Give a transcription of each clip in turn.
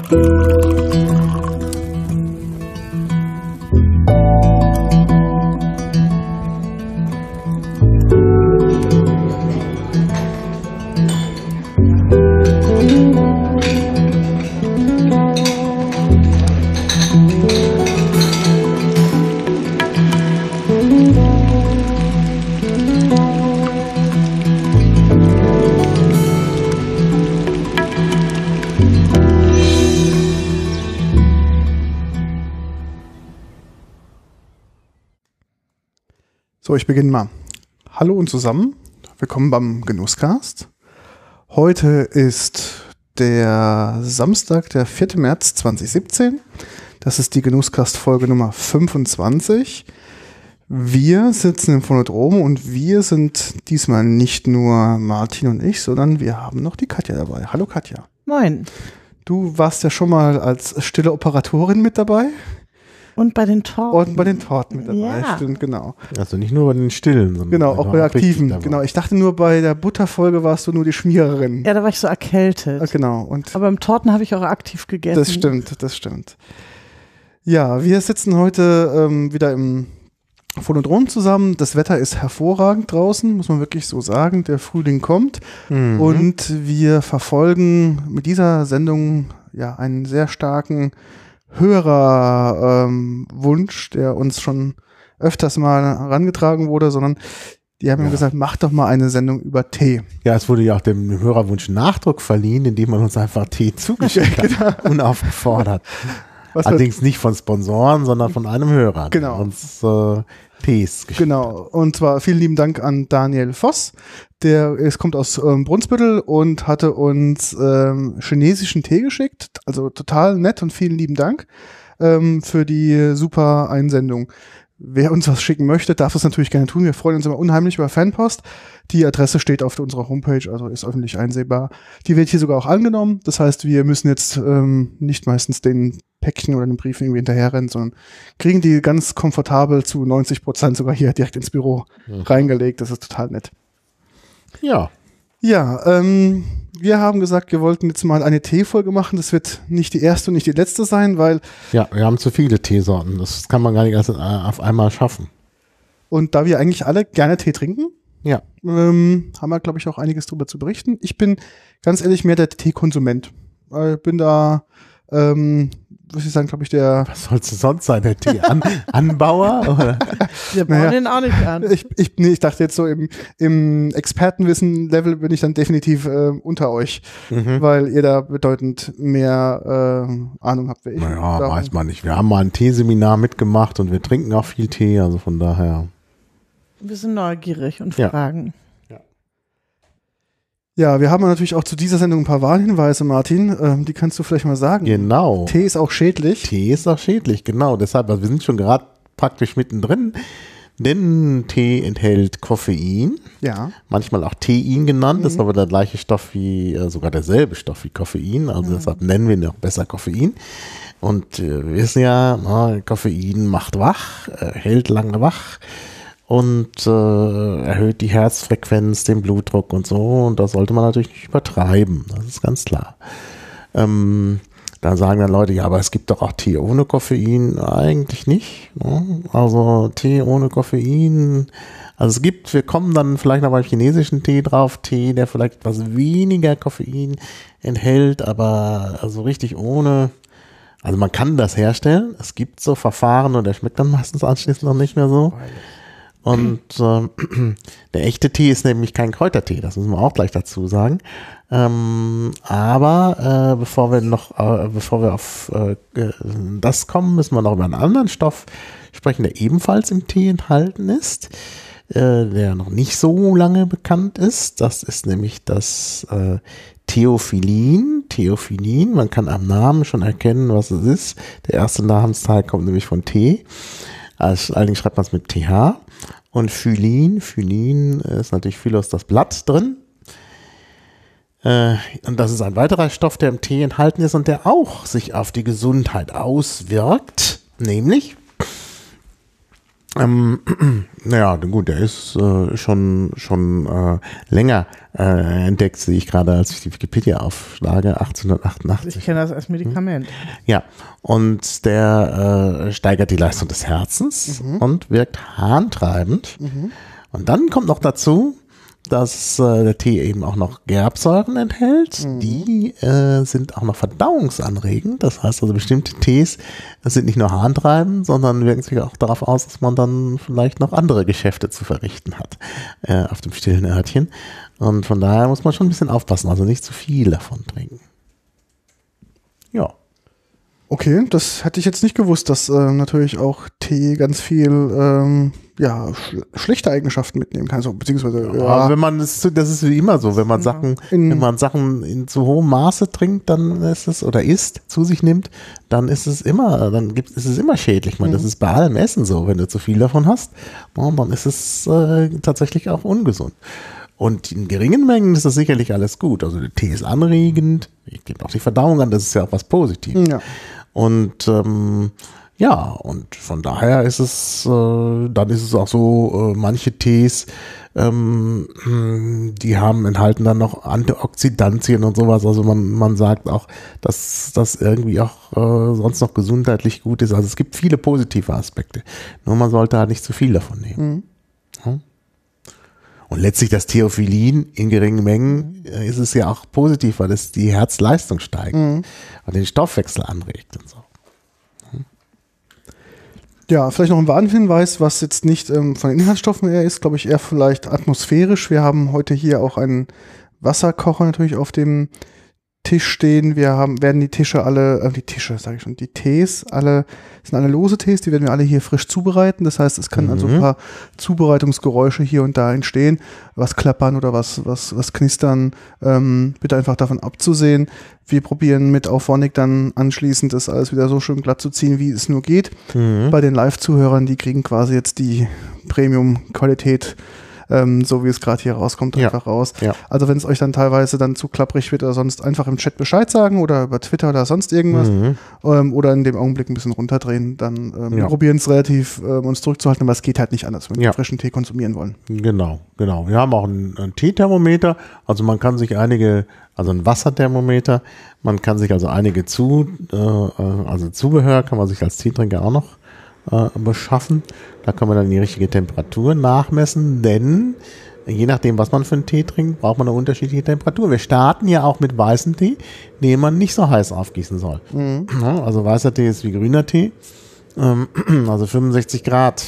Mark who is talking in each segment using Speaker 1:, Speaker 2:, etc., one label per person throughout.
Speaker 1: So, ich beginne mal. Hallo und zusammen, willkommen beim Genusscast. Heute ist der Samstag, der 4. März 2017. Das ist die Genusscast-Folge Nummer 25. Wir sitzen im Phonodrom und wir sind diesmal nicht nur Martin und ich, sondern wir haben noch die Katja dabei. Hallo Katja.
Speaker 2: Moin.
Speaker 1: Du warst ja schon mal als stille Operatorin mit dabei.
Speaker 2: Und bei den Torten.
Speaker 1: Und bei den Torten mit dabei,
Speaker 2: ja.
Speaker 1: Stimmt, genau.
Speaker 3: Also nicht nur bei den Stillen, sondern
Speaker 1: genau, auch bei der Aktiven. Genau, ich dachte nur, bei der Butterfolge warst du nur die Schmiererin.
Speaker 2: Ja, da war ich so erkältet.
Speaker 1: Genau. Und
Speaker 2: aber im Torten habe ich auch aktiv gegessen.
Speaker 1: Das stimmt. Ja, wir sitzen heute wieder im Phonodrom zusammen. Das Wetter ist hervorragend draußen, muss man wirklich so sagen. Der Frühling kommt und wir verfolgen mit dieser Sendung ja einen sehr starken Hörerwunsch, der uns schon öfters mal herangetragen wurde, sondern die haben ja gesagt, mach doch mal eine Sendung über Tee.
Speaker 3: Ja, es wurde ja auch dem Hörerwunsch Nachdruck verliehen, indem man uns einfach Tee zugeschickt hat, unaufgefordert. Allerdings nicht von Sponsoren, sondern von einem Hörer.
Speaker 1: Genau.
Speaker 3: Der uns Tees geschickt
Speaker 1: Genau. Und zwar vielen lieben Dank an Daniel Voss. Es kommt aus Brunsbüttel und hatte uns chinesischen Tee geschickt. Also total nett und vielen lieben Dank für die super Einsendung. Wer uns was schicken möchte, darf es natürlich gerne tun. Wir freuen uns immer unheimlich über Fanpost. Die Adresse steht auf unserer Homepage, also ist öffentlich einsehbar. Die wird hier sogar auch angenommen. Das heißt, wir müssen jetzt nicht meistens den Päckchen oder den Brief irgendwie hinterherrennen, sondern kriegen die ganz komfortabel zu 90% sogar hier direkt ins Büro reingelegt. Das ist total nett.
Speaker 3: Ja.
Speaker 1: Ja, wir haben gesagt, wir wollten jetzt mal eine Teefolge machen. Das wird nicht die erste und nicht die letzte sein, weil...
Speaker 3: Ja, wir haben zu viele Teesorten. Das kann man gar nicht erst auf einmal schaffen.
Speaker 1: Und da wir eigentlich alle gerne Tee trinken,
Speaker 3: ja,
Speaker 1: haben wir, glaube ich, auch einiges darüber zu berichten. Ich bin ganz ehrlich mehr der Teekonsument. Ich bin da... muss ich sagen, glaube ich, der...
Speaker 3: Was sollst du sonst sein, der Tee-Anbauer? Oder?
Speaker 2: Wir bauen den auch nicht an.
Speaker 1: Ich dachte jetzt so im Expertenwissen-Level bin ich dann definitiv unter euch, weil ihr da bedeutend mehr Ahnung habt wie ich.
Speaker 3: Naja, weiß man nicht. Wir haben mal ein Teeseminar mitgemacht und wir trinken auch viel Tee, also von daher...
Speaker 2: Wir sind neugierig und fragen.
Speaker 1: Ja, wir haben natürlich auch zu dieser Sendung ein paar Warnhinweise, Martin. Die kannst du vielleicht mal sagen.
Speaker 3: Genau.
Speaker 1: Tee ist auch schädlich.
Speaker 3: Tee ist auch schädlich, genau. Deshalb, also wir sind schon gerade praktisch mittendrin, denn Tee enthält Koffein.
Speaker 1: Ja.
Speaker 3: Manchmal auch Tein genannt, ist aber der gleiche Stoff wie, sogar derselbe Stoff wie Koffein. Also deshalb nennen wir ihn auch besser Koffein. Und wir wissen ja, Koffein macht wach, hält lange wach. Und erhöht die Herzfrequenz, den Blutdruck und so. Und das sollte man natürlich nicht übertreiben. Das ist ganz klar. Da sagen dann Leute, ja, aber es gibt doch auch Tee ohne Koffein. Eigentlich nicht. Ne? Also Tee ohne Koffein. Also wir kommen dann vielleicht noch beim chinesischen Tee drauf. Tee, der vielleicht etwas weniger Koffein enthält, aber also richtig ohne. Also man kann das herstellen. Es gibt so Verfahren und der schmeckt dann meistens anschließend noch nicht mehr so. Und der echte Tee ist nämlich kein Kräutertee, das müssen wir auch gleich dazu sagen. Aber bevor wir auf das kommen, müssen wir noch über einen anderen Stoff sprechen, der ebenfalls im Tee enthalten ist, der noch nicht so lange bekannt ist. Das ist nämlich das Theophyllin. Theophyllin, man kann am Namen schon erkennen, was es ist. Der erste Namensteil kommt nämlich von Tee. Allerdings schreibt man es mit TH. Und Phyllin ist natürlich Phylos, das Blatt drin. Und das ist ein weiterer Stoff, der im Tee enthalten ist und der auch sich auf die Gesundheit auswirkt. Nämlich, Naja, gut, der ist schon länger entdeckt, sehe ich gerade, als ich die Wikipedia aufschlage, 1888.
Speaker 2: Ich kenne das als Medikament.
Speaker 3: Ja, und der steigert die Leistung des Herzens und wirkt harntreibend. Und dann kommt noch dazu, dass der Tee eben auch noch Gerbsäuren enthält. Die sind auch noch verdauungsanregend. Das heißt also, bestimmte Tees sind nicht nur harntreibend, sondern wirken sich auch darauf aus, dass man dann vielleicht noch andere Geschäfte zu verrichten hat auf dem stillen Örtchen. Und von daher muss man schon ein bisschen aufpassen, also nicht zu viel davon trinken. Ja.
Speaker 1: Okay, das hätte ich jetzt nicht gewusst, dass natürlich auch Tee ganz viel schlechte Eigenschaften mitnehmen kann. Also, beziehungsweise
Speaker 3: ja, wenn man das ist wie immer so, wenn man Sachen in zu hohem Maße trinkt, dann ist es oder isst, zu sich nimmt, dann ist es immer schädlich. Ich meine, das ist bei allem Essen so. Wenn du zu viel davon hast, dann ist es tatsächlich auch ungesund. Und in geringen Mengen ist das sicherlich alles gut. Also der Tee ist anregend, gibt auch die Verdauung an, das ist ja auch was Positives. Ja. Und und von daher ist es, dann ist es auch so, manche Tees, die enthalten dann noch Antioxidantien und sowas. Also man sagt auch, dass das irgendwie auch sonst noch gesundheitlich gut ist. Also es gibt viele positive Aspekte. Nur man sollte halt nicht zu viel davon nehmen. Ja. Und letztlich das Theophylin in geringen Mengen ist es ja auch positiv, weil es die Herzleistung steigt und den Stoffwechsel anregt und so.
Speaker 1: Ja, vielleicht noch ein Warnhinweis, was jetzt nicht von den Inhaltsstoffen her ist, glaube ich, eher vielleicht atmosphärisch. Wir haben heute hier auch einen Wasserkocher natürlich auf dem Tisch stehen. Werden die Tees alle, sind alle lose Tees, die werden wir alle hier frisch zubereiten. Das heißt, es kann also ein paar Zubereitungsgeräusche hier und da entstehen, was klappern oder was knistern. Bitte einfach davon abzusehen. Wir probieren mit Auphonic dann anschließend das alles wieder so schön glatt zu ziehen, wie es nur geht. Bei den Live-Zuhörern, die kriegen quasi jetzt die Premium-Qualität, so wie es gerade hier rauskommt, einfach raus. Ja. Also wenn es euch dann teilweise dann zu klapprig wird oder sonst, einfach im Chat Bescheid sagen oder über Twitter oder sonst irgendwas oder in dem Augenblick ein bisschen runterdrehen, dann wir probieren es relativ uns zurückzuhalten, aber es geht halt nicht anders, wenn wir frischen Tee konsumieren wollen.
Speaker 3: Genau. Wir haben auch ein Teethermometer, also man kann sich ein Wasserthermometer, man kann sich also einige Zubehör kann man sich als Teetrinker auch noch beschaffen. Da kann man dann die richtige Temperatur nachmessen, denn je nachdem, was man für einen Tee trinkt, braucht man eine unterschiedliche Temperatur. Wir starten ja auch mit weißem Tee, den man nicht so heiß aufgießen soll. Also weißer Tee ist wie grüner Tee, also 65 Grad.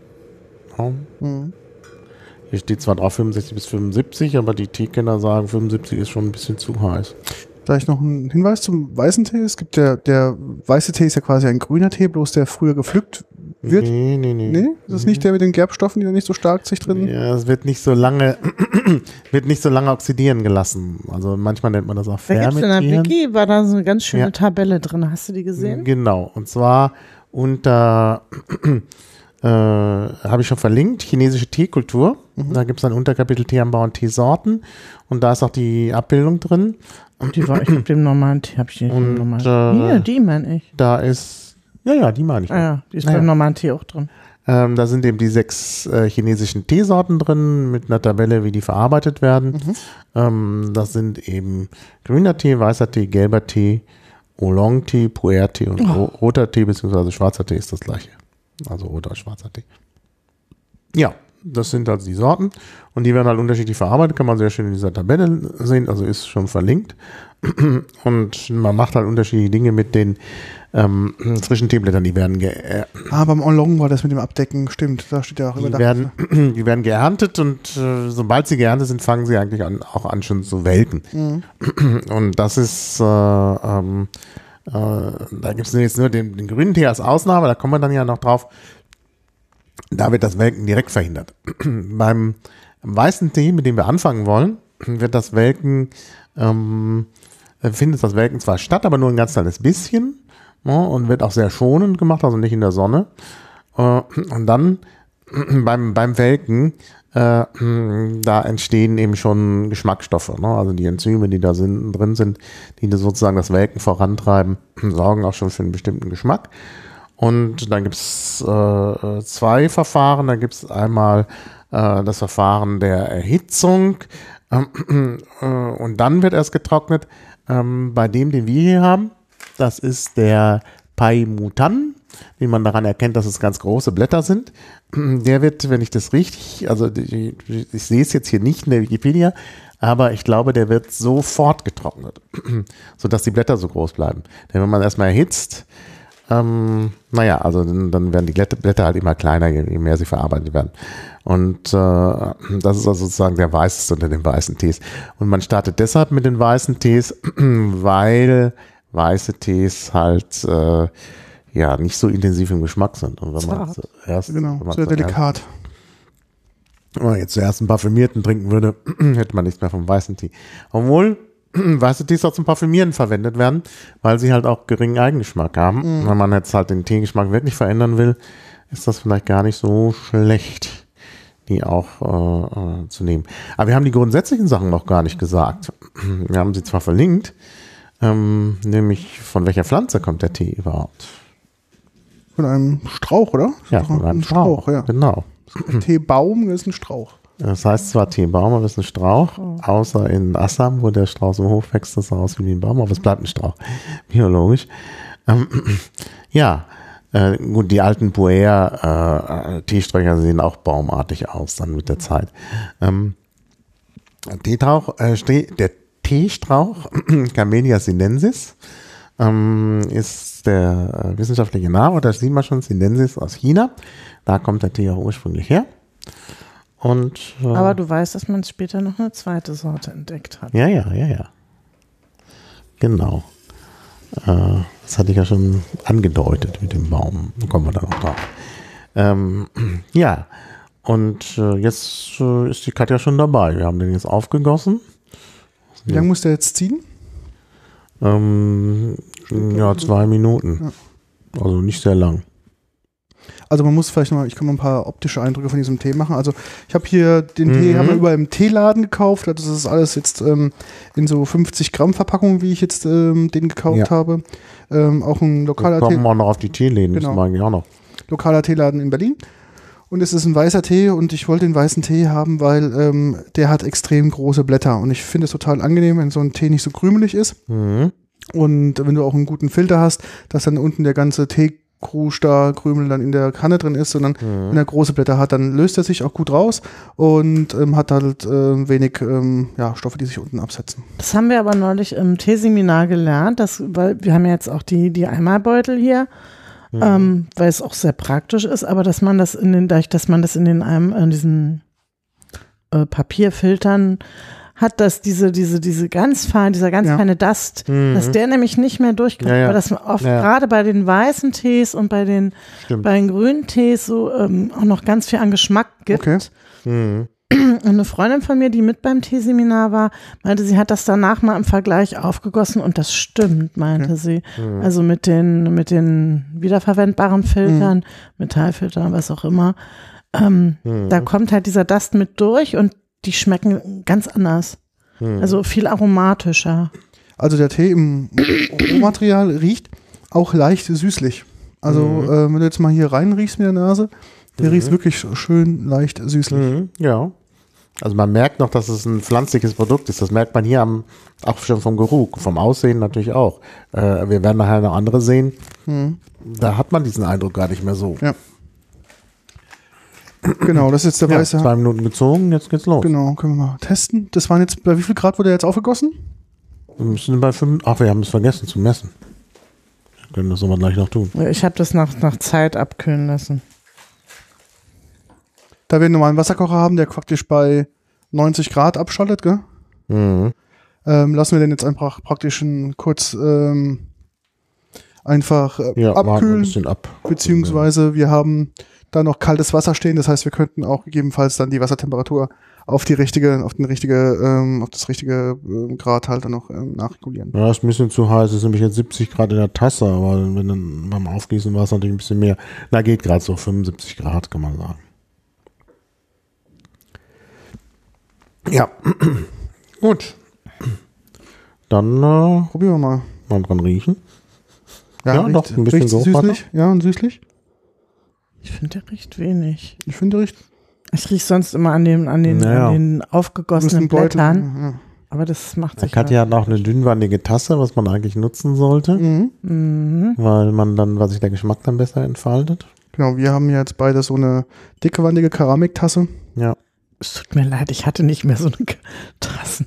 Speaker 3: Hier steht zwar drauf 65 bis 75, aber die Teekenner sagen, 75 ist schon ein bisschen zu heiß.
Speaker 1: Vielleicht noch ein Hinweis zum weißen Tee. Es gibt der weiße Tee ist ja quasi ein grüner Tee, bloß der früher gepflückt wird. Nee? Ist das nicht der mit den Gerbstoffen, die da nicht so stark sich drin?
Speaker 3: Ja, es wird nicht so lange oxidieren gelassen. Also manchmal nennt man das auch Fermentieren.
Speaker 2: Da gibt's in der Wiki, war da so eine ganz schöne Tabelle drin. Hast du die gesehen?
Speaker 3: Genau. Und zwar unter habe ich schon verlinkt, chinesische Teekultur. Da gibt es ein Unterkapitel Teeanbau und Teesorten und da ist auch die Abbildung drin.
Speaker 2: Ich habe den normalen Tee, hier, die meine ich.
Speaker 3: Da ist, die meine ich.
Speaker 2: Die ist beim normalen Tee auch drin.
Speaker 3: Da sind eben die 6 chinesischen Teesorten drin mit einer Tabelle, wie die verarbeitet werden. Das sind eben grüner Tee, weißer Tee, gelber Tee, Oolong-Tee, Pu'er-Tee und roter Tee bzw. schwarzer Tee ist das gleiche. Also roter, schwarzer Tee. Ja, das sind also die Sorten und die werden halt unterschiedlich verarbeitet, kann man sehr schön in dieser Tabelle sehen, also ist schon verlinkt. Und man macht halt unterschiedliche Dinge mit den frischen Teeblättern, die werden
Speaker 1: beim Oolong war das mit dem Abdecken, stimmt, da steht ja auch
Speaker 3: überdacht. Die werden geerntet und sobald sie geerntet sind, fangen sie eigentlich auch an schon zu welken. Und das ist da gibt es jetzt nur den grünen Tee als Ausnahme, da kommen wir dann ja noch drauf. Da wird das Welken direkt verhindert. Beim weißen Tee, mit dem wir anfangen wollen, findet das Welken zwar statt, aber nur ein ganz kleines bisschen und wird auch sehr schonend gemacht, also nicht in der Sonne. Und dann beim Welken, da entstehen eben schon Geschmacksstoffe, also die Enzyme, die da drin sind, die sozusagen das Welken vorantreiben, sorgen auch schon für einen bestimmten Geschmack. Und dann gibt es 2 Verfahren. Da gibt es einmal das Verfahren der Erhitzung und dann wird erst getrocknet. Bei dem, den wir hier haben, das ist der Pai Mutan, den man daran erkennt, dass es ganz große Blätter sind. Der wird, wenn ich das richtig, also ich sehe es jetzt hier nicht in der Wikipedia, aber ich glaube, der wird sofort getrocknet, sodass die Blätter so groß bleiben. Denn wenn man erstmal erhitzt, also dann werden die Blätter halt immer kleiner, je mehr sie verarbeitet werden. Und das ist also sozusagen der weißeste unter den weißen Tees. Und man startet deshalb mit den weißen Tees, weil weiße Tees halt nicht so intensiv im Geschmack sind. Und wenn man
Speaker 1: sehr delikat.
Speaker 3: Wenn man jetzt zuerst einen parfümierten trinken würde, hätte man nichts mehr vom weißen Tee. Obwohl weiße Tees auch zum Parfümieren verwendet werden, weil sie halt auch geringen Eigengeschmack haben. Wenn man jetzt halt den Teegeschmack wirklich verändern will, ist das vielleicht gar nicht so schlecht, die auch zu nehmen. Aber wir haben die grundsätzlichen Sachen noch gar nicht gesagt. Wir haben sie zwar verlinkt, nämlich von welcher Pflanze kommt der Tee überhaupt?
Speaker 1: Von einem Strauch, oder?
Speaker 3: Ja, von einem Strauch, ja. Genau.
Speaker 1: Teebaum ist ein Strauch.
Speaker 3: Das heißt zwar Teebaum, aber es ist ein Strauch, außer in Assam, wo der Strauch so hoch wächst, das sah aus wie ein Baum, aber es bleibt ein Strauch, biologisch. Gut, die alten Puer-Teesträucher sehen auch baumartig aus dann mit der Zeit. Der Teestrauch, Camellia sinensis, ist der wissenschaftliche Name, das sieht man schon, Sinensis aus China. Da kommt der Tee auch ursprünglich her. Und,
Speaker 2: aber du weißt, dass man später noch eine zweite Sorte entdeckt hat.
Speaker 3: Ja. Genau. Das hatte ich ja schon angedeutet mit dem Baum. Da kommen wir dann noch drauf. Und jetzt ist die Katja schon dabei. Wir haben den jetzt aufgegossen.
Speaker 1: Wie lange muss der jetzt ziehen?
Speaker 3: 2 Minuten. Ja. Also nicht sehr lang.
Speaker 1: Also man muss vielleicht noch mal, ich kann mal ein paar optische Eindrücke von diesem Tee machen. Also ich habe hier den Tee, haben wir überall im Teeladen gekauft. Das ist alles jetzt in so 50 Gramm Verpackungen, wie ich jetzt den gekauft habe. Auch ein lokaler Tee.
Speaker 3: Wir kommen auch noch auf die Teeläden, das mag ich auch noch.
Speaker 1: Lokaler Teeladen in Berlin. Und es ist ein weißer Tee und ich wollte den weißen Tee haben, weil der hat extrem große Blätter. Und ich finde es total angenehm, wenn so ein Tee nicht so krümelig ist. Und wenn du auch einen guten Filter hast, dass dann unten der ganze Krümel dann in der Kanne drin ist, sondern wenn er große Blätter hat, dann löst er sich auch gut raus und hat halt wenig Stoffe, die sich unten absetzen.
Speaker 2: Das haben wir aber neulich im Teeseminar gelernt, weil wir haben ja jetzt auch die Eimerbeutel hier, weil es auch sehr praktisch ist, aber dass man das in diesen Papierfiltern hat, dass dieser ganz feine Dust, dass der nämlich nicht mehr durchkommt, weil das oft gerade bei den weißen Tees und bei den grünen Tees so auch noch ganz viel an Geschmack gibt. Okay. Und eine Freundin von mir, die mit beim Teeseminar war, meinte, sie hat das danach mal im Vergleich aufgegossen und das stimmt, meinte sie. Also mit den wiederverwendbaren Filtern, Metallfiltern, was auch immer, da kommt halt dieser Dust mit durch und die schmecken ganz anders. Also viel aromatischer.
Speaker 1: Also der Tee im Rohmaterial riecht auch leicht süßlich. Also wenn du jetzt mal hier rein riechst mit der Nase, der riecht wirklich schön leicht süßlich.
Speaker 3: Ja. Also man merkt noch, dass es ein pflanzliches Produkt ist. Das merkt man hier auch schon vom Geruch, vom Aussehen natürlich auch. Wir werden nachher noch andere sehen. Da hat man diesen Eindruck gar nicht mehr so.
Speaker 1: Ja. Genau, das ist jetzt der weiße.
Speaker 3: 2 Minuten gezogen, jetzt geht's los.
Speaker 1: Genau, können wir mal testen. Das waren jetzt, bei wie viel Grad wurde der jetzt aufgegossen?
Speaker 3: Wir müssen bei 5, wir haben es vergessen zu messen. Wir können das aber gleich noch tun.
Speaker 2: Ich habe das nach Zeit abkühlen lassen.
Speaker 1: Da wir einen normalen Wasserkocher haben, der praktisch bei 90 Grad abschaltet, gell? Lassen wir den jetzt einfach praktisch kurz einfach abkühlen.
Speaker 3: Ein bisschen ab.
Speaker 1: Beziehungsweise wir haben da noch kaltes Wasser stehen, das heißt, wir könnten auch gegebenenfalls dann die Wassertemperatur auf das richtige Grad halt dann noch nachregulieren.
Speaker 3: Ja, ist ein bisschen zu heiß, es ist nämlich jetzt 70 Grad in der Tasse, aber wenn dann beim Aufgießen war es natürlich ein bisschen mehr. Da geht gerade so 75 Grad, kann man sagen. Ja, gut. Dann
Speaker 1: probieren wir mal.
Speaker 3: Mal dran riechen. Ja, doch, ein bisschen
Speaker 1: süßlich. Ja, und süßlich.
Speaker 2: Ich finde, der riecht wenig.
Speaker 1: Ich finde, der riecht.
Speaker 2: Ich rieche sonst immer an den aufgegossenen Blättern. Ja. Aber das macht sich.
Speaker 3: Katja hat auch eine dünnwandige Tasse, was man eigentlich nutzen sollte. Weil man dann, sich der Geschmack dann besser entfaltet.
Speaker 1: Genau, wir haben jetzt beide so eine dickewandige Keramiktasse.
Speaker 3: Ja.
Speaker 2: Es tut mir leid, ich hatte nicht mehr so eine Tassen.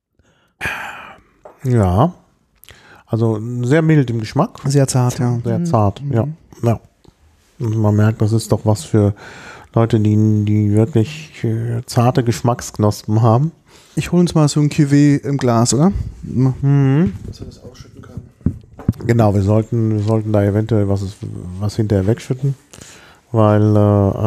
Speaker 3: Ja. Also sehr mild im Geschmack.
Speaker 1: Sehr zart, ja.
Speaker 3: Sehr zart, ja. Und man merkt, das ist doch was für Leute, die wirklich zarte Geschmacksknospen haben.
Speaker 1: Ich hole uns mal so ein Cuvée im Glas, oder? Dass er das ausschütten kann.
Speaker 3: Genau, wir sollten da eventuell was hinterher wegschütten, weil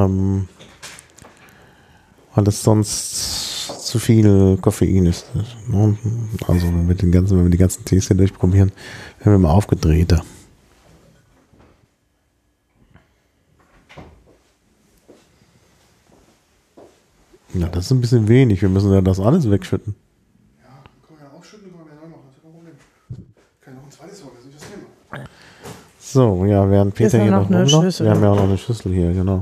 Speaker 3: es sonst zu viel Koffein ist. Also wenn wir die ganzen Tees hier durchprobieren, werden wir mal aufgedrehter. Ja, das ist ein bisschen wenig. Wir müssen ja das alles wegschütten.
Speaker 1: Ja, können wir ja aufschütten, können wir ja neu machen. Das ist kein Problem. Kann ich noch ein zweites holen, das ist nicht das Thema.
Speaker 3: So, ja, während Peter hier noch rumläuft. Wir haben ja auch noch eine Schüssel hier, genau.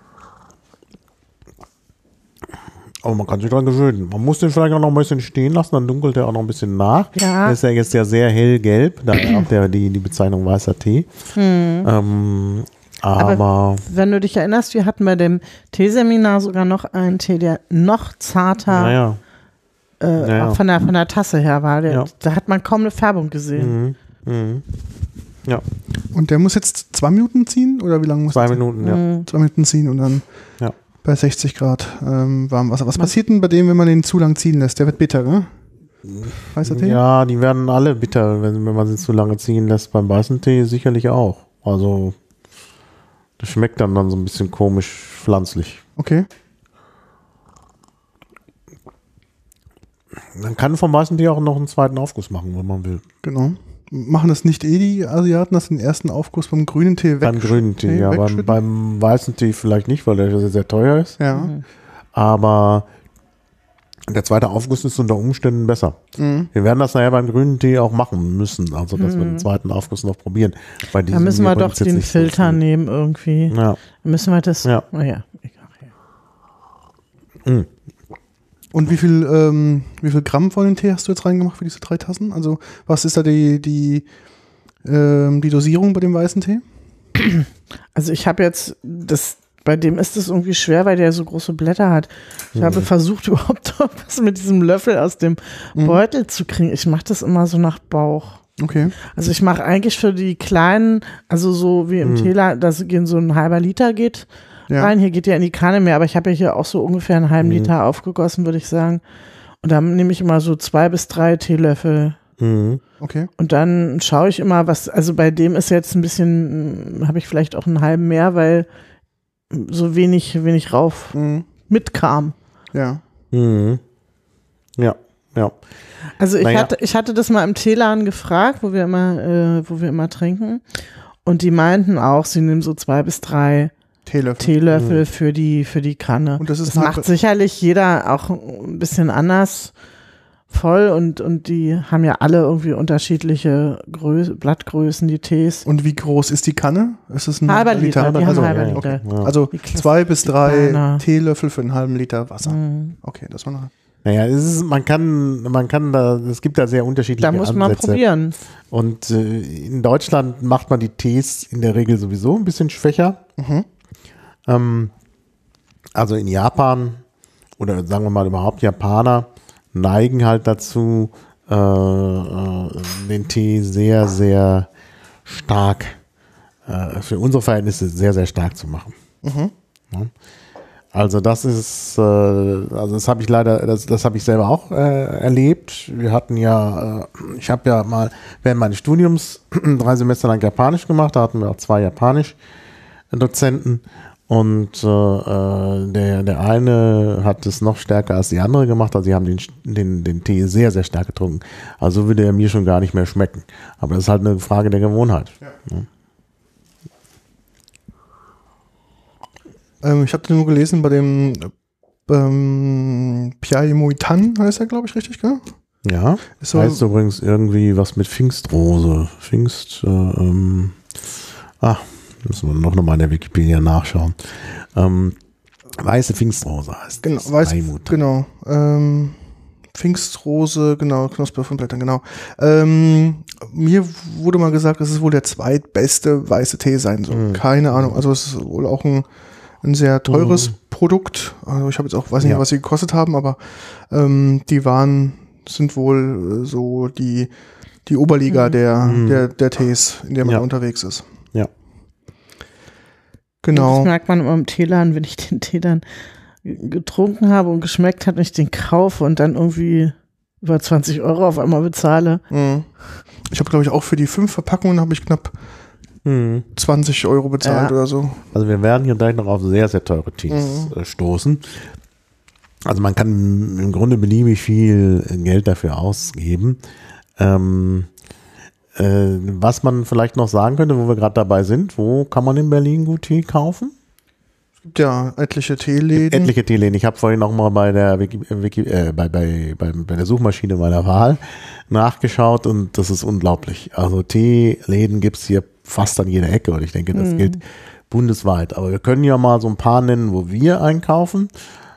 Speaker 3: Aber man kann sich dran gewöhnen. Man muss den vielleicht auch noch ein bisschen stehen lassen, dann dunkelt er auch noch ein bisschen nach.
Speaker 2: Ja.
Speaker 3: Der ist ja jetzt ja sehr hellgelb, daher auch die Bezeichnung weißer Tee. Aber
Speaker 2: wenn du dich erinnerst, wir hatten bei dem Teeseminar sogar noch einen Tee, der noch zarter auch von der Tasse her war. Da hat man kaum eine Färbung gesehen.
Speaker 3: Ja.
Speaker 1: Und der muss jetzt 2 Minuten ziehen? Oder wie lange muss
Speaker 3: 2 Minuten, ja.
Speaker 1: 2 Minuten ziehen und dann bei 60 Grad Warmwasser. Was passiert denn bei dem, wenn man den zu lang ziehen lässt? Der wird bitter, ne? Weißer Tee?
Speaker 3: Ja, die werden alle bitter, wenn man sie zu lange ziehen lässt. Beim weißen Tee sicherlich auch. Also das schmeckt dann so ein bisschen komisch pflanzlich.
Speaker 1: Okay.
Speaker 3: Man kann vom weißen Tee auch noch einen zweiten Aufguss machen, wenn man will.
Speaker 1: Genau. Machen das nicht die Asiaten, dass den ersten Aufguss beim grünen Tee
Speaker 3: Beim grünen Tee, ja. Beim weißen Tee vielleicht nicht, weil der sehr teuer ist.
Speaker 1: Ja.
Speaker 3: Aber der zweite Aufguss ist unter Umständen besser. Wir werden das nachher beim grünen Tee auch machen müssen. Also, dass wir den zweiten Aufguss noch probieren.
Speaker 2: Da müssen wir doch den Filter nehmen irgendwie.
Speaker 3: Ja.
Speaker 2: Müssen wir das.
Speaker 3: Ja.
Speaker 2: Naja.
Speaker 1: Und wie viel Gramm von den Tee hast du jetzt reingemacht für diese 3 Tassen? Also was ist da die Dosierung bei dem weißen Tee?
Speaker 2: Also ich habe jetzt bei dem ist es irgendwie schwer, weil der so große Blätter hat. Ich habe versucht, überhaupt was mit diesem Löffel aus dem Beutel zu kriegen. Ich mache das immer so nach Bauch.
Speaker 1: Okay.
Speaker 2: Also ich mache eigentlich für die kleinen, also so wie im Teeler, da gehen so ein halber Liter geht rein. Hier geht ja in die Kanne mehr, aber ich habe ja hier auch so ungefähr einen halben Liter aufgegossen, würde ich sagen. Und dann nehme ich immer so 2 bis 3 Teelöffel.
Speaker 1: Okay.
Speaker 2: Und dann schaue ich immer, also bei dem ist jetzt ein bisschen, habe ich vielleicht auch einen halben mehr, weil so wenig rauf mitkam.
Speaker 1: Ja.
Speaker 3: Ja.
Speaker 2: Also ich hatte das mal im Teeladen gefragt, wo wir immer trinken. Und die meinten auch, sie nehmen so 2 bis 3 Teelöffel für die Kanne.
Speaker 1: Und das
Speaker 2: macht sicherlich jeder auch ein bisschen anders voll und die haben ja alle irgendwie unterschiedliche Blattgrößen, die Tees.
Speaker 1: Und wie groß ist die Kanne? Ist es ein
Speaker 2: halber Liter? Die haben halber Liter.
Speaker 1: Okay. Ja. Also 2 bis 3 Teelöffel für einen halben Liter Wasser. Okay, das war noch.
Speaker 3: Naja, es gibt da sehr unterschiedliche Ansätze. Da muss man
Speaker 2: probieren.
Speaker 3: Und in Deutschland macht man die Tees in der Regel sowieso ein bisschen schwächer. Also in Japan oder sagen wir mal überhaupt Japaner neigen halt dazu, den Tee sehr, sehr stark, für unsere Verhältnisse sehr, sehr stark zu machen. Ja. Also das ist, das habe ich leider, das habe ich selber auch erlebt. Wir hatten ja, ich habe ja mal während meines Studiums 3 Semester lang Japanisch gemacht, da hatten wir auch 2 Japanisch-Dozenten. Und der eine hat es noch stärker als die andere gemacht, also sie haben den Tee sehr, sehr stark getrunken. Also würde er mir schon gar nicht mehr schmecken. Aber das ist halt eine Frage der Gewohnheit. Ja.
Speaker 1: Ich habe nur gelesen bei dem Piai Muitan, heißt er, glaube ich, richtig, gell?
Speaker 3: Ja, das heißt übrigens irgendwie was mit Pfingstrose. Müssen wir noch mal in der Wikipedia nachschauen. Weiße Pfingstrose heißt
Speaker 1: genau,
Speaker 3: Weimut.
Speaker 1: Genau. Pfingstrose, genau, Knospe von Blättern, genau. Mir wurde mal gesagt, dass es wohl der zweitbeste weiße Tee sein soll. Keine Ahnung. Also es ist wohl auch ein sehr teures Produkt. Also ich habe jetzt auch, weiß nicht, was sie gekostet haben, aber die sind wohl so die Oberliga der Tees, in der man unterwegs ist.
Speaker 3: Ja.
Speaker 1: Genau.
Speaker 2: Das merkt man immer im Teeladen, wenn ich den Tee dann getrunken habe und geschmeckt hat und ich den kaufe und dann irgendwie über 20 € auf einmal bezahle.
Speaker 1: Ich habe, glaube ich, auch für die 5 Verpackungen habe ich knapp 20 € bezahlt oder so.
Speaker 3: Also wir werden hier gleich noch auf sehr, sehr teure Tees stoßen. Also man kann im Grunde beliebig viel Geld dafür ausgeben. Was man vielleicht noch sagen könnte, wo wir gerade dabei sind, wo kann man in Berlin gut Tee kaufen?
Speaker 1: Ja, etliche Teeläden.
Speaker 3: Ich habe vorhin auch mal bei der bei der Suchmaschine meiner Wahl nachgeschaut und das ist unglaublich. Also Teeläden gibt es hier fast an jeder Ecke und ich denke, das gilt bundesweit. Aber wir können ja mal so ein paar nennen, wo wir einkaufen.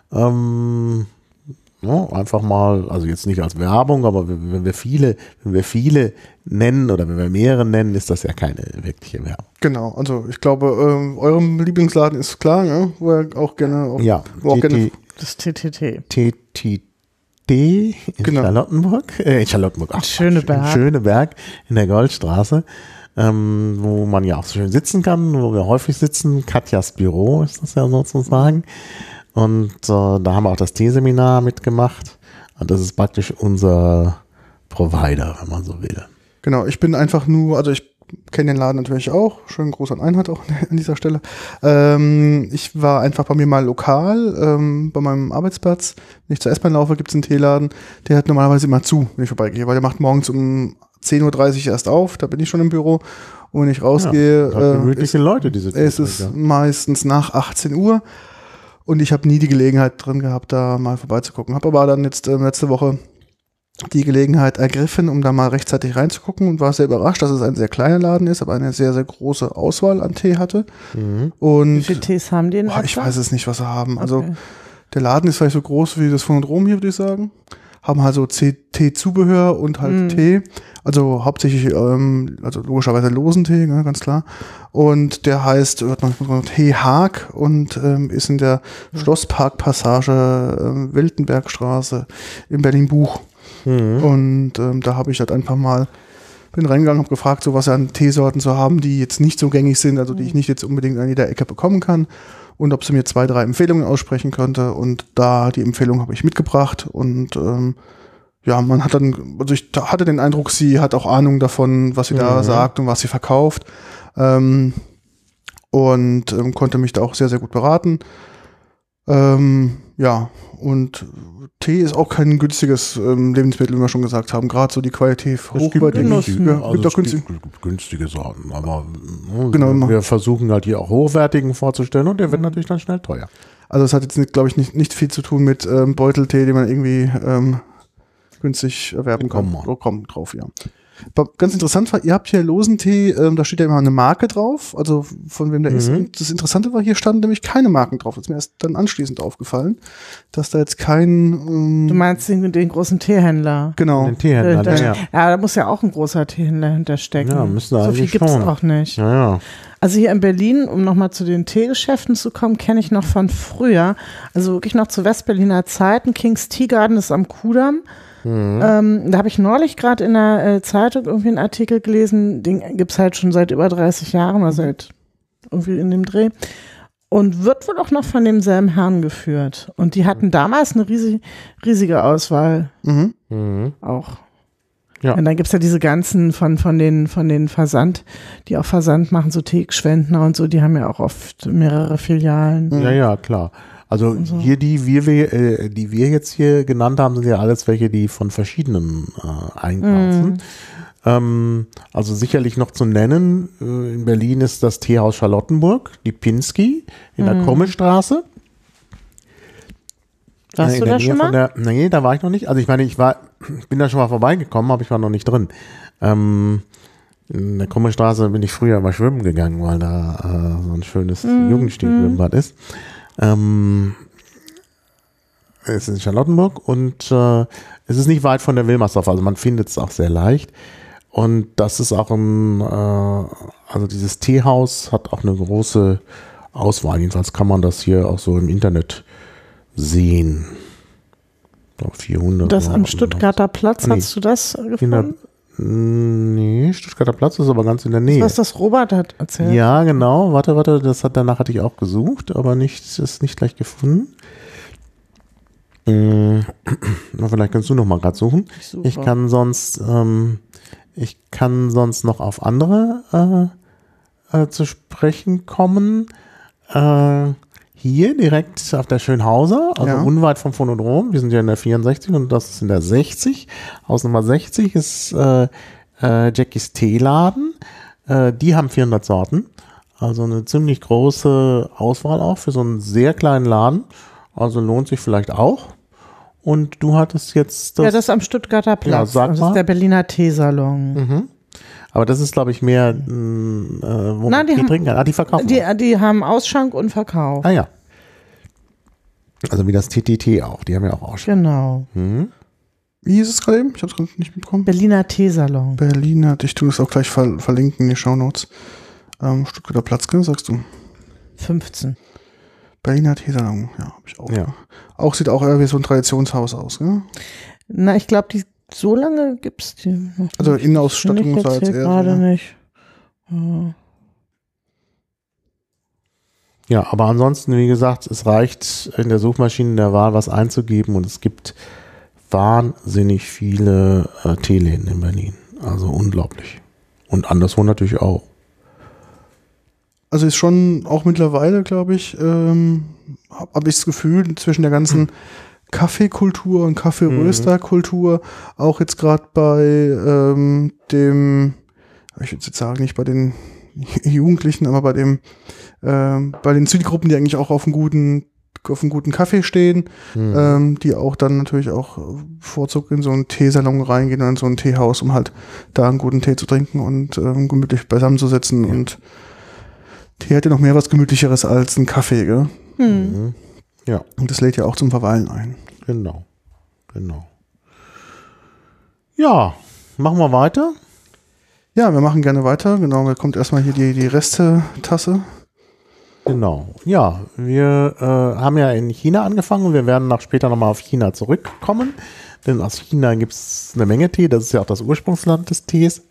Speaker 3: Einfach mal, also jetzt nicht als Werbung, aber wenn wir viele nennen oder wenn wir mehrere nennen, ist das ja keine wirkliche Werbung.
Speaker 1: Genau, also ich glaube, eurem Lieblingsladen ist klar, ne? Wo er auch gerne
Speaker 2: das TTT.
Speaker 3: TTT in Charlottenburg. Schöneberg in der Goldstraße, wo man ja auch so schön sitzen kann, wo wir häufig sitzen. Katjas Büro ist das ja sozusagen. Und da haben wir auch das Teeseminar mitgemacht. Und das ist praktisch unser Provider, wenn man so will.
Speaker 1: Genau, ich bin einfach nur, also ich kenne den Laden natürlich auch. Schönen Gruß an Einheit auch an dieser Stelle. Ich war einfach bei mir mal lokal, bei meinem Arbeitsplatz. Wenn ich zur S-Bahn laufe, gibt es einen Teeladen. Der hat normalerweise immer zu, wenn ich vorbeigehe, weil der macht morgens um 10.30 Uhr erst auf. Da bin ich schon im Büro. Und wenn ich rausgehe, es ist meistens nach 18 Uhr. Und ich habe nie die Gelegenheit drin gehabt, da mal vorbeizugucken. Habe aber dann jetzt letzte Woche die Gelegenheit ergriffen, um da mal rechtzeitig reinzugucken und war sehr überrascht, dass es ein sehr kleiner Laden ist, aber eine sehr, sehr große Auswahl an Tee hatte. Und
Speaker 2: wie viele Tees haben die denn?
Speaker 1: Ich weiß es nicht, was sie haben. Okay. Also der Laden ist vielleicht so groß wie das von und Rom hier, würde ich sagen. Haben halt so Teezubehör und halt Tee. Also hauptsächlich, also logischerweise Losentee, ne, ganz klar. Und der heißt Tee Haag und ist in der Schlossparkpassage Wildenbergstraße in Berlin-Buch. Und da habe ich halt einfach mal, bin reingegangen, habe gefragt, so was sie an Teesorten so haben, die jetzt nicht so gängig sind, also die ich nicht jetzt unbedingt an jeder Ecke bekommen kann. Und ob sie mir 2, 3 Empfehlungen aussprechen könnte. Und da die Empfehlung habe ich mitgebracht. Und man hat dann, also ich hatte den Eindruck, sie hat auch Ahnung davon, was sie da sagt und was sie verkauft. Und konnte mich da auch sehr, sehr gut beraten. Und Tee ist auch kein günstiges Lebensmittel, wie wir schon gesagt haben. Gerade so die Qualität hochwertig.
Speaker 3: Günstige Sorten, aber wir versuchen halt hier auch hochwertigen vorzustellen und der wird natürlich dann schnell teuer.
Speaker 1: Also es hat jetzt, glaube ich, nicht viel zu tun mit Beuteltee, den man irgendwie günstig erwerben kann. Kommen drauf, ja. Aber ganz interessant war, ihr habt hier Losentee, da steht ja immer eine Marke drauf, also von wem der ist. Und das Interessante war, hier standen nämlich keine Marken drauf. Das ist mir erst dann anschließend aufgefallen, dass da jetzt kein...
Speaker 2: du meinst den großen Teehändler?
Speaker 1: Genau.
Speaker 3: Den Teehändler,
Speaker 2: ja, da muss ja auch ein großer Teehändler hinterstecken.
Speaker 3: Ja, müssen
Speaker 2: so viel gibt es auch nicht.
Speaker 3: Ja.
Speaker 2: Also hier in Berlin, um nochmal zu den Teegeschäften zu kommen, kenne ich noch von früher, also wirklich noch zu Westberliner Zeiten. King's Tea Garden ist am Kudamm. Da habe ich neulich gerade in der Zeitung irgendwie einen Artikel gelesen, den gibt es halt schon seit über 30 Jahren, also seit irgendwie in dem Dreh. Und wird wohl auch noch von demselben Herrn geführt. Und die hatten damals eine riesige Auswahl. Auch. Ja. Und dann gibt es ja diese ganzen von den Versand, die auch Versand machen, so Teegeschwendner und so, die haben ja auch oft mehrere Filialen.
Speaker 3: Ja, klar. Also hier die wir jetzt hier genannt haben, sind ja alles welche, die von verschiedenen einkaufen. Also sicherlich noch zu nennen, in Berlin ist das Teehaus Charlottenburg, die Pinsky in der Krummestraße.
Speaker 2: Warst du da schon mal?
Speaker 3: Nee, da war ich noch nicht. Also ich meine, ich bin da schon mal vorbeigekommen, aber ich war noch nicht drin. In der Krummestraße bin ich früher mal schwimmen gegangen, weil da so ein schönes Jugendstil-Schwimmbad ist. Es ist in Charlottenburg und es ist nicht weit von der Wilmersdorf, also man findet es auch sehr leicht. Und das ist auch also dieses Teehaus hat auch eine große Auswahl. Jedenfalls kann man das hier auch so im Internet sehen. 400.
Speaker 2: Das am Stuttgarter Platz, hast du das gefunden?
Speaker 3: Nee, Stuttgarter Platz ist aber ganz in der Nähe.
Speaker 2: Was das Robert hat erzählt.
Speaker 3: Ja, genau. Warte, danach hatte ich auch gesucht, aber ist nicht gleich gefunden. Vielleicht kannst du noch mal gerade suchen. Ich kann sonst noch auf andere zu sprechen kommen. Hier direkt auf der Schönhauser, also unweit vom Phonodrom. Wir sind ja in der 64 und das ist in der 60. Haus Nummer 60 ist Jackies Teeladen. Die haben 400 Sorten. Also eine ziemlich große Auswahl auch für so einen sehr kleinen Laden. Also lohnt sich vielleicht auch. Und du hattest jetzt
Speaker 2: das ist am Stuttgarter Platz.
Speaker 3: Ja,
Speaker 2: das ist der Berliner Teesalon.
Speaker 3: Mhm. Aber das ist, glaube ich, mehr, wo man Tee trinken kann. Die verkaufen
Speaker 2: die haben Ausschank und Verkauf.
Speaker 3: Ah ja. Also wie das TTT auch. Die haben ja auch Ausschank.
Speaker 2: Genau.
Speaker 3: Mhm.
Speaker 1: Wie hieß es gerade eben? Ich habe es gerade nicht mitbekommen.
Speaker 2: Berliner Teesalon.
Speaker 1: Ich tue es auch gleich verlinken in die Shownotes. Stuttgarter Platz, sagst du?
Speaker 2: 15.
Speaker 1: Berliner Teesalon, ja, habe ich auch.
Speaker 3: Ja.
Speaker 1: Auch sieht auch eher wie so ein Traditionshaus aus, gell?
Speaker 2: Na, ich glaube, so lange gibt es die noch nicht.
Speaker 1: Also Innenausstattung
Speaker 2: sah jetzt eher gerade nicht.
Speaker 3: Ja, aber ansonsten, wie gesagt, es reicht in der Suchmaschine der Wahl was einzugeben und es gibt wahnsinnig viele Teeläden in Berlin. Also unglaublich. Und anderswo natürlich auch.
Speaker 1: Also ist schon auch mittlerweile, glaube ich, habe ich das Gefühl, zwischen der ganzen Kaffeekultur und Kaffeerösterkultur, auch jetzt gerade bei ich würde jetzt sagen, nicht bei den Jugendlichen, aber bei den Zielgruppen, die eigentlich auch auf einen guten Kaffee stehen, die auch dann natürlich auch bevorzugt in so einen Teesalon reingehen oder in so ein Teehaus, um halt da einen guten Tee zu trinken und gemütlich beisammenzusetzen. Ja. Und Tee hat ja noch mehr was Gemütlicheres als ein Kaffee, gell?
Speaker 3: Mhm. Ja.
Speaker 1: Und das lädt ja auch zum Verweilen ein.
Speaker 3: Genau. Ja, machen wir weiter?
Speaker 1: Ja, wir machen gerne weiter. Genau, da kommt erstmal hier die Reste-Tasse.
Speaker 3: Genau. Ja, wir haben ja in China angefangen und wir werden später nochmal auf China zurückkommen. Denn aus China gibt es eine Menge Tee. Das ist ja auch das Ursprungsland des Tees.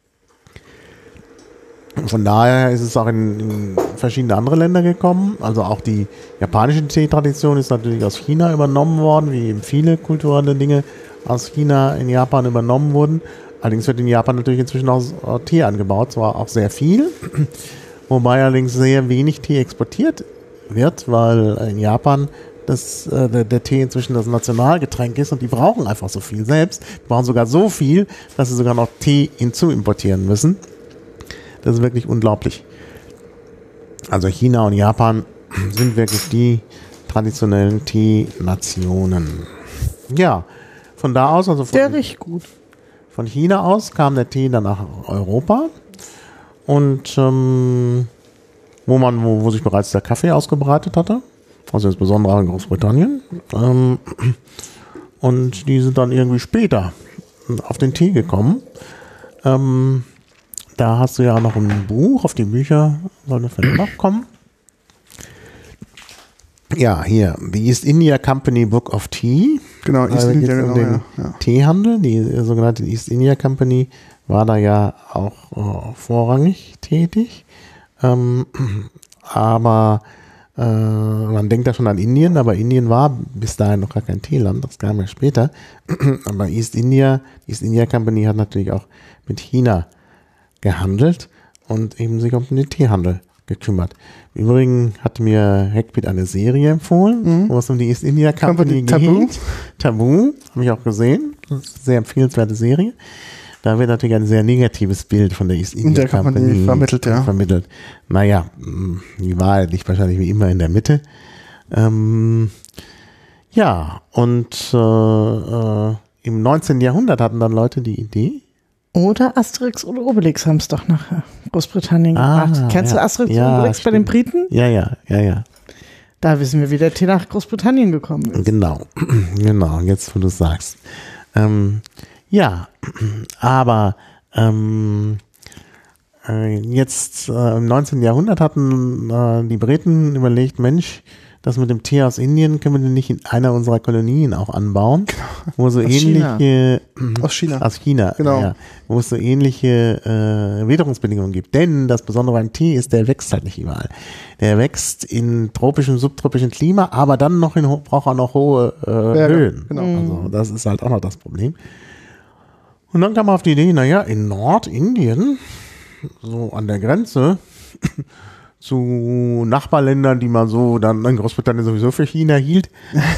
Speaker 3: Von daher ist es auch in verschiedene andere Länder gekommen. Also auch die japanische Teetradition ist natürlich aus China übernommen worden, wie eben viele kulturelle Dinge aus China in Japan übernommen wurden. Allerdings wird in Japan natürlich inzwischen auch Tee angebaut, zwar auch sehr viel, wobei allerdings sehr wenig Tee exportiert wird, weil in Japan der Tee inzwischen das Nationalgetränk ist und die brauchen einfach so viel selbst. Die brauchen sogar so viel, dass sie sogar noch Tee hinzu importieren müssen. Das ist wirklich unglaublich. Also China und Japan sind wirklich die traditionellen Tee-Nationen. Ja, von da aus, also
Speaker 2: der riecht gut.
Speaker 3: Von China aus kam der Tee dann nach Europa und wo sich bereits der Kaffee ausgebreitet hatte, also insbesondere auch in Großbritannien. Und die sind dann irgendwie später auf den Tee gekommen. Da hast du ja noch ein Buch, auf die Bücher sollen wir vielleicht noch kommen. Ja, hier, die East India Company Book of Tea.
Speaker 1: Genau, East India, genau,
Speaker 3: den Teehandel, die sogenannte East India Company war da ja auch vorrangig tätig. Aber man denkt da schon an Indien, aber Indien war bis dahin noch gar kein Teeland, das kam ja später. Aber East India Company hat natürlich auch mit China gehandelt und eben sich um den Teehandel gekümmert. Im Übrigen hat mir Hackbeat eine Serie empfohlen, wo es um die East India Company geht. Tabu, habe ich auch gesehen. Das ist eine sehr empfehlenswerte Serie. Da wird natürlich ein sehr negatives Bild von der East India Company vermittelt. Naja, die Wahrheit liegt wahrscheinlich wie immer in der Mitte. Ja, und im 19. Jahrhundert hatten dann Leute die Idee.
Speaker 2: Oder Asterix oder Obelix haben es doch nach Großbritannien gebracht. Kennst du Asterix und Obelix bei den Briten?
Speaker 3: Ja.
Speaker 2: Da wissen wir, wie der Tee nach Großbritannien gekommen ist.
Speaker 3: Genau, jetzt wo du es sagst. Aber jetzt im 19. Jahrhundert hatten die Briten überlegt, Mensch, das mit dem Tee aus Indien können wir den nicht in einer unserer Kolonien auch anbauen, wo so ähnliche
Speaker 1: aus China,
Speaker 3: genau. Ja, wo es so ähnliche Witterungsbedingungen gibt. Denn das Besondere beim Tee ist, der wächst halt nicht überall. Der wächst in tropischem, subtropischem Klima, aber dann noch braucht er noch hohe Höhen. Genau. Also das ist halt auch noch das Problem. Und dann kam man auf die Idee, naja, in Nordindien, so an der Grenze zu Nachbarländern, die man so dann in Großbritannien sowieso für China hielt,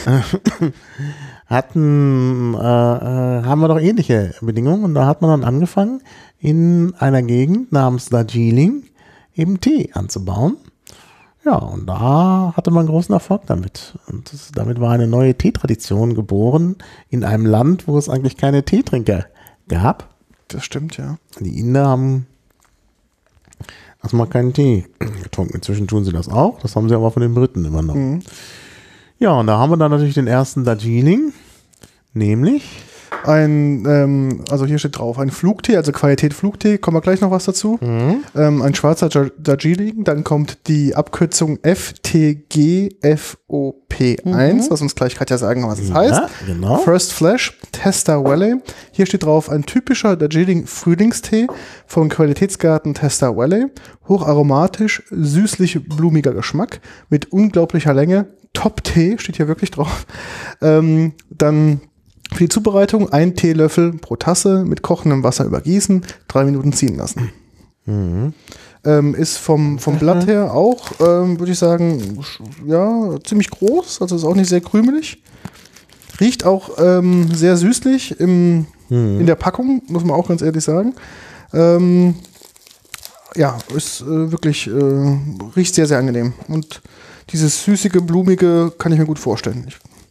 Speaker 3: haben wir doch ähnliche Bedingungen. Und da hat man dann angefangen, in einer Gegend namens Darjeeling eben Tee anzubauen. Ja, und da hatte man großen Erfolg damit. Und damit war eine neue Teetradition geboren in einem Land, wo es eigentlich keine Teetrinker gab.
Speaker 1: Das stimmt, ja.
Speaker 3: Die Inder haben erstmal keinen Tee getrunken. Inzwischen tun sie das auch. Das haben sie aber von den Briten übernommen. Mhm. Ja, und da haben wir dann natürlich den ersten Darjeeling, nämlich
Speaker 1: also hier steht drauf, ein Flugtee, also Qualität Flugtee, kommen wir gleich noch was dazu. Mhm. Ein schwarzer Darjeeling, dann kommt die Abkürzung FTGFOP1, was uns gleich Katja sagen, was es heißt.
Speaker 3: Genau.
Speaker 1: First Flash, Testa Valley. Hier steht drauf, ein typischer Darjeeling Frühlingstee vom Qualitätsgarten Testa Valley. Hocharomatisch, süßlich blumiger Geschmack, mit unglaublicher Länge. Top-Tee, steht hier wirklich drauf. Dann für die Zubereitung 1 Teelöffel pro Tasse mit kochendem Wasser übergießen, 3 Minuten ziehen lassen. Mhm. Ist vom Blatt her auch, würde ich sagen, ja, ziemlich groß, also ist auch nicht sehr krümelig. Riecht auch sehr süßlich in der Packung, muss man auch ganz ehrlich sagen. Ja, ist wirklich, riecht sehr, sehr angenehm. Und dieses süßige, blumige kann ich mir gut vorstellen.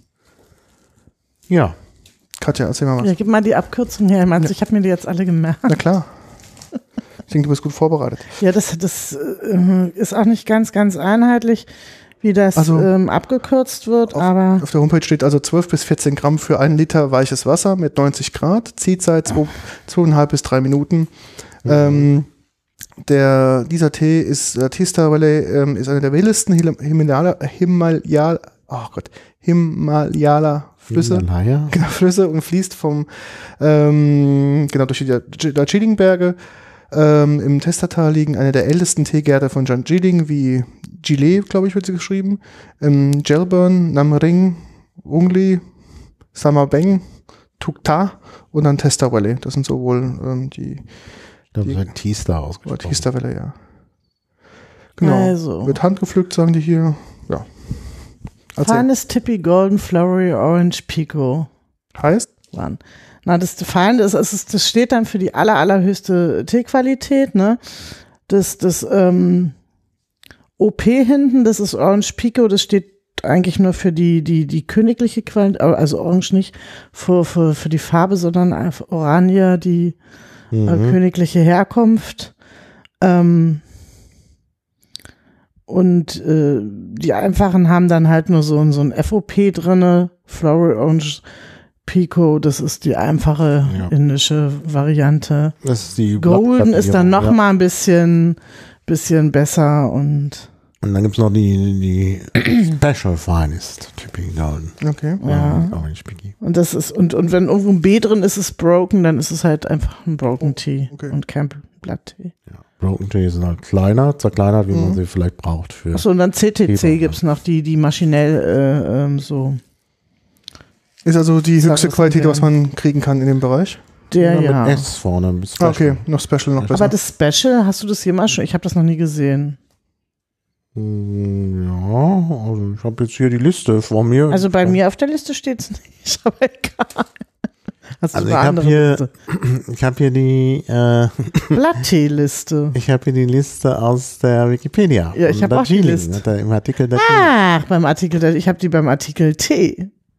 Speaker 3: Ja.
Speaker 1: Katja, erzähl mal was.
Speaker 2: Ja, gib mal die Abkürzung her. Ich habe mir die jetzt alle gemerkt.
Speaker 1: Na klar. Ich denke, du bist gut vorbereitet.
Speaker 2: Ja, das ist auch nicht ganz einheitlich, wie das abgekürzt wird. Aber
Speaker 1: auf der Homepage steht also 12 bis 14 Gramm für 1 Liter weiches Wasser mit 90 Grad. Ziehzeit 2,5 bis 3 Minuten. Mhm. Dieser Tee ist, der Testa Valley ist einer der wildesten Flüsse und fließt durch die Darjeeling-Berge. Im Testatal liegen eine der ältesten Teegärten von Darjeeling, wie Gile, glaube ich, wird sie geschrieben, Jelburn, Namring, Ungli, Samabeng, Tukta und dann Testa Valley. Das sind sowohl die.
Speaker 3: Ich glaube, das wird Testa ausgesprochen.
Speaker 1: Testa Valley, ja. Genau. Also. Wird handgepflückt, sagen die hier. Ja.
Speaker 2: Finest Tippy Golden Flowery Orange Pico.
Speaker 1: Heißt?
Speaker 2: Na, das steht dann für die allerhöchste Teequalität, ne? Das OP hinten, das ist Orange Pico, das steht eigentlich nur für die königliche Qualität, also Orange nicht für die Farbe, sondern einfach Orania, die königliche Herkunft. Und die einfachen haben dann halt nur so ein FOP drinne, Floral Orange Pico, das ist die einfache indische Variante.
Speaker 3: Das ist die
Speaker 2: Golden ist dann noch mal ein bisschen besser und
Speaker 3: dann gibt es noch die Special Finest Tippy Golden.
Speaker 1: Okay.
Speaker 2: Ja. Und das ist und wenn irgendwo ein B drin ist, ist Broken, dann ist es halt einfach ein Broken Tea und kein Blattee. Ja.
Speaker 3: Broken Tea sind halt zerkleinert, wie man sie vielleicht braucht.
Speaker 2: Achso, und dann CTC gibt es noch, die maschinell so.
Speaker 1: Ist also die höchste Qualität, was man kriegen kann in dem Bereich?
Speaker 3: Mit S vorne.
Speaker 1: Okay, noch Special, noch besser.
Speaker 2: Aber das Special, hast du das jemals schon? Ich habe das noch nie gesehen.
Speaker 3: Ja, also ich habe jetzt hier die Liste vor mir.
Speaker 2: Also bei mir auf der Liste steht es nicht, aber egal.
Speaker 3: Also ich habe hier die
Speaker 2: Blattee-Liste.
Speaker 3: Ich habe hier die Liste aus der Wikipedia.
Speaker 2: Ja, ich habe auch die Liste.
Speaker 3: Im Artikel
Speaker 2: beim Artikel, ich habe die beim Artikel Tee.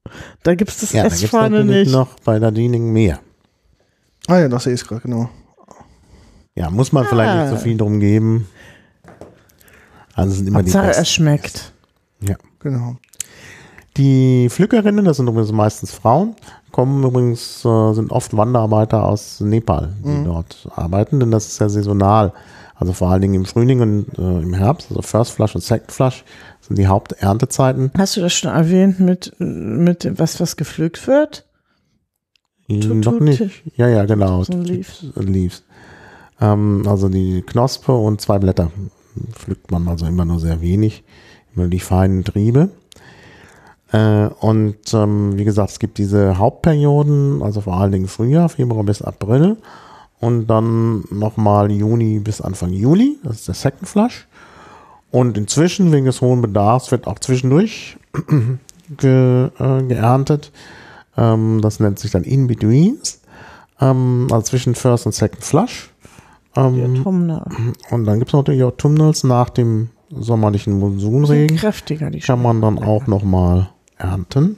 Speaker 2: Da gibt es das S vorne nicht.
Speaker 3: Noch bei der Diening mehr.
Speaker 1: Ah ja, das sehe ich gerade, genau.
Speaker 3: Ja, muss man vielleicht nicht so viel drum geben. Also sind immer
Speaker 2: Hauptsache,
Speaker 3: die besten.
Speaker 2: Es schmeckt.
Speaker 3: Ja,
Speaker 1: genau.
Speaker 3: Die Pflückerinnen, das sind übrigens meistens Frauen, sind oft Wanderarbeiter aus Nepal, die dort arbeiten, denn das ist ja saisonal. Also vor allen Dingen im Frühling und im Herbst, also First Flush und Second Flush sind die Haupterntezeiten.
Speaker 2: Hast du das schon erwähnt mit was gepflückt wird?
Speaker 3: Noch nicht. Ja, genau.
Speaker 2: So
Speaker 3: Leaves. Also die Knospe und 2 Blätter pflückt man also immer nur sehr wenig, immer die feinen Triebe. Und wie gesagt, es gibt diese Hauptperioden, also vor allen Dingen Frühjahr, Februar bis April und dann nochmal Juni bis Anfang Juli, das ist der Second Flush. Und inzwischen, wegen des hohen Bedarfs, wird auch zwischendurch geerntet. Das nennt sich dann In-Betweens, also zwischen First und Second Flush.
Speaker 2: Autumnal.
Speaker 3: Und dann gibt es natürlich Autumnals nach dem sommerlichen Monsunregen.
Speaker 2: Kräftiger, die
Speaker 3: kann man dann auch nochmal ernten.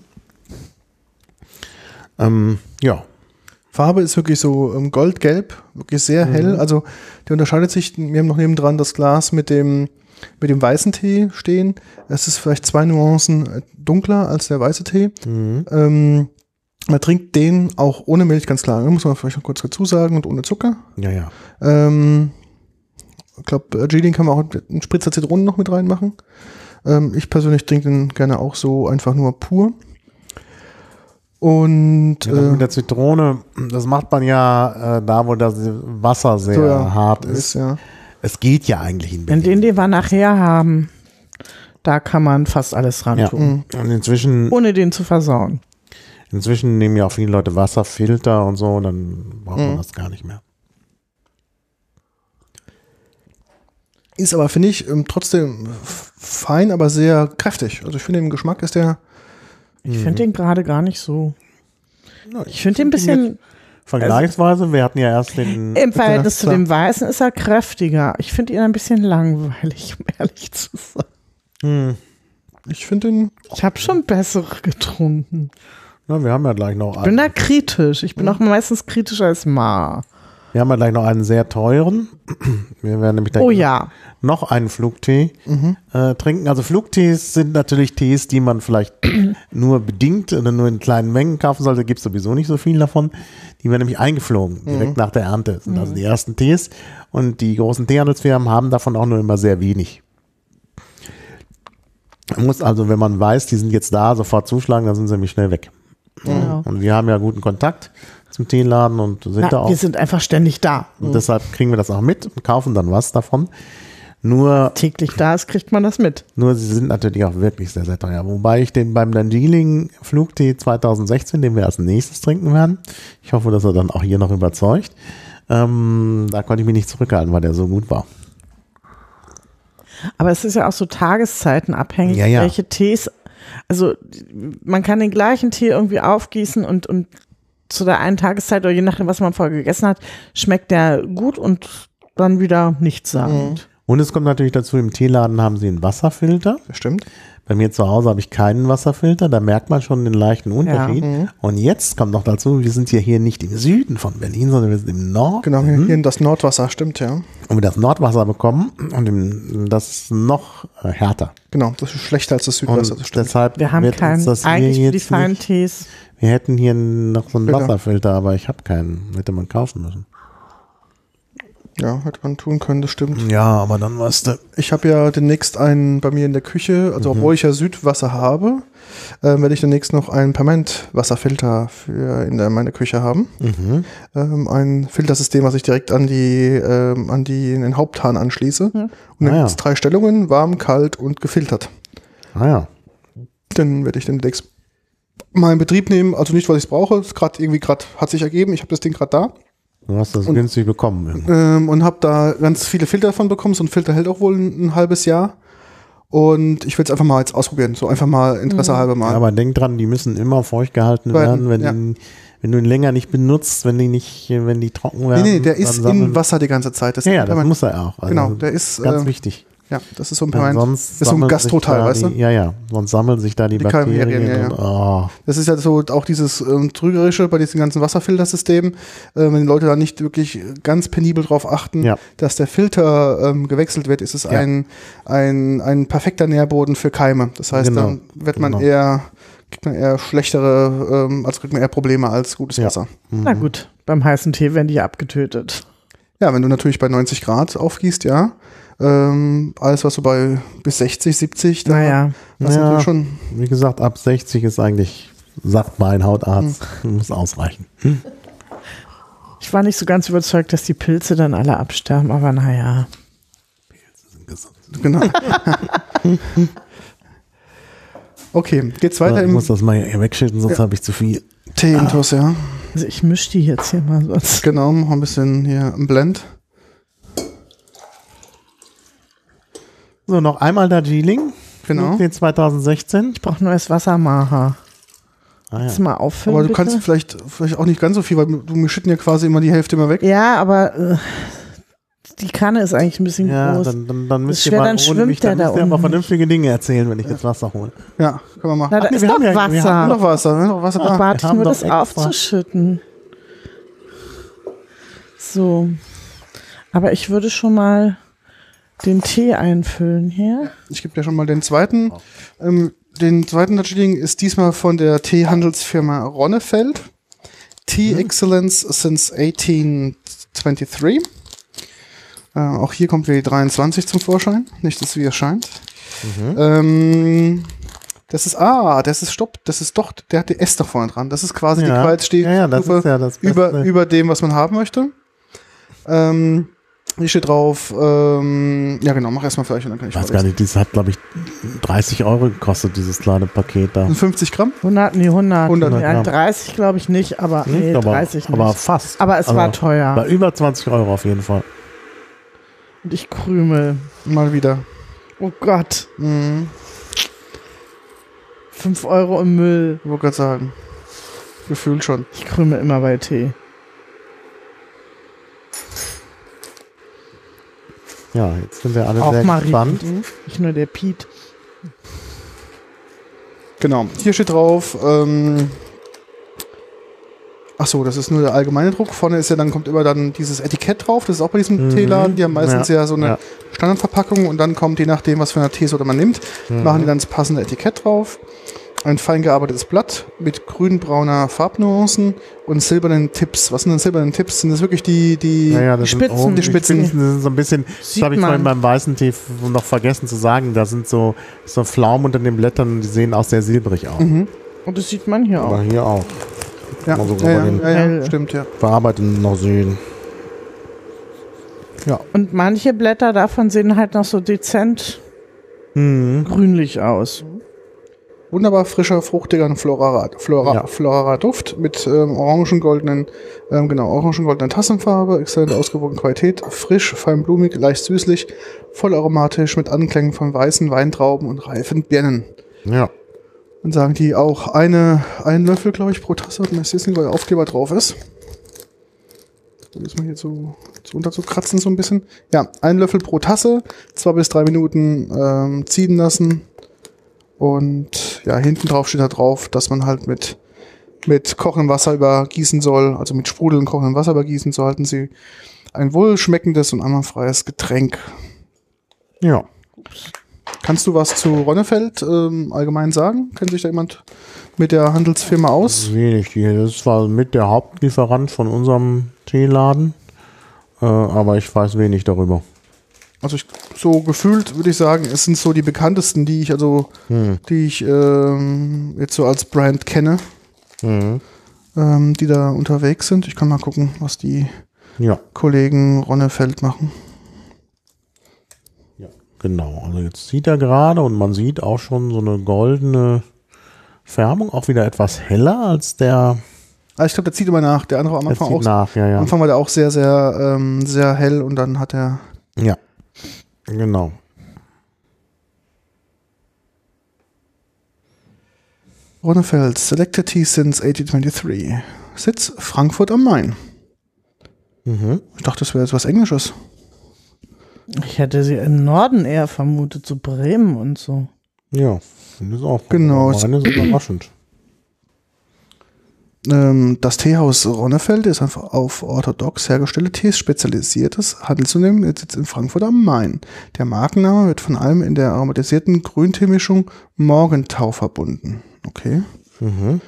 Speaker 3: Ja.
Speaker 1: Farbe ist wirklich so goldgelb, wirklich sehr hell. Also die unterscheidet sich, wir haben noch nebendran das Glas mit dem weißen Tee stehen. Es ist vielleicht 2 Nuancen dunkler als der weiße Tee. Man trinkt den auch ohne Milch, ganz klar. Muss man vielleicht noch kurz dazu sagen, und ohne Zucker.
Speaker 3: Ja.
Speaker 1: Ich glaube, Jilin kann man auch einen Spritzer Zitronen noch mit reinmachen. Ich persönlich trinke den gerne auch so einfach nur pur. Und
Speaker 3: mit der Zitrone, das macht man ja da, wo das Wasser sehr hart ist.
Speaker 1: Ja.
Speaker 3: Es geht ja eigentlich in
Speaker 2: Berlin. Den wir nachher haben, da kann man fast alles ran tun.
Speaker 3: Und inzwischen,
Speaker 2: ohne den zu versauen.
Speaker 3: Inzwischen nehmen ja auch viele Leute Wasserfilter und so, dann braucht man das gar nicht mehr.
Speaker 1: Ist aber, finde ich, trotzdem fein, aber sehr kräftig. Also ich finde, im Geschmack ist der...
Speaker 2: Ich finde den gerade gar nicht so... Ich finde den ein bisschen...
Speaker 3: Vergleichsweise, wir hatten ja erst den...
Speaker 2: Im Verhältnis zu dem Weißen ist er kräftiger. Ich finde ihn ein bisschen langweilig, um ehrlich zu sein.
Speaker 1: Ich finde den...
Speaker 2: Ich habe schon bessere getrunken.
Speaker 3: Na, wir haben ja gleich noch
Speaker 2: einen. Ich bin da kritisch. Ich bin auch meistens kritischer als Ma.
Speaker 3: Wir haben ja gleich noch einen sehr teuren. Wir werden nämlich noch einen Flugtee trinken. Also Flugtees sind natürlich Tees, die man vielleicht nur bedingt oder nur in kleinen Mengen kaufen sollte. Gibt es sowieso nicht so viel davon. Die werden nämlich eingeflogen, direkt nach der Ernte. Das sind also die ersten Tees. Und die großen Teehandelsfirmen haben davon auch nur immer sehr wenig. Man muss also, wenn man weiß, die sind jetzt da, sofort zuschlagen, dann sind sie nämlich schnell weg. Ja. Und wir haben ja guten Kontakt zum Teeladen und sind da auch.
Speaker 2: Wir sind einfach ständig da.
Speaker 3: Und deshalb kriegen wir das auch mit und kaufen dann was davon. Nur
Speaker 2: täglich da ist, kriegt man das mit.
Speaker 3: Nur sie sind natürlich auch wirklich sehr, sehr teuer. Wobei ich den beim Darjeeling Flugtee 2016, den wir als nächstes trinken werden, ich hoffe, dass er dann auch hier noch überzeugt, da konnte ich mich nicht zurückhalten, weil der so gut war.
Speaker 2: Aber es ist ja auch so tageszeitenabhängig, welche Tees. Also man kann den gleichen Tee irgendwie aufgießen und zu der einen Tageszeit oder je nachdem, was man vorher gegessen hat, schmeckt der gut und dann wieder nichtssagend.
Speaker 3: Und es kommt natürlich dazu, im Teeladen haben sie einen Wasserfilter.
Speaker 1: Das stimmt.
Speaker 3: Bei mir zu Hause habe ich keinen Wasserfilter, da merkt man schon den leichten Unterschied. Ja. Und jetzt kommt noch dazu, wir sind ja hier nicht im Süden von Berlin, sondern wir sind im Norden.
Speaker 1: Genau, hier in das Nordwasser, stimmt, ja.
Speaker 3: Und wir das Nordwasser bekommen und das ist noch härter.
Speaker 1: Genau, das ist schlechter als das Südwasser,
Speaker 3: und
Speaker 1: das stimmt.
Speaker 3: Deshalb
Speaker 2: wir haben keinen, eigentlich für die feinen Tees.
Speaker 3: Wir hätten hier noch so einen Wasserfilter, aber ich habe keinen, hätte man kaufen müssen.
Speaker 1: Ja, hätte man tun können, das stimmt.
Speaker 3: Ja, aber dann weißt du.
Speaker 1: Ich habe ja demnächst einen bei mir in der Küche, also obwohl ich ja Südwasser habe, werde ich demnächst noch einen Permanentwasserfilter in meiner Küche haben. Ein Filtersystem, was ich direkt an den Haupthahn anschließe. Und dann gibt es 3 Stellungen, warm, kalt und gefiltert. Dann werde ich den demnächst mal in Betrieb nehmen, also nicht, weil ich es brauche, hat sich ergeben, ich habe das Ding gerade da.
Speaker 3: Du hast das günstig bekommen.
Speaker 1: Und habe da ganz viele Filter davon bekommen. So ein Filter hält auch wohl ein halbes Jahr. Und ich will es einfach mal jetzt ausprobieren. So einfach mal Interesse halber mal.
Speaker 3: Ja, aber denk dran, die müssen immer feucht gehalten werden, wenn du ihn länger nicht benutzt, wenn die trocken werden.
Speaker 1: Nee, der ist in Wasser die ganze Zeit.
Speaker 3: Das muss er auch. Also
Speaker 1: genau, der ist
Speaker 3: ganz wichtig.
Speaker 1: Ja, das ist so ein Gastroteil, weißt du?
Speaker 3: Ja, sonst sammeln sich da die Bakterien.
Speaker 1: Das ist ja so auch dieses Trügerische bei diesen ganzen Wasserfiltersystemen, wenn die Leute da nicht wirklich ganz penibel drauf achten, dass der Filter gewechselt wird, ist es ein perfekter Nährboden für Keime. Das heißt, dann wird man kriegt man eher schlechtere, also kriegt man eher Probleme als gutes Wasser.
Speaker 2: Na gut, beim heißen Tee werden die abgetötet.
Speaker 1: Ja, wenn du natürlich bei 90 Grad aufgießt, alles, was so bei bis 60, 70, da hast du natürlich schon.
Speaker 3: Wie gesagt, ab 60 ist eigentlich, sagt mein Hautarzt, muss ausreichen.
Speaker 2: Ich war nicht so ganz überzeugt, dass die Pilze dann alle absterben, aber naja.
Speaker 3: Pilze sind gesund.
Speaker 1: Genau. Okay, geht's weiter.
Speaker 3: Ich muss das mal hier wegschütten, sonst habe ich zu viel.
Speaker 1: Tee-Intus,
Speaker 2: Also ich mische die jetzt hier mal sonst.
Speaker 1: Genau, noch ein bisschen hier im Blend.
Speaker 3: So, noch einmal Darjeeling.
Speaker 1: Genau.
Speaker 3: Den 2016.
Speaker 2: Ich brauche neues Wassermacher. Kannst du mal auffüllen,
Speaker 1: aber du kannst vielleicht auch nicht ganz so viel, weil wir schütten ja quasi immer die Hälfte immer weg.
Speaker 2: Ja, aber die Kanne ist eigentlich ein bisschen groß.
Speaker 3: Dann müsst ihr mal ohne mich, dann müsst ihr aber vernünftige Dinge erzählen, wenn ich jetzt Wasser hole.
Speaker 1: Ja, können wir machen.
Speaker 2: Na, da ist doch Wasser.
Speaker 1: Wir haben noch Wasser da.
Speaker 2: Warte nur, das aufzuschütten. So. Aber ich würde schon mal den Tee einfüllen hier.
Speaker 1: Ich gebe dir schon mal den zweiten. Den zweiten Darjeeling ist diesmal von der Teehandelsfirma Ronnefeld. Tea Excellence since 1823. Auch hier kommt wieder die 23 zum Vorschein. Nicht, dass es wie erscheint. Das ist doch, der hat die S da vorne dran. Das ist quasi die Qualitätsstufe über dem, was man haben möchte. Hier steht drauf, mach erstmal für euch und dann kann ich
Speaker 3: weiß gar nicht, das hat, glaube ich, 30 € gekostet, dieses kleine Paket da.
Speaker 1: 50 Gramm?
Speaker 2: 100.
Speaker 1: 100
Speaker 2: ja, 30 glaube ich nicht, aber 30 nicht.
Speaker 3: Aber fast.
Speaker 2: Aber es war teuer.
Speaker 3: Bei über 20 € auf jeden Fall.
Speaker 2: Und ich krümel.
Speaker 1: Mal wieder.
Speaker 2: Oh Gott. 5 € im Müll.
Speaker 1: Ich wollte gerade sagen. Gefühlt schon.
Speaker 2: Ich krümel immer bei Tee.
Speaker 3: Ja, jetzt sind wir alle
Speaker 2: auch
Speaker 3: sehr gespannt.
Speaker 2: Nicht nur der Piet.
Speaker 1: Genau, hier steht drauf, achso, das ist nur der allgemeine Druck. Vorne ist kommt immer dann dieses Etikett drauf. Das ist auch bei diesem Teeladen. Die haben meistens so eine Standardverpackung und dann kommt, je nachdem, was für eine Teesorte man nimmt, machen die dann das passende Etikett drauf. Ein fein gearbeitetes Blatt mit grün-brauner Farbnuancen und silbernen Tipps. Was sind denn silbernen Tipps? Sind das wirklich die
Speaker 2: Spitzen?
Speaker 1: Die Spitzen.
Speaker 3: Das sind so ein bisschen, das habe ich vorhin beim weißen Tee noch vergessen zu sagen, da sind so Pflaumen unter den Blättern, die sehen auch sehr silbrig aus.
Speaker 2: Und das sieht man hier auch.
Speaker 3: Aber hier auch.
Speaker 1: Ja, stimmt, ja.
Speaker 3: Verarbeiten noch sehen.
Speaker 1: Ja.
Speaker 2: Und manche Blätter davon sehen halt noch so dezent grünlich aus.
Speaker 1: Wunderbar frischer, fruchtiger floraler Duft mit orangen-goldenen Tassenfarbe, exzellent ausgewogene Qualität, frisch, feinblumig, leicht süßlich, voll aromatisch mit Anklängen von weißen Weintrauben und reifen Birnen.
Speaker 3: Ja.
Speaker 1: Dann sagen die auch einen Löffel, glaube ich, pro Tasse, und das ist nicht, weil der Aufkleber drauf ist. Da müssen wir hier so runter zu kratzen so ein bisschen. Ja, 1 Löffel pro Tasse, 2 bis 3 Minuten ziehen lassen. Und ja, hinten drauf steht da drauf, dass man halt mit kochendem Wasser übergießen soll, also mit sprudelndem kochendem Wasser übergießen, so halten sie ein wohlschmeckendes und einwandfreies Getränk.
Speaker 3: Ja.
Speaker 1: Kannst du was zu Ronnefeld allgemein sagen? Kennt sich da jemand mit der Handelsfirma aus?
Speaker 3: Wenig. Das war mit der Hauptlieferant von unserem Teeladen, aber ich weiß wenig darüber.
Speaker 1: Also so gefühlt würde ich sagen, es sind so die bekanntesten, die ich jetzt so als Brand kenne, die da unterwegs sind. Ich kann mal gucken, was die Kollegen Ronnefeld machen.
Speaker 3: Ja, genau. Also jetzt sieht er gerade und man sieht auch schon so eine goldene Färbung, auch wieder etwas heller als der.
Speaker 1: Ich glaube, der zieht immer nach. Der andere am Anfang auch.
Speaker 3: Am
Speaker 1: Anfang war der auch sehr, sehr, sehr hell und dann hat er.
Speaker 3: Ja. Genau.
Speaker 1: Ronnefeld, Selected Tea since 1823. Sitz Frankfurt am Main. Ich dachte, das wäre jetzt was Englisches.
Speaker 2: Ich hätte sie im Norden eher vermutet, so Bremen und so.
Speaker 3: Ja, das ist auch
Speaker 1: genau.
Speaker 3: Meine ist überraschend.
Speaker 1: Das Teehaus Ronnefelde ist einfach auf orthodox hergestellte Tees spezialisiertes Handelsunternehmen mit Sitz in Frankfurt am Main. Der Markenname wird von allem in der aromatisierten Grünteemischung Morgentau verbunden. Okay.
Speaker 3: Mhm.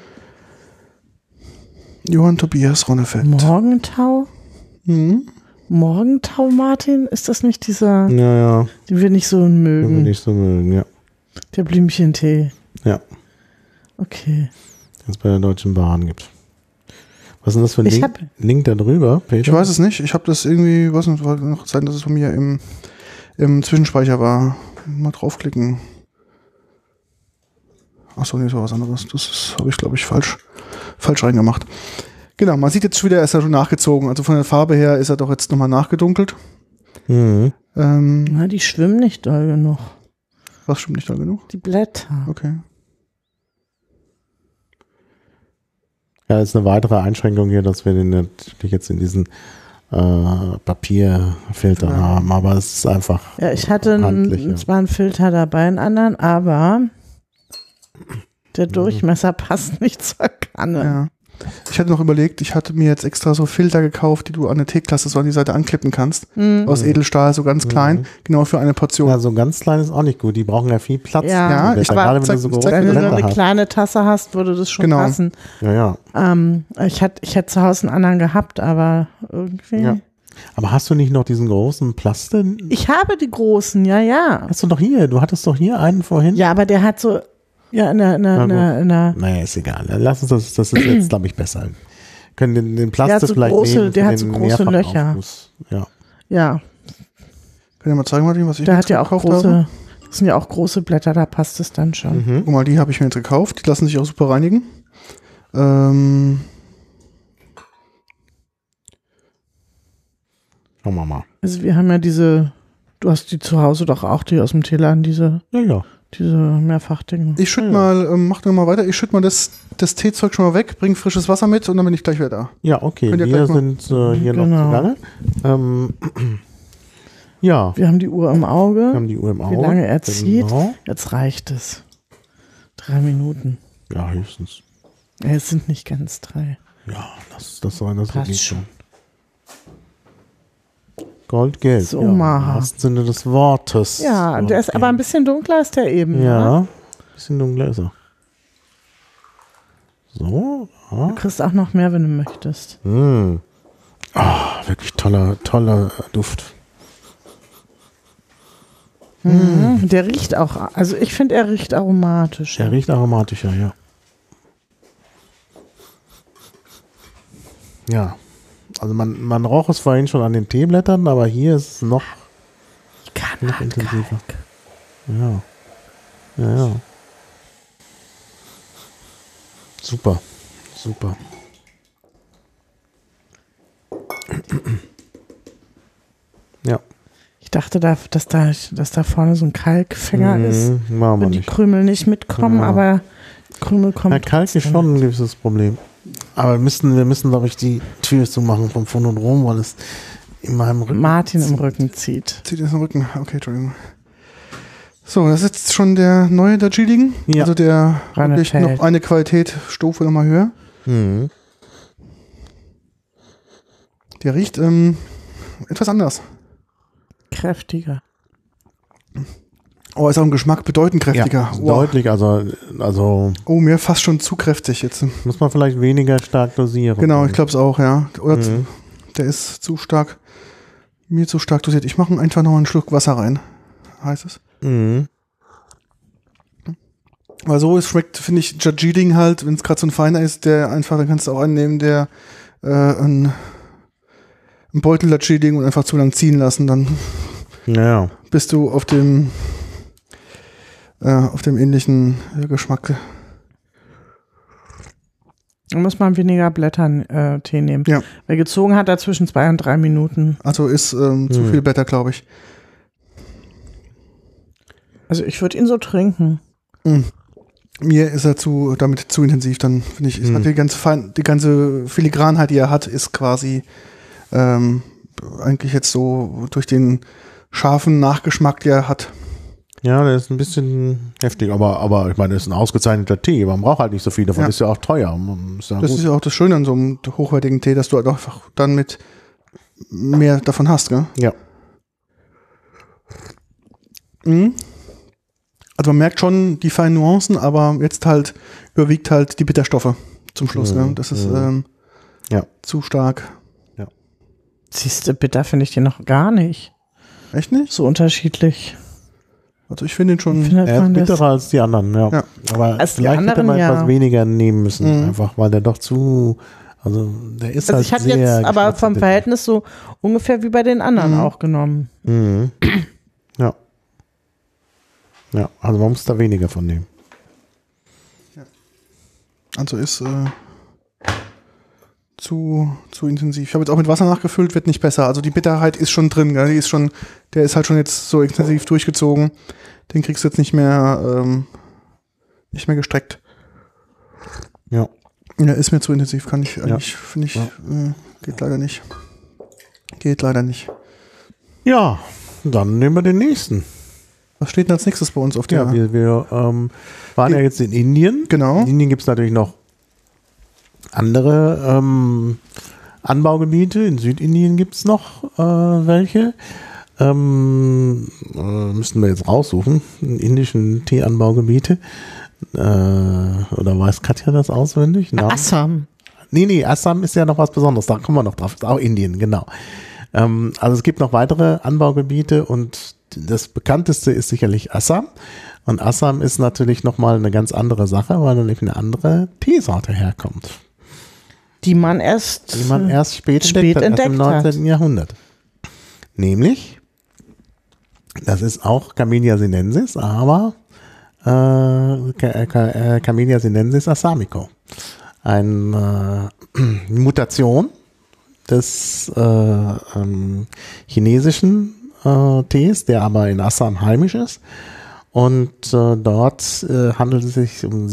Speaker 1: Johann Tobias Ronnefeld.
Speaker 2: Morgentau?
Speaker 1: Mhm.
Speaker 2: Morgentau, Martin? Ist das nicht dieser,
Speaker 3: Ja.
Speaker 2: den wir nicht so mögen?
Speaker 3: Den wir nicht so mögen, ja.
Speaker 2: Der Blümchentee.
Speaker 3: Ja.
Speaker 2: Okay.
Speaker 3: Den es bei der Deutschen Bahn gibt. Was ist denn das für ein Link da drüber, Peter?
Speaker 1: Ich weiß es nicht. Ich habe das irgendwie, was nicht, wollte noch sein, dass es von mir im Zwischenspeicher war. Mal draufklicken. Achso, nee, das war was anderes. Das habe ich, glaube ich, falsch reingemacht. Genau, man sieht jetzt schon wieder, er ist ja schon nachgezogen. Also von der Farbe her ist er doch jetzt nochmal nachgedunkelt.
Speaker 3: Mhm.
Speaker 2: Na, die schwimmen nicht doll genug.
Speaker 1: Was stimmt nicht doll genug?
Speaker 2: Die Blätter.
Speaker 1: Okay.
Speaker 3: Ja, ist eine weitere Einschränkung hier, dass wir den natürlich jetzt in diesen Papierfilter haben, aber es ist einfach
Speaker 2: ja, ich hatte zwar einen Filter dabei, einen anderen, aber der Durchmesser passt nicht zur Kanne.
Speaker 1: Ja. Ich hatte noch überlegt, ich hatte mir jetzt extra so Filter gekauft, die du an der Teeklasse so an die Seite anklippen kannst. Aus Edelstahl, so ganz klein, genau für eine Portion.
Speaker 3: Ja, so ganz klein ist auch nicht gut. Die brauchen ja viel Platz.
Speaker 1: Ja,
Speaker 3: ich gerade wenn du so große
Speaker 2: wenn du nur eine
Speaker 3: hast.
Speaker 2: kleine Tasse hast, würde das schon passen.
Speaker 3: Ja.
Speaker 2: Ich hätte zu Hause einen anderen gehabt, aber irgendwie.
Speaker 3: Ja. Aber hast du nicht noch diesen großen Plastik?
Speaker 2: Ich habe die großen, ja.
Speaker 3: Hast du doch hier. Du hattest doch hier einen vorhin.
Speaker 2: Ja, aber der hat so. Ja, in der.
Speaker 3: Naja, ist egal. Lass uns das ist jetzt, glaube ich, besser. Können den Plastik vielleicht nehmen.
Speaker 2: Der hat so große Löcher. Ja.
Speaker 1: Könnt ihr mal zeigen, Martin, was ich
Speaker 2: jetzt
Speaker 1: gekauft habe?
Speaker 2: Das sind ja auch große Blätter, da passt es dann schon.
Speaker 1: Guck mal, die habe ich mir jetzt gekauft. Die lassen sich auch super reinigen.
Speaker 3: Schauen wir mal.
Speaker 2: Also wir haben ja du hast die zu Hause doch auch, die aus dem Teeladen, diese Mehrfachdinge.
Speaker 1: Ich schütte mach mal weiter, ich schütte mal das Teezeug schon mal weg, bring frisches Wasser mit und dann bin ich gleich wieder da.
Speaker 3: Ja, okay, wir sind hier noch zu lange. Ja.
Speaker 2: Wir haben die Uhr im Auge.
Speaker 3: Wie
Speaker 2: lange er zieht. Genau. Jetzt reicht es. 3 Minuten.
Speaker 3: Ja, höchstens.
Speaker 2: Es sind nicht ganz 3.
Speaker 3: Ja, das ist nicht schon. Goldgelb.
Speaker 2: So, im
Speaker 3: wahrsten Sinne des Wortes.
Speaker 2: Ja, Goldgelb. Der ist aber ein bisschen dunkler als der eben.
Speaker 3: Ja, ein bisschen dunkler ist er. So. Ja.
Speaker 2: Du kriegst auch noch mehr, wenn du möchtest.
Speaker 3: Wirklich toller Duft.
Speaker 2: Der riecht auch, also ich finde, er riecht aromatisch.
Speaker 3: Er riecht aromatischer, ja. Ja. Also man roch es vorhin schon an den Teeblättern, aber hier ist es noch intensiver. Ja. Super. Ja.
Speaker 2: Ich dachte, dass da vorne so ein Kalkfänger ist, wenn die Krümel nicht mitkommen, aber Krümel kommen.
Speaker 3: Ja, Kalk ist schon ein gewisses Problem. Aber wir müssen, glaube ich, die Tür zumachen vom Phonodrom, weil es in meinem Rücken
Speaker 2: Martin im Rücken zieht.
Speaker 1: Zieht es im Rücken? Okay, Entschuldigung. So, das ist jetzt schon der neue Darjeeling. Ja. Also der wirklich noch eine Qualitätsstufe nochmal höher. Der riecht etwas anders.
Speaker 2: Kräftiger.
Speaker 1: Oh, ist auch im Geschmack bedeutend kräftiger.
Speaker 3: Ja, deutlich, also.
Speaker 1: Oh, mir fast schon zu kräftig jetzt.
Speaker 3: Muss man vielleicht weniger stark dosieren.
Speaker 1: Genau, ich glaube es auch, ja. Oder der ist zu stark, mir zu stark dosiert. Ich mache einfach noch einen Schluck Wasser rein, heißt es. Weil so schmeckt, finde ich, Darjeeling halt, wenn es gerade so ein feiner ist, der einfach, dann kannst du auch einen nehmen, der einen Beutel Darjeeling und einfach zu lang ziehen lassen, dann bist du auf dem ähnlichen Geschmack.
Speaker 2: Da muss man weniger Blättern Tee nehmen.
Speaker 1: Ja.
Speaker 2: Weil gezogen hat er zwischen 2 und 3 Minuten.
Speaker 1: Also ist zu viel Blätter, glaube ich.
Speaker 2: Also ich würde ihn so trinken.
Speaker 1: Mir ist er damit zu intensiv, dann finde ich, hat die ganze Filigranheit, die er hat, ist quasi eigentlich jetzt so durch den scharfen Nachgeschmack, der er hat.
Speaker 3: Ja, der ist ein bisschen heftig, aber ich meine, das ist ein ausgezeichneter Tee. Man braucht halt nicht so viel davon, ist ja auch teuer.
Speaker 1: Ist ja auch das Schöne an so einem hochwertigen Tee, dass du halt einfach dann mit mehr davon hast, gell?
Speaker 3: Ja.
Speaker 1: Mhm. Also man merkt schon die feinen Nuancen, aber jetzt halt überwiegt halt die Bitterstoffe zum Schluss, gell? Das ist zu stark.
Speaker 2: Ja. Siehst du, bitter finde ich den noch gar nicht.
Speaker 1: Echt nicht?
Speaker 2: So unterschiedlich.
Speaker 1: Also ich finde ihn schon
Speaker 3: er ist bitterer als die anderen, ja. Aber
Speaker 2: als
Speaker 3: vielleicht hätte man etwas weniger nehmen müssen, einfach, weil der doch zu, also der ist halt
Speaker 2: ich hatte jetzt aber vom Verhältnis so ungefähr wie bei den anderen auch genommen.
Speaker 3: Mhm. Ja. Ja, also man muss da weniger von nehmen.
Speaker 1: Ja. Also ist zu intensiv. Ich habe jetzt auch mit Wasser nachgefüllt, wird nicht besser. Also die Bitterheit ist schon drin, gell? Der ist halt schon jetzt so intensiv durchgezogen. Den kriegst du jetzt nicht mehr gestreckt.
Speaker 3: Ja.
Speaker 1: Ja, ist mir zu intensiv, kann ich eigentlich, finde ich, geht leider nicht. Geht leider nicht.
Speaker 3: Ja, dann nehmen wir den nächsten.
Speaker 1: Was steht denn als nächstes bei uns auf der?
Speaker 3: Ja, wir waren ja jetzt in Indien.
Speaker 1: Genau.
Speaker 3: In Indien gibt es natürlich noch andere Anbaugebiete. In Südindien gibt es noch welche. Müssten wir jetzt raussuchen. Indischen Teeanbaugebiete. Oder weiß Katja das auswendig?
Speaker 2: Assam.
Speaker 3: Nee, Assam ist ja noch was Besonderes. Da kommen wir noch drauf. Ist auch Indien, genau. Also es gibt noch weitere Anbaugebiete und das bekannteste ist sicherlich Assam. Und Assam ist natürlich nochmal eine ganz andere Sache, weil da nämlich eine andere Teesorte herkommt.
Speaker 2: Die man erst
Speaker 3: spät entdeckt hat, erst im 19. Jahrhundert. Nämlich, das ist auch Camellia sinensis, aber Camellia sinensis assamico. Eine Mutation des chinesischen Tees, der aber in Assam heimisch ist. Und dort handelt es sich um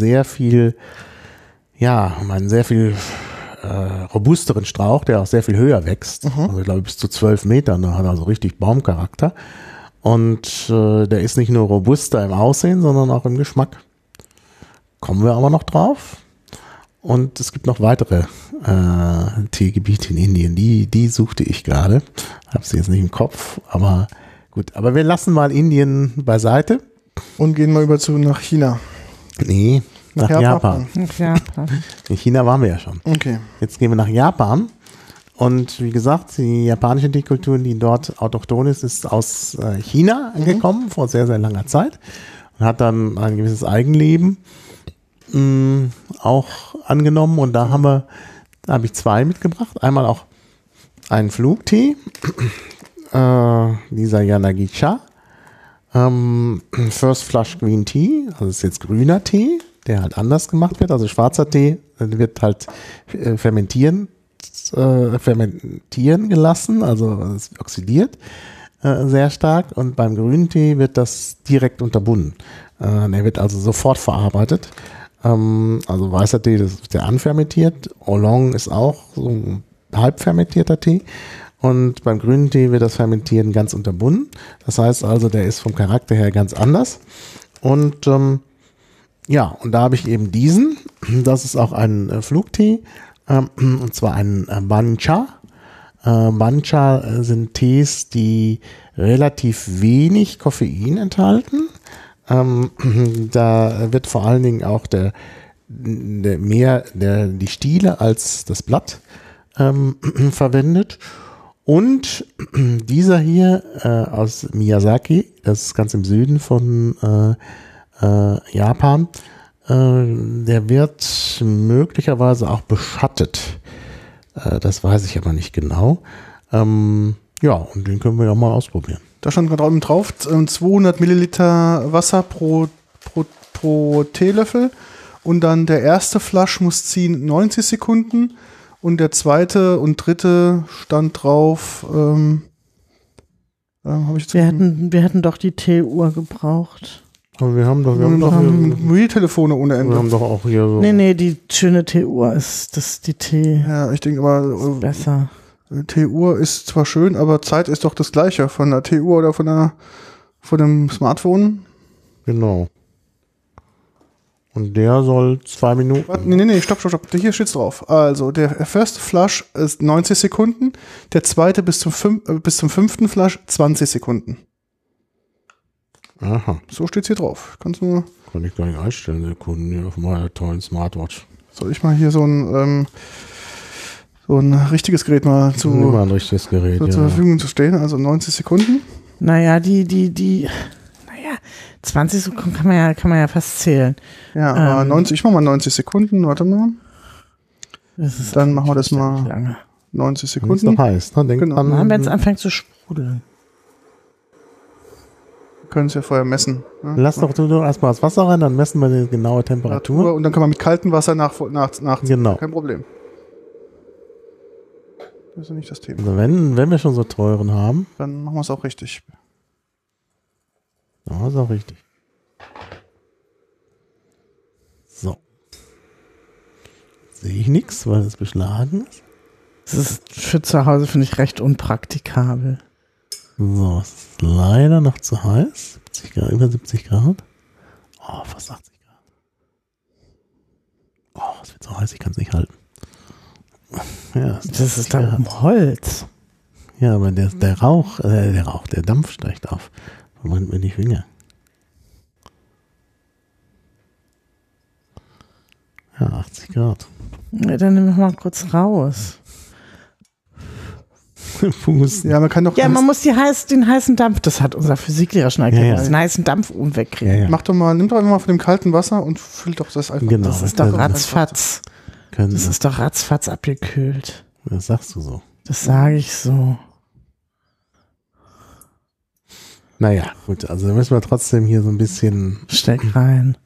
Speaker 3: einen sehr viel robusteren Strauch, der auch sehr viel höher wächst. Also ich glaube bis zu 12 Metern, da hat er also richtig Baumcharakter. Und der ist nicht nur robuster im Aussehen, sondern auch im Geschmack. Kommen wir aber noch drauf. Und es gibt noch weitere Teegebiete in Indien, die suchte ich gerade. Habe sie jetzt nicht im Kopf, aber gut. Aber wir lassen mal Indien beiseite.
Speaker 1: Und gehen mal nach China.
Speaker 3: Nee, nach Japan. In China waren wir ja schon.
Speaker 1: Okay.
Speaker 3: Jetzt gehen wir nach Japan. Und wie gesagt, die japanische Teekultur, die dort autochthon ist aus China angekommen, vor sehr, sehr langer Zeit. Und hat dann ein gewisses Eigenleben auch angenommen. Und da habe ich zwei mitgebracht. Einmal auch einen Flugtee, dieser Yanagicha. First Flush Green Tea, also das ist jetzt grüner Tee, der halt anders gemacht wird. Also schwarzer Tee wird halt fermentieren gelassen, also es oxidiert sehr stark. Und beim grünen Tee wird das direkt unterbunden. Der wird also sofort verarbeitet. Also weißer Tee, das ist der anfermentiert. Oolong ist auch so ein halb fermentierter Tee. Und beim grünen Tee wird das Fermentieren ganz unterbunden. Das heißt also, der ist vom Charakter her ganz anders. Und und da habe ich eben diesen. Das ist auch ein Flugtee. Und zwar ein Bancha. Bancha sind Tees, die relativ wenig Koffein enthalten. Da wird vor allen Dingen auch die Stiele als das Blatt verwendet. Und dieser hier aus Miyazaki, das ist ganz im Süden von Japan, der wird möglicherweise auch beschattet. Das weiß ich aber nicht genau. Und den können wir ja mal ausprobieren.
Speaker 1: Da stand gerade drauf, 200 Milliliter Wasser pro Teelöffel. Und dann der erste Flush muss ziehen 90 Sekunden. Und der zweite und dritte stand drauf.
Speaker 2: Wir hätten doch die Teeuhr gebraucht.
Speaker 3: Aber wir haben doch
Speaker 1: Mobiltelefone ohne Ende.
Speaker 3: Wir haben doch auch hier so.
Speaker 2: Nee, die schöne Teeuhr ist die Tee.
Speaker 1: Ja, ich denke mal.
Speaker 2: Besser.
Speaker 1: T-Uhr ist zwar schön, aber Zeit ist doch das Gleiche von der T-Uhr oder von dem Smartphone.
Speaker 3: Genau. Und der soll 2 Minuten.
Speaker 1: Warte, nee, stopp. Hier steht's drauf. Also, der First Flush ist 90 Sekunden, der zweite bis zum 5. Flush 20 Sekunden.
Speaker 3: Aha.
Speaker 1: So steht's hier drauf. Kann
Speaker 3: ich gar nicht einstellen, Sekunden hier auf meiner tollen Smartwatch.
Speaker 1: Soll ich mal hier so ein richtiges Gerät mal zur Verfügung zu stehen? Also 90 Sekunden.
Speaker 2: Naja, 20 Sekunden kann man ja fast zählen.
Speaker 1: Ja, aber ich mach mal 90 Sekunden, warte mal. Dann machen wir das mal
Speaker 2: lange.
Speaker 1: 90 Sekunden.
Speaker 3: Ist noch heiß, ne?
Speaker 2: Genau. Wenn es anfängt zu sprudeln.
Speaker 1: Wir können es ja vorher messen. Ne?
Speaker 3: Lass doch du erstmal das Wasser rein, dann messen wir die genaue Temperatur.
Speaker 1: Und dann kann man mit kaltem Wasser nachziehen.
Speaker 3: Genau.
Speaker 1: Kein Problem. Das ist ja nicht das Thema.
Speaker 3: Also wenn wir schon so teuren haben,
Speaker 1: dann machen wir es auch richtig.
Speaker 3: Ja, ist auch richtig. So. Sehe ich nichts, weil es beschlagen ist.
Speaker 2: Das ist für zu Hause, finde ich, recht unpraktikabel.
Speaker 3: So, es ist leider noch zu heiß. 70 Grad, über 70 Grad. Oh, fast 80 Grad. Oh, es wird so heiß, ich kann es nicht halten. Ja,
Speaker 2: das ist da um Holz.
Speaker 3: Ja, aber der Dampf steigt auf. Verbrennt mir die Finger. Ja, 80 Grad.
Speaker 2: Ja, dann nehmen wir mal kurz raus.
Speaker 3: Fuß.
Speaker 1: Ja, man
Speaker 2: muss den heißen Dampf, das hat unser Physiklehrer schon erklärt, den heißen Dampf wegkriegen.
Speaker 3: Ja.
Speaker 1: Nimm doch einfach mal von dem kalten Wasser und füllt doch das einfach.
Speaker 3: Genau,
Speaker 2: das ist doch ratzfatz. Das ist doch ratzfatz abgekühlt.
Speaker 3: Das sagst du so.
Speaker 2: Das sage ich so.
Speaker 3: Naja, gut, also da müssen wir trotzdem hier so ein bisschen...
Speaker 2: Steck rein.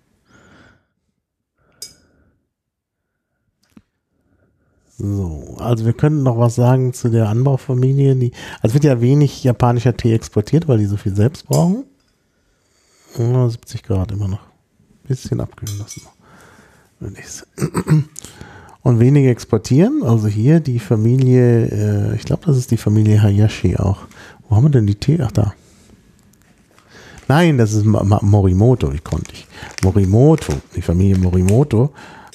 Speaker 3: So, also wir könnten noch was sagen zu der Anbaufamilie. Also wird ja wenig japanischer Tee exportiert, weil die so viel selbst brauchen. 70 Grad immer noch. Bisschen abkühlen lassen. Und wenige exportieren. Also hier die Familie, ich glaube, das ist die Familie Hayashi auch. Wo haben wir denn die Tee? Ach, da. Nein, das ist Morimoto, Morimoto, die Familie Morimoto,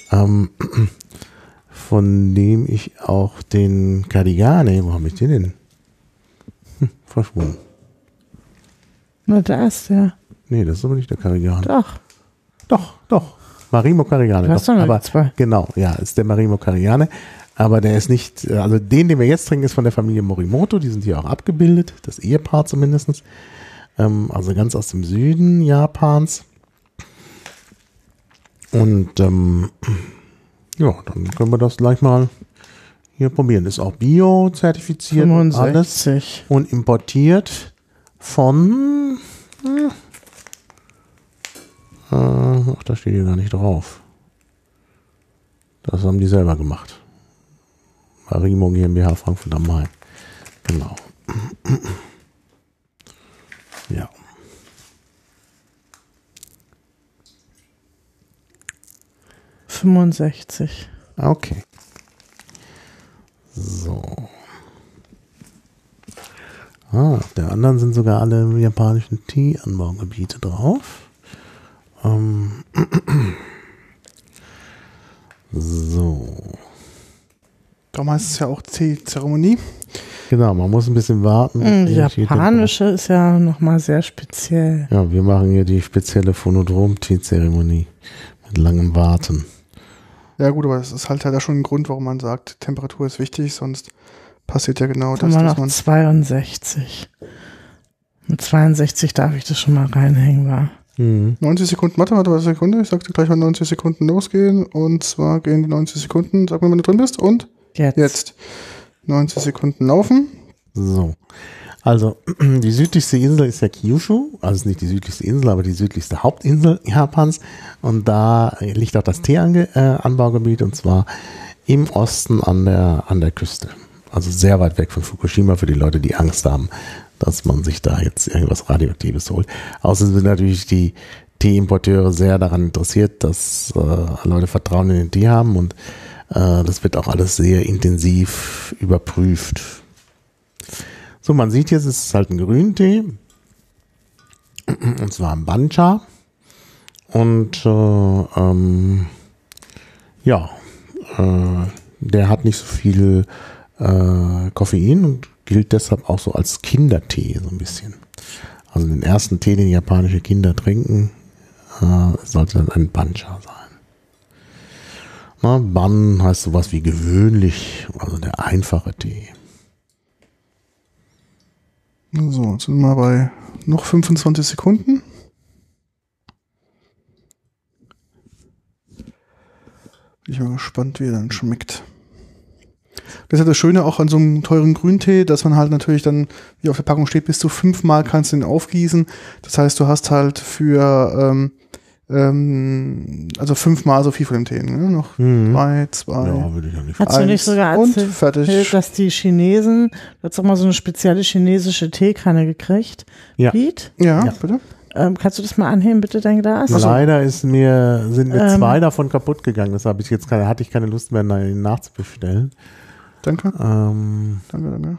Speaker 3: von dem ich auch den Cardigane, wo habe ich den denn? Verschwunden.
Speaker 2: Na, da ist der.
Speaker 3: Nee, das ist aber nicht der Cardigane.
Speaker 2: Doch.
Speaker 3: Marimo Cardigane.
Speaker 2: Was doch, aber zwei.
Speaker 3: Genau, ja, ist der Marimo Cardigane. Aber der ist nicht, also den wir jetzt trinken, ist von der Familie Morimoto. Die sind hier auch abgebildet, das Ehepaar zumindest. Also ganz aus dem Süden Japans. Und ja, dann können wir das gleich mal hier probieren. Ist auch Bio-zertifiziert und alles. Und importiert von ach, da steht hier gar nicht drauf. Das haben die selber gemacht. Marimo GmbH Frankfurt am Main. Genau. Ja.
Speaker 2: $65.
Speaker 3: Okay. So. Auf der anderen sind sogar alle japanischen Tee-Anbaugebiete drauf. So.
Speaker 1: Da heißt es ja auch Teezeremonie.
Speaker 3: Genau, man muss ein bisschen warten.
Speaker 2: Die japanische ist ja nochmal sehr speziell.
Speaker 3: Ja, wir machen hier die spezielle Phonodrom-Teezeremonie mit langem Warten.
Speaker 1: Ja gut, aber es ist halt da schon ein Grund, warum man sagt, Temperatur ist wichtig, sonst passiert ja genau das,
Speaker 2: dass man 62. Mit 62 darf ich das schon mal reinhängen, war.
Speaker 1: 90 Sekunden, warte, Sekunde, ich sagte gleich mal 90 Sekunden losgehen und zwar gehen die 90 Sekunden, sag mal, wenn du drin bist und jetzt 90 Sekunden laufen.
Speaker 3: So, also die südlichste Insel ist ja Kyushu, also ist nicht die südlichste Insel, aber die südlichste Hauptinsel Japans und da liegt auch das Teeanbaugebiet und zwar im Osten an der Küste, also sehr weit weg von Fukushima für die Leute, die Angst haben, dass man sich da jetzt irgendwas Radioaktives holt. Außerdem sind natürlich die Teeimporteure sehr daran interessiert, dass Leute Vertrauen in den Tee haben und Das wird auch alles sehr intensiv überprüft. So, man sieht jetzt, es ist halt ein Grüntee. Und zwar ein Bancha. Und der hat nicht so viel Koffein und gilt deshalb auch so als Kindertee so ein bisschen. Also den ersten Tee, den japanische Kinder trinken, sollte dann ein Bancha sein. Na, Ban heißt sowas wie gewöhnlich, also der einfache Tee.
Speaker 1: So, jetzt sind wir bei noch 25 Sekunden. Bin ich mal gespannt, wie er dann schmeckt. Das ist ja das Schöne auch an so einem teuren Grüntee, dass man halt natürlich dann, wie auf der Packung steht, bis zu 5-mal kannst du ihn aufgießen. Das heißt, du hast halt für also 5-mal so viel von dem Tee. Ne? Noch 3, 2.
Speaker 3: Ja, würde ich ja nicht.
Speaker 2: Hast du nicht sogar erzählt,
Speaker 1: fertig.
Speaker 2: dass die Chinesen, du hast auch mal so eine spezielle chinesische Teekanne gekriegt?
Speaker 3: Ja.
Speaker 2: Piet?
Speaker 1: Ja, bitte.
Speaker 2: Kannst du das mal anheben, bitte, dein Glas?
Speaker 3: Leider sind mir 2 davon kaputt gegangen. Deshalb hatte ich keine Lust mehr, nachzubestellen.
Speaker 1: Danke. Danke.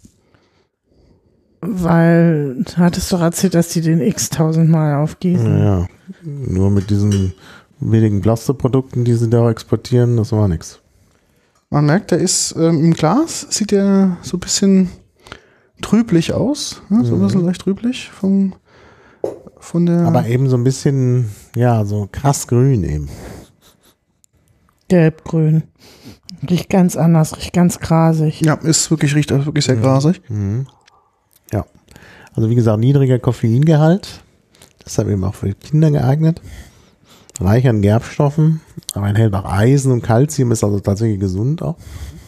Speaker 2: Weil du hattest doch erzählt, dass die den x-tausendmal aufgießen.
Speaker 3: Ja, nur mit diesen wenigen Plastikprodukten, die sie da exportieren, das war nichts.
Speaker 1: Man merkt, der ist im Glas, sieht der so ein bisschen trüblich aus. Ne? So ein bisschen leicht trüblich von der.
Speaker 3: Aber eben so ein bisschen, ja, so krass grün eben.
Speaker 2: Gelb-grün. Riecht ganz anders, riecht ganz grasig.
Speaker 1: Ja, riecht wirklich sehr grasig.
Speaker 3: Ja. Also wie gesagt, niedriger Koffeingehalt. Deshalb eben auch für Kinder geeignet. Reich an Gerbstoffen. Aber enthält auch Eisen und Kalzium, ist also tatsächlich gesund auch.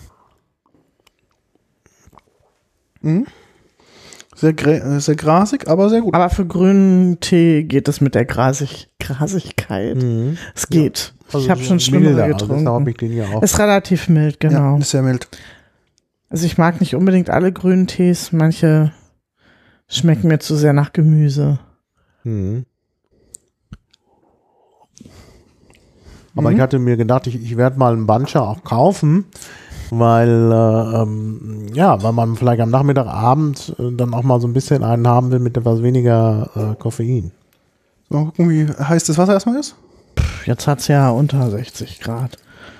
Speaker 1: Sehr grasig, aber sehr gut.
Speaker 2: Aber für grünen Tee geht es mit der Grasigkeit. Es geht. Ja, also ich habe schon schlimmere getrunken.
Speaker 3: Also ich den ja auch.
Speaker 2: Ist relativ mild, genau.
Speaker 1: Ja, ist sehr mild.
Speaker 2: Also ich mag nicht unbedingt alle grünen Tees. Manche schmecken mir zu sehr nach Gemüse.
Speaker 3: Aber ich hatte mir gedacht, ich werde mal einen Bancha auch kaufen, weil man vielleicht am Nachmittag, Abend dann auch mal so ein bisschen einen haben will mit etwas weniger Koffein.
Speaker 1: Mal gucken, wie heiß das Wasser erstmal ist.
Speaker 2: Jetzt hat es ja unter 60 Grad.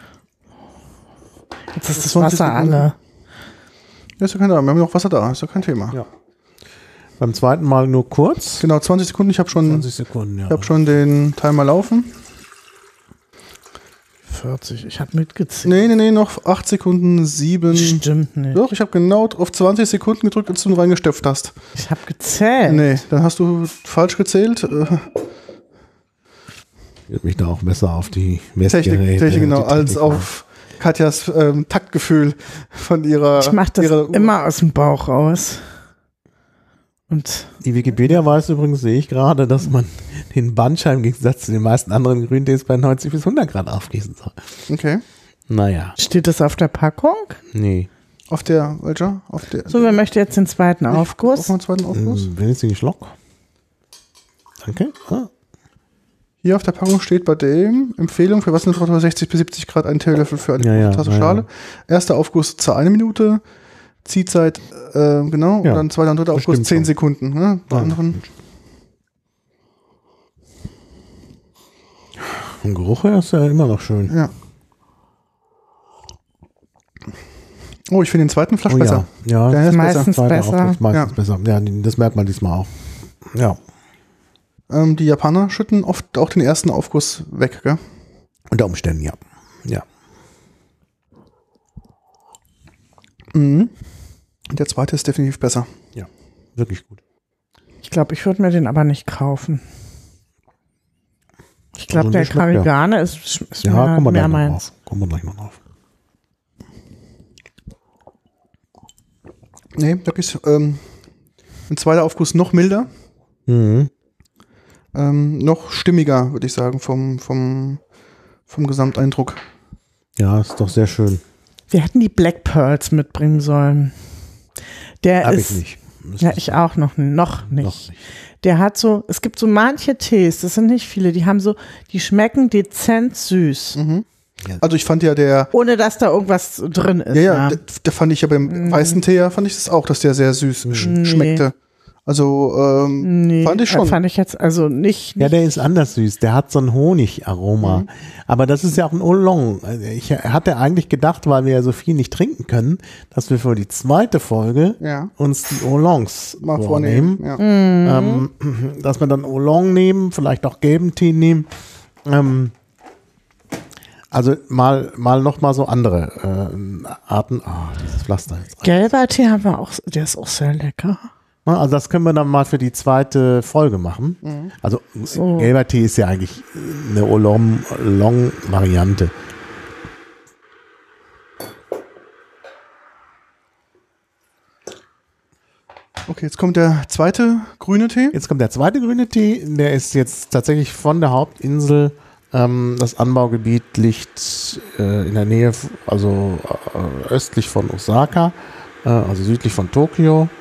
Speaker 2: Jetzt ist das Wasser alle.
Speaker 1: Ja, ist ja kein Thema. Wir haben noch Wasser da, ist ja kein Thema.
Speaker 3: Ja. Beim zweiten Mal nur kurz.
Speaker 1: Genau, 20 Sekunden. Ich habe schon,
Speaker 3: 20 Sekunden, ja.
Speaker 1: Ich habe schon den Timer laufen.
Speaker 2: 40, ich habe mitgezählt.
Speaker 1: Nee, noch 8 Sekunden, 7.
Speaker 2: Stimmt nicht.
Speaker 1: Doch, ich habe genau auf 20 Sekunden gedrückt, als du reingestopft hast.
Speaker 2: Ich habe gezählt.
Speaker 1: Nee, dann hast du falsch gezählt.
Speaker 3: Ich würde mich da auch besser auf die Messgeräte.
Speaker 1: Technik, genau, als auf Katjas Taktgefühl von ihrer.
Speaker 2: Ich mache das immer aus dem Bauch raus. Und
Speaker 3: die Wikipedia weiß übrigens, sehe ich gerade, dass man den Bancha im Gegensatz zu den meisten anderen Grüntees bei 90 bis 100 Grad aufgießen soll.
Speaker 1: Okay.
Speaker 3: Naja.
Speaker 2: Steht das auf der Packung?
Speaker 3: Nee.
Speaker 1: Auf der, welcher? Auf der.
Speaker 2: So, wer möchte jetzt den zweiten Aufguss?
Speaker 1: Auf den zweiten Aufguss?
Speaker 3: Wenn jetzt den Schluck. Danke.
Speaker 1: Hier auf der Packung steht bei dem Empfehlung für Wassertemperatur 60 bis 70 Grad einen Teelöffel für eine Tasse Schale. Erster Aufguss zur 1 Minute. Ziehzeit, genau,
Speaker 3: ja,
Speaker 1: und dann zweiter und dritter Aufguss 10 Sekunden. Ne? Bei anderen.
Speaker 3: Vom Geruch her ist ja immer noch schön.
Speaker 1: Ja. Oh, ich finde den zweiten Flasch besser.
Speaker 3: Ja,
Speaker 2: der ist meistens besser.
Speaker 3: Meistens besser. Ja, das merkt man diesmal auch. Ja.
Speaker 1: Die Japaner schütten oft auch den ersten Aufguss weg, gell?
Speaker 3: Unter Umständen, ja. Ja.
Speaker 1: Der zweite ist definitiv besser.
Speaker 3: Ja, wirklich gut.
Speaker 2: Ich glaube, ich würde mir den aber nicht kaufen. Ich glaube, der Carigane ist
Speaker 3: ja,
Speaker 2: mehr meins.
Speaker 3: Kommen wir gleich noch drauf.
Speaker 1: Nee, wirklich ein zweiter Aufguss noch milder. Noch stimmiger, würde ich sagen, vom Gesamteindruck.
Speaker 3: Ja, ist doch sehr schön.
Speaker 2: Wir hätten die Black Pearls mitbringen sollen.
Speaker 3: Hab ich nicht.
Speaker 2: Ja, ich auch noch nicht. Der hat so, es gibt so manche Tees, das sind nicht viele, die haben so, die schmecken dezent süß.
Speaker 1: Also ich fand ja
Speaker 2: ohne dass da irgendwas drin ist.
Speaker 1: Ja. Da fand ich ja beim weißen Tee fand ich das auch, dass der sehr süß schmeckte. Also fand ich schon.
Speaker 2: Fand ich jetzt also nicht.
Speaker 3: Ja, der ist anders süß. Der hat so ein Honigaroma. Aber das ist ja auch ein Oolong. Ich hatte eigentlich gedacht, weil wir ja so viel nicht trinken können, dass wir für die zweite Folge uns die Oolongs mal vornehmen. Ja. Dass wir dann Oolong nehmen, vielleicht auch gelben Tee nehmen. Also mal noch mal so andere Arten. Dieses Pflaster jetzt rein.
Speaker 2: Gelber Tee haben wir auch, der ist auch sehr lecker.
Speaker 3: Also das können wir dann mal für die zweite Folge machen. Also gelber Tee ist ja eigentlich eine Oolong-Variante.
Speaker 1: Okay, jetzt kommt der zweite grüne Tee.
Speaker 3: Der ist jetzt tatsächlich von der Hauptinsel. Das Anbaugebiet liegt in der Nähe, also östlich von Osaka, also südlich von Tokio.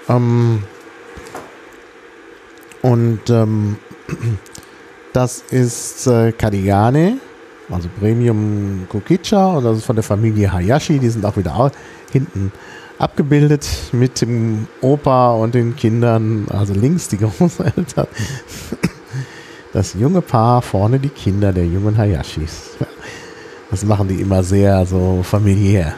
Speaker 3: Das ist Kadigane, also Premium Kokicha, und das ist von der Familie Hayashi. Die sind auch wieder hinten abgebildet mit dem Opa und den Kindern, also links die Großeltern. Das junge Paar, vorne die Kinder der jungen Hayashis. Das machen die immer sehr so familiär.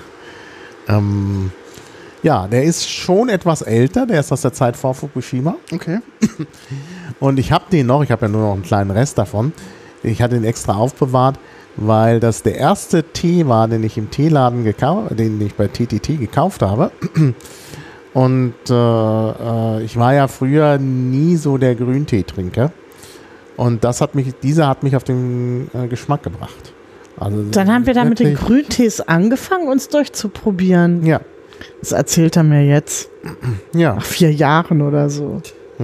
Speaker 3: Ja, der ist schon etwas älter, der ist aus der Zeit vor Fukushima.
Speaker 1: Okay.
Speaker 3: Und ich habe den noch, ich habe ja nur noch einen kleinen Rest davon. Ich hatte ihn extra aufbewahrt, weil das der erste Tee war, den ich im Teeladen den ich bei TTT gekauft habe. Und ich war ja früher nie so der Grünteetrinker. Und dieser hat mich auf den Geschmack gebracht. Also
Speaker 2: dann haben wir da mit den Grüntees angefangen, uns durchzuprobieren.
Speaker 3: Ja.
Speaker 2: Das erzählt er mir jetzt.
Speaker 3: Ja.
Speaker 2: Nach 4 Jahren oder so.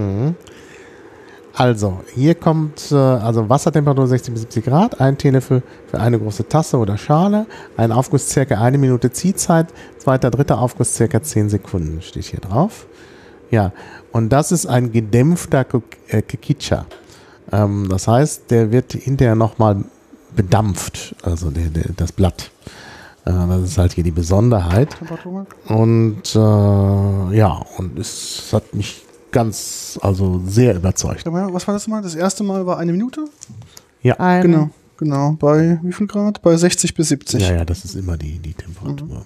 Speaker 3: Also, hier kommt Wassertemperatur 60 bis 70 Grad, ein Teelöffel für eine große Tasse oder Schale, ein Aufguss circa 1 Minute Ziehzeit, dritter Aufguss circa 10 Sekunden, steht hier drauf. Ja, und das ist ein gedämpfter Kokicha. Das heißt, der wird hinterher nochmal bedampft, also das Blatt. Das ist halt hier die Besonderheit. Und und es hat mich sehr überzeugt.
Speaker 1: Was war das mal? Das erste Mal war 1 Minute?
Speaker 3: Ja.
Speaker 1: Genau. Bei wie viel Grad? Bei 60 bis 70.
Speaker 3: Ja, das ist immer die Temperatur.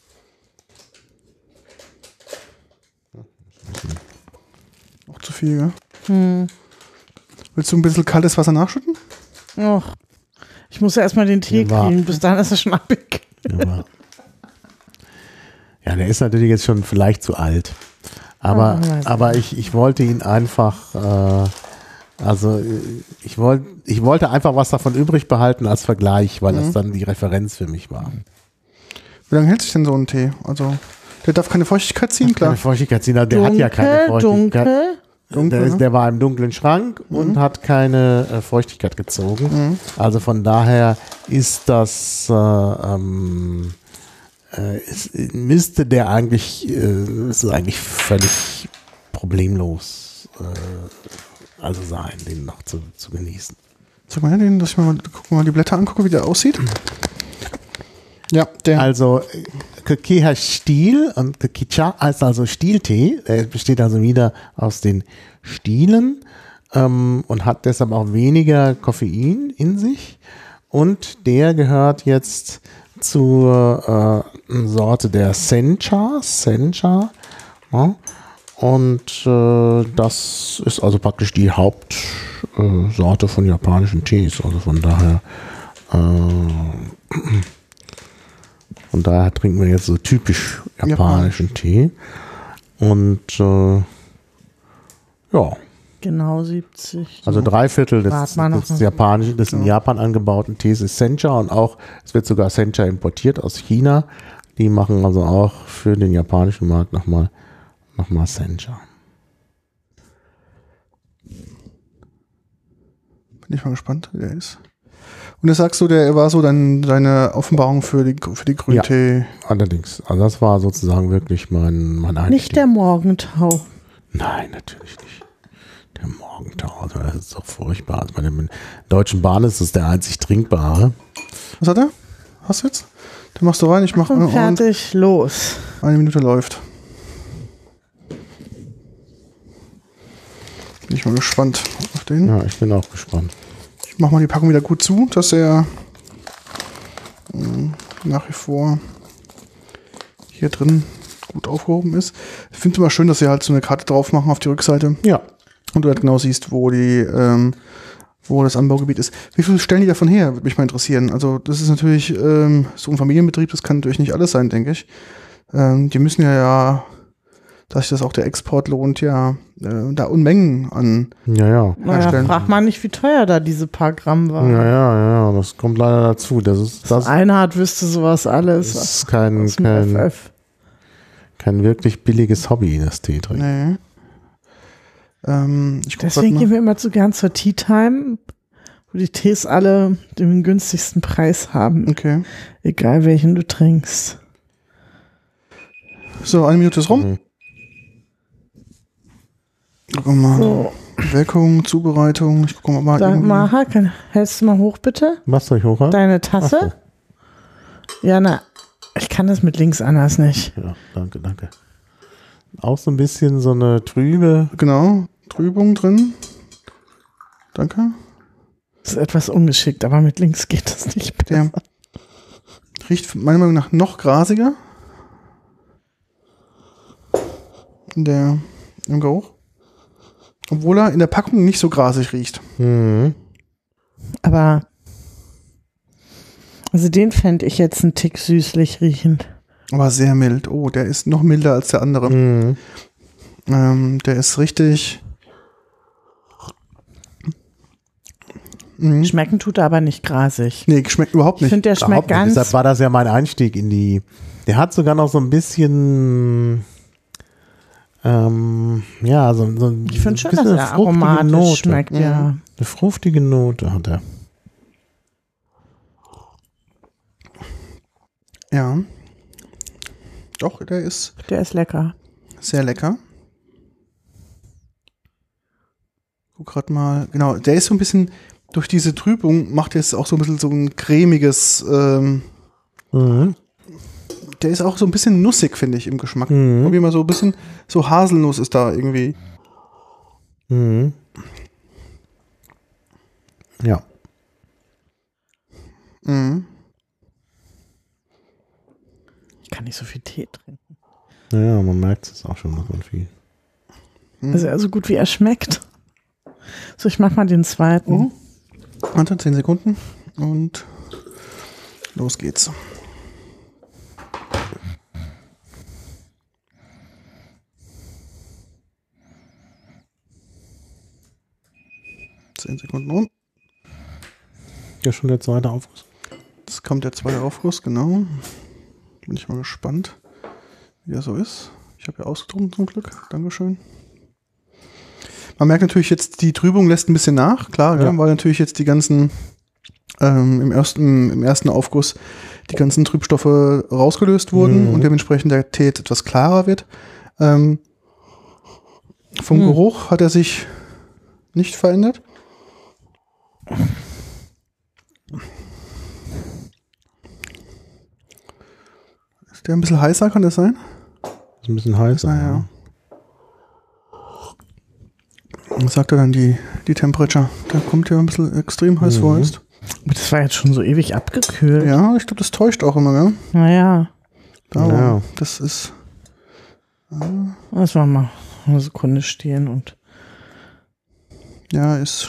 Speaker 1: Auch zu viel, gell? Willst du ein bisschen kaltes Wasser nachschütten?
Speaker 2: Och. Ich muss ja erstmal den Tee kriegen, bis dahin ist er schon abgekühlt.
Speaker 3: Ja, der ist natürlich jetzt schon vielleicht zu alt. Aber ich wollte ihn einfach, ich wollte einfach was davon übrig behalten als Vergleich, weil das dann die Referenz für mich war.
Speaker 1: Wie lange hält sich denn so ein Tee? Also, der darf keine Feuchtigkeit ziehen, klar.
Speaker 3: Keine Feuchtigkeit ziehen, der hat ja keine Feuchtigkeit. Der war im dunklen Schrank und hat keine Feuchtigkeit gezogen. Also von daher ist das müsste der eigentlich ist eigentlich völlig problemlos sein, den noch zu genießen.
Speaker 1: Sag mal, dass ich mal die Blätter angucke, wie der aussieht. Ja, der.
Speaker 3: Also Kokicha Stiel und Kokicha heißt also Stieltee. Er besteht also wieder aus den Stielen und hat deshalb auch weniger Koffein in sich. Und der gehört jetzt zur Sorte der Sencha. Ja. Und das ist also praktisch die Hauptsorte von japanischen Tees. Also von daher trinken wir jetzt so typisch japanischen Tee. Und
Speaker 2: Genau 70.
Speaker 3: Also 3/4 des japanischen, des in Japan angebauten Tees ist Sencha, und auch, es wird sogar Sencha importiert aus China. Die machen also auch für den japanischen Markt nochmal Sencha.
Speaker 1: Bin ich mal gespannt, wie der ist. Und das sagst du, der war so deine Offenbarung für die Grüntee?
Speaker 3: Ja, allerdings. Also das war sozusagen wirklich mein Einstieg.
Speaker 2: Nicht der Morgentau.
Speaker 3: Nein, natürlich nicht. Der Morgentau, also das ist doch furchtbar. Also bei der Deutschen Bahn ist es der einzig trinkbare.
Speaker 1: Was hat er? Hast du jetzt? Dann machst du rein, ich mache
Speaker 2: fertig, los.
Speaker 1: 1 Minute läuft. Bin ich mal gespannt auf den.
Speaker 3: Ja, ich bin auch gespannt.
Speaker 1: Ich mach mal die Packung wieder gut zu, dass er nach wie vor hier drin gut aufgehoben ist. Ich finde es immer schön, dass sie halt so eine Karte drauf machen auf die Rückseite.
Speaker 3: Ja.
Speaker 1: Und du halt genau siehst, wo das Anbaugebiet ist. Wie viel stellen die davon her? Würde mich mal interessieren. Also das ist natürlich so ein Familienbetrieb, das kann natürlich nicht alles sein, denke ich. Die müssen ja, dass sich das auch der Export lohnt, da Unmengen an
Speaker 3: herstellen.
Speaker 2: Naja, frag mal nicht, wie teuer da diese paar Gramm waren.
Speaker 3: Ja, das kommt leider dazu. Das
Speaker 2: Einhard wüsste sowas alles.
Speaker 3: Das ist kein wirklich billiges Hobby, das Tee trinken.
Speaker 2: Nee. Deswegen gehen wir immer zu gern zur Tea Time, wo die Tees alle den günstigsten Preis haben.
Speaker 1: Okay.
Speaker 2: Egal welchen du trinkst.
Speaker 1: So, 1 Minute ist rum. Gucken wir mal. So. Wirkung, Zubereitung. Ich gucke mal.
Speaker 2: Sag mal, hältst du mal hoch, bitte?
Speaker 3: Was soll ich hoch?
Speaker 2: Deine Tasse? So. Ja, ich kann das mit links anders nicht.
Speaker 3: Ja, danke. Auch so ein bisschen so eine trübe.
Speaker 1: Genau, Trübung drin. Danke.
Speaker 2: Das ist etwas ungeschickt, aber mit links geht das nicht besser.
Speaker 1: Der riecht meiner Meinung nach noch grasiger. Im Geruch. Obwohl er in der Packung nicht so grasig riecht.
Speaker 3: Mhm.
Speaker 2: Aber also den fände ich jetzt einen Tick süßlich riechend.
Speaker 1: Aber sehr mild. Oh, der ist noch milder als der andere.
Speaker 3: Mhm.
Speaker 1: Der ist richtig.
Speaker 2: Schmecken tut er aber nicht grasig.
Speaker 1: Nee, schmeckt überhaupt nicht.
Speaker 2: Ich finde, der schmeckt ganz.
Speaker 3: Deshalb war das ja mein Einstieg in die. Der hat sogar noch so ein bisschen.
Speaker 2: Ich finde schon, dass er aromatisch schmeckt, ja.
Speaker 3: Eine fruchtige Note hat er.
Speaker 1: Ja. Doch, der ist
Speaker 2: lecker.
Speaker 1: Sehr lecker. Guck grad mal. Genau, der ist so ein bisschen, durch diese Trübung macht jetzt auch so ein bisschen so ein cremiges, der ist auch so ein bisschen nussig, finde ich, im Geschmack. Irgendwie mal so ein bisschen, so Haselnuss ist da irgendwie.
Speaker 3: Ja.
Speaker 2: Ich kann nicht so viel Tee trinken.
Speaker 3: Ja, man merkt es auch schon, dass man viel.
Speaker 2: Also so gut wie er schmeckt. So, ich mach mal den zweiten.
Speaker 1: Warte, 10 Sekunden und los geht's. Sekunden um.
Speaker 3: Ja, schon der zweite Aufguss.
Speaker 1: Jetzt kommt der zweite Aufguss, genau. Bin ich mal gespannt, wie er so ist. Ich habe ja ausgetrunken zum Glück. Dankeschön. Man merkt natürlich jetzt, die Trübung lässt ein bisschen nach, klar, ja. Weil natürlich jetzt die ganzen im ersten Aufguss die ganzen Trübstoffe rausgelöst wurden und dementsprechend der Tee etwas klarer wird. Vom Geruch hat er sich nicht verändert. Ist der ein bisschen heißer, kann das sein?
Speaker 3: Ist ein bisschen heißer,
Speaker 1: ja. Was sagt er dann, die Temperature? Da kommt ja ein bisschen extrem heiß vor jetzt.
Speaker 2: Aber das war jetzt schon so ewig abgekühlt.
Speaker 1: Ja, ich glaube, das täuscht auch immer, ja?
Speaker 2: Naja.
Speaker 1: Ja. Das ist...
Speaker 2: Lass mal eine Sekunde stehen und...
Speaker 1: Ja, ist...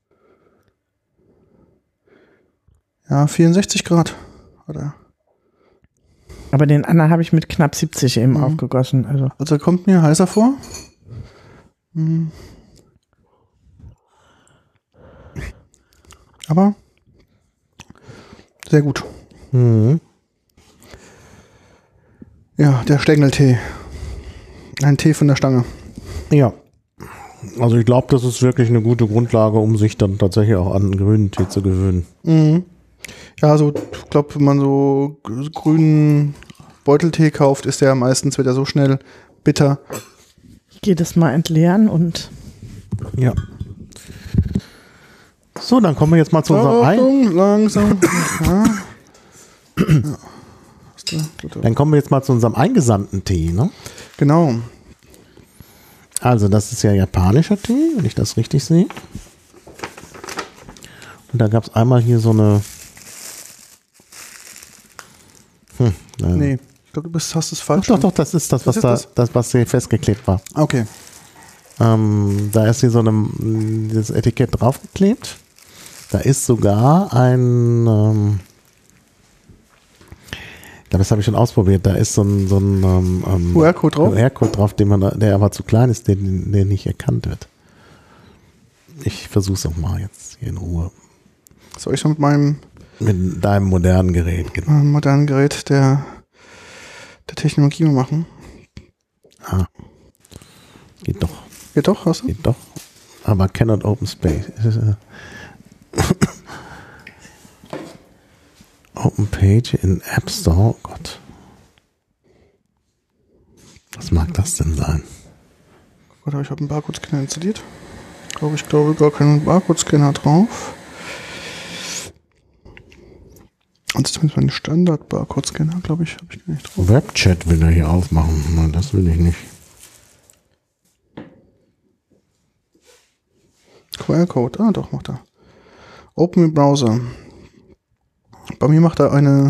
Speaker 1: Ja, 64 Grad. Oder?
Speaker 2: Aber den anderen habe ich mit knapp 70 eben aufgegossen. Also
Speaker 1: kommt mir heißer vor. Aber sehr gut. Ja, der Stängeltee. Ein Tee von der Stange.
Speaker 3: Ja. Also ich glaube, das ist wirklich eine gute Grundlage, um sich dann tatsächlich auch an grünen Tee zu gewöhnen.
Speaker 1: Ja, also ich glaube, wenn man so grünen Beuteltee kauft, ist der meistens wieder so schnell bitter.
Speaker 2: Ich gehe das mal entleeren und...
Speaker 3: Ja. So, dann kommen wir jetzt mal zu unserem
Speaker 1: Achtung, langsam. Ja.
Speaker 3: Dann kommen wir jetzt mal zu unserem eingesandten Tee, ne?
Speaker 1: Genau.
Speaker 3: Also das ist ja japanischer Tee, wenn ich das richtig sehe. Und da gab es einmal hier so eine...
Speaker 1: Nee, ich glaube, du hast es falsch.
Speaker 3: Doch, das ist das, was hier festgeklebt war.
Speaker 1: Okay.
Speaker 3: Da ist hier so das Etikett draufgeklebt. Da ist sogar ein... das habe ich schon ausprobiert. Da ist so ein
Speaker 1: QR-Code drauf?
Speaker 3: QR-Code drauf, der aber zu klein ist, der nicht erkannt wird. Ich versuche es auch mal jetzt hier in Ruhe.
Speaker 1: Soll ich schon mit
Speaker 3: deinem modernen Gerät,
Speaker 1: genau. Modernen Gerät der Technologie mal machen?
Speaker 3: Geht doch.
Speaker 1: Geht doch, hast du?
Speaker 3: Geht doch. Aber cannot open space. Open Page in App Store. Oh Gott. Was mag das denn sein?
Speaker 1: Gott, ich habe einen Barcode-Scanner installiert. Ich glaube gar keinen Barcode-Scanner drauf. Und das ist zumindest mein Standard-Barcode-Scanner, glaube ich, habe ich gar nicht drauf.
Speaker 3: Webchat will er hier aufmachen. Nein, das will ich nicht.
Speaker 1: QR-Code, doch, macht er. Open im Browser. Bei mir macht er eine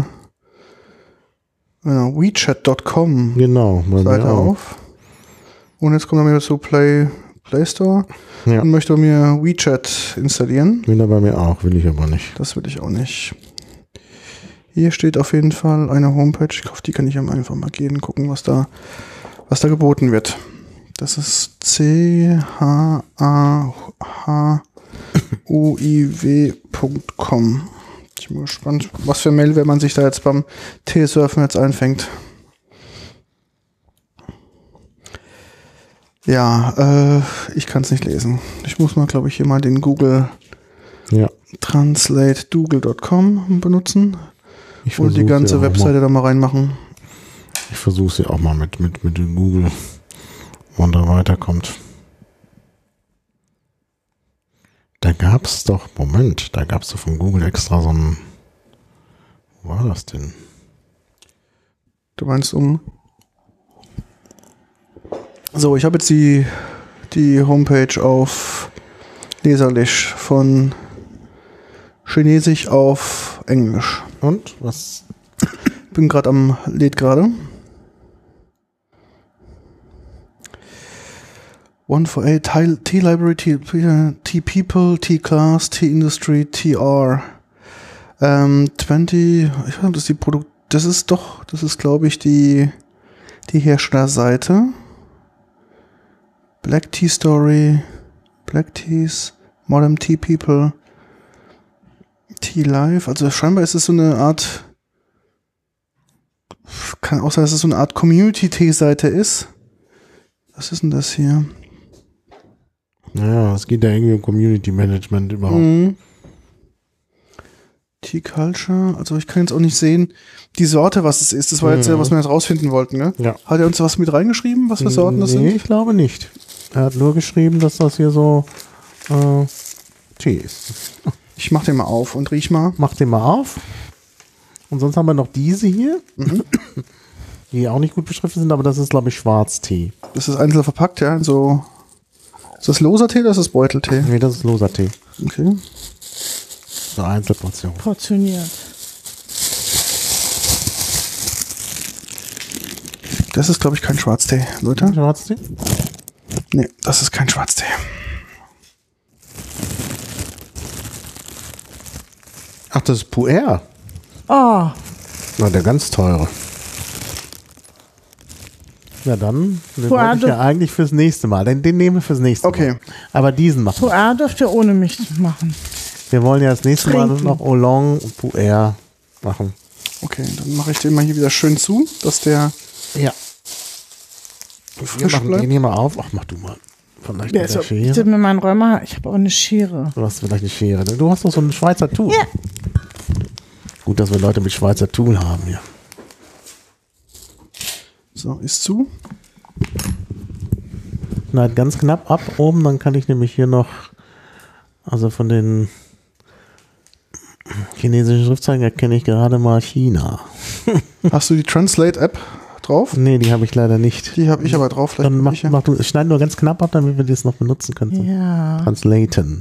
Speaker 1: WeChat.com Seite auf. Und jetzt kommt er mir zu Play Store und möchte mir WeChat installieren.
Speaker 3: Will er bei mir auch, will ich aber nicht.
Speaker 1: Das will ich auch nicht. Hier steht auf jeden Fall eine Homepage. Ich hoffe, die kann ich einfach mal gehen, gucken, was da geboten wird. Das ist chahuiw.com. Ich bin gespannt, was für Mail, wenn man sich da jetzt beim T-Surfen jetzt einfängt. Ja, ich kann es nicht lesen. Ich muss mal, glaube ich, hier mal den Google Translate Google.com benutzen und die ganze Webseite da mal reinmachen.
Speaker 3: Ich versuche sie auch mal mit Google, wenn da weiterkommt. Da gab es doch von Google extra so ein, wo war das denn?
Speaker 1: Du meinst So, ich habe jetzt die Homepage auf Leserlich von Chinesisch auf Englisch.
Speaker 3: Und was?
Speaker 1: Bin gerade lädt gerade. 148 T-Library, T-People, T-Class, T-Industry, TR. 20, ich glaube, das ist das ist glaube ich die Herstellerseite. Black Tea Story, Black Teas, Modern Tea People, Tea Life. Also scheinbar ist es so eine Art, kann auch sein, dass es so eine Art Community-Tee-Seite ist. Was ist denn das hier?
Speaker 3: Ja, es geht ja irgendwie um Community Management überhaupt.
Speaker 1: Tea Culture, also ich kann jetzt auch nicht sehen, die Sorte, was es ist. Das war jetzt ja, was wir jetzt rausfinden wollten, ne?
Speaker 3: Ja.
Speaker 1: Hat er uns was mit reingeschrieben, was für Sorten das sind?
Speaker 3: Nee, ich glaube nicht. Er hat nur geschrieben, dass das hier so Tee ist.
Speaker 1: Ich mach den mal auf und riech mal.
Speaker 3: Mach den mal auf. Und sonst haben wir noch diese hier, die auch nicht gut beschriftet sind, aber das ist, glaube ich, Schwarztee.
Speaker 1: Das ist einzeln verpackt, ja? So. Ist das loser Tee oder ist das Beuteltee?
Speaker 3: Nee, das ist loser Tee.
Speaker 1: Okay.
Speaker 3: So Einzelportion.
Speaker 2: Portioniert.
Speaker 1: Das ist, glaube ich, kein Schwarztee, Leute.
Speaker 3: Schwarztee?
Speaker 1: Nee, das ist kein Schwarztee.
Speaker 3: Ach, das ist Pu'er.
Speaker 2: Oh.
Speaker 3: Na, der ganz teure. Ja, dann den wollte ich ja eigentlich fürs nächste Mal. Den nehmen wir fürs nächste Mal.
Speaker 1: Okay.
Speaker 3: Aber diesen machen wir.
Speaker 2: Pu'er dürft ihr ohne mich machen.
Speaker 3: Wir wollen ja das nächste Mal noch Oolong und Pu'er machen.
Speaker 1: Okay, dann mache ich den mal hier wieder schön zu, dass der frisch bleibt.
Speaker 3: Den hier mal auf. Ach, mach du mal. Vielleicht mit der Schere.
Speaker 2: Ich mir meinen Rheuma, ich habe auch eine Schere.
Speaker 3: Du hast vielleicht eine Schere. Du hast doch so ein Schweizer Tool.
Speaker 2: Ja.
Speaker 3: Gut, dass wir Leute mit Schweizer Tool haben hier.
Speaker 1: So, ist zu.
Speaker 3: Schneid ganz knapp ab oben, dann kann ich nämlich hier noch, also von den Chinesische Schriftzeichen erkenne ich gerade mal China.
Speaker 1: Hast du die Translate-App drauf?
Speaker 3: Nee, die habe ich leider nicht.
Speaker 1: Die habe ich aber drauf.
Speaker 3: Dann mach du, schneid nur ganz knapp ab, damit wir das noch benutzen können.
Speaker 2: Ja.
Speaker 3: Translaten.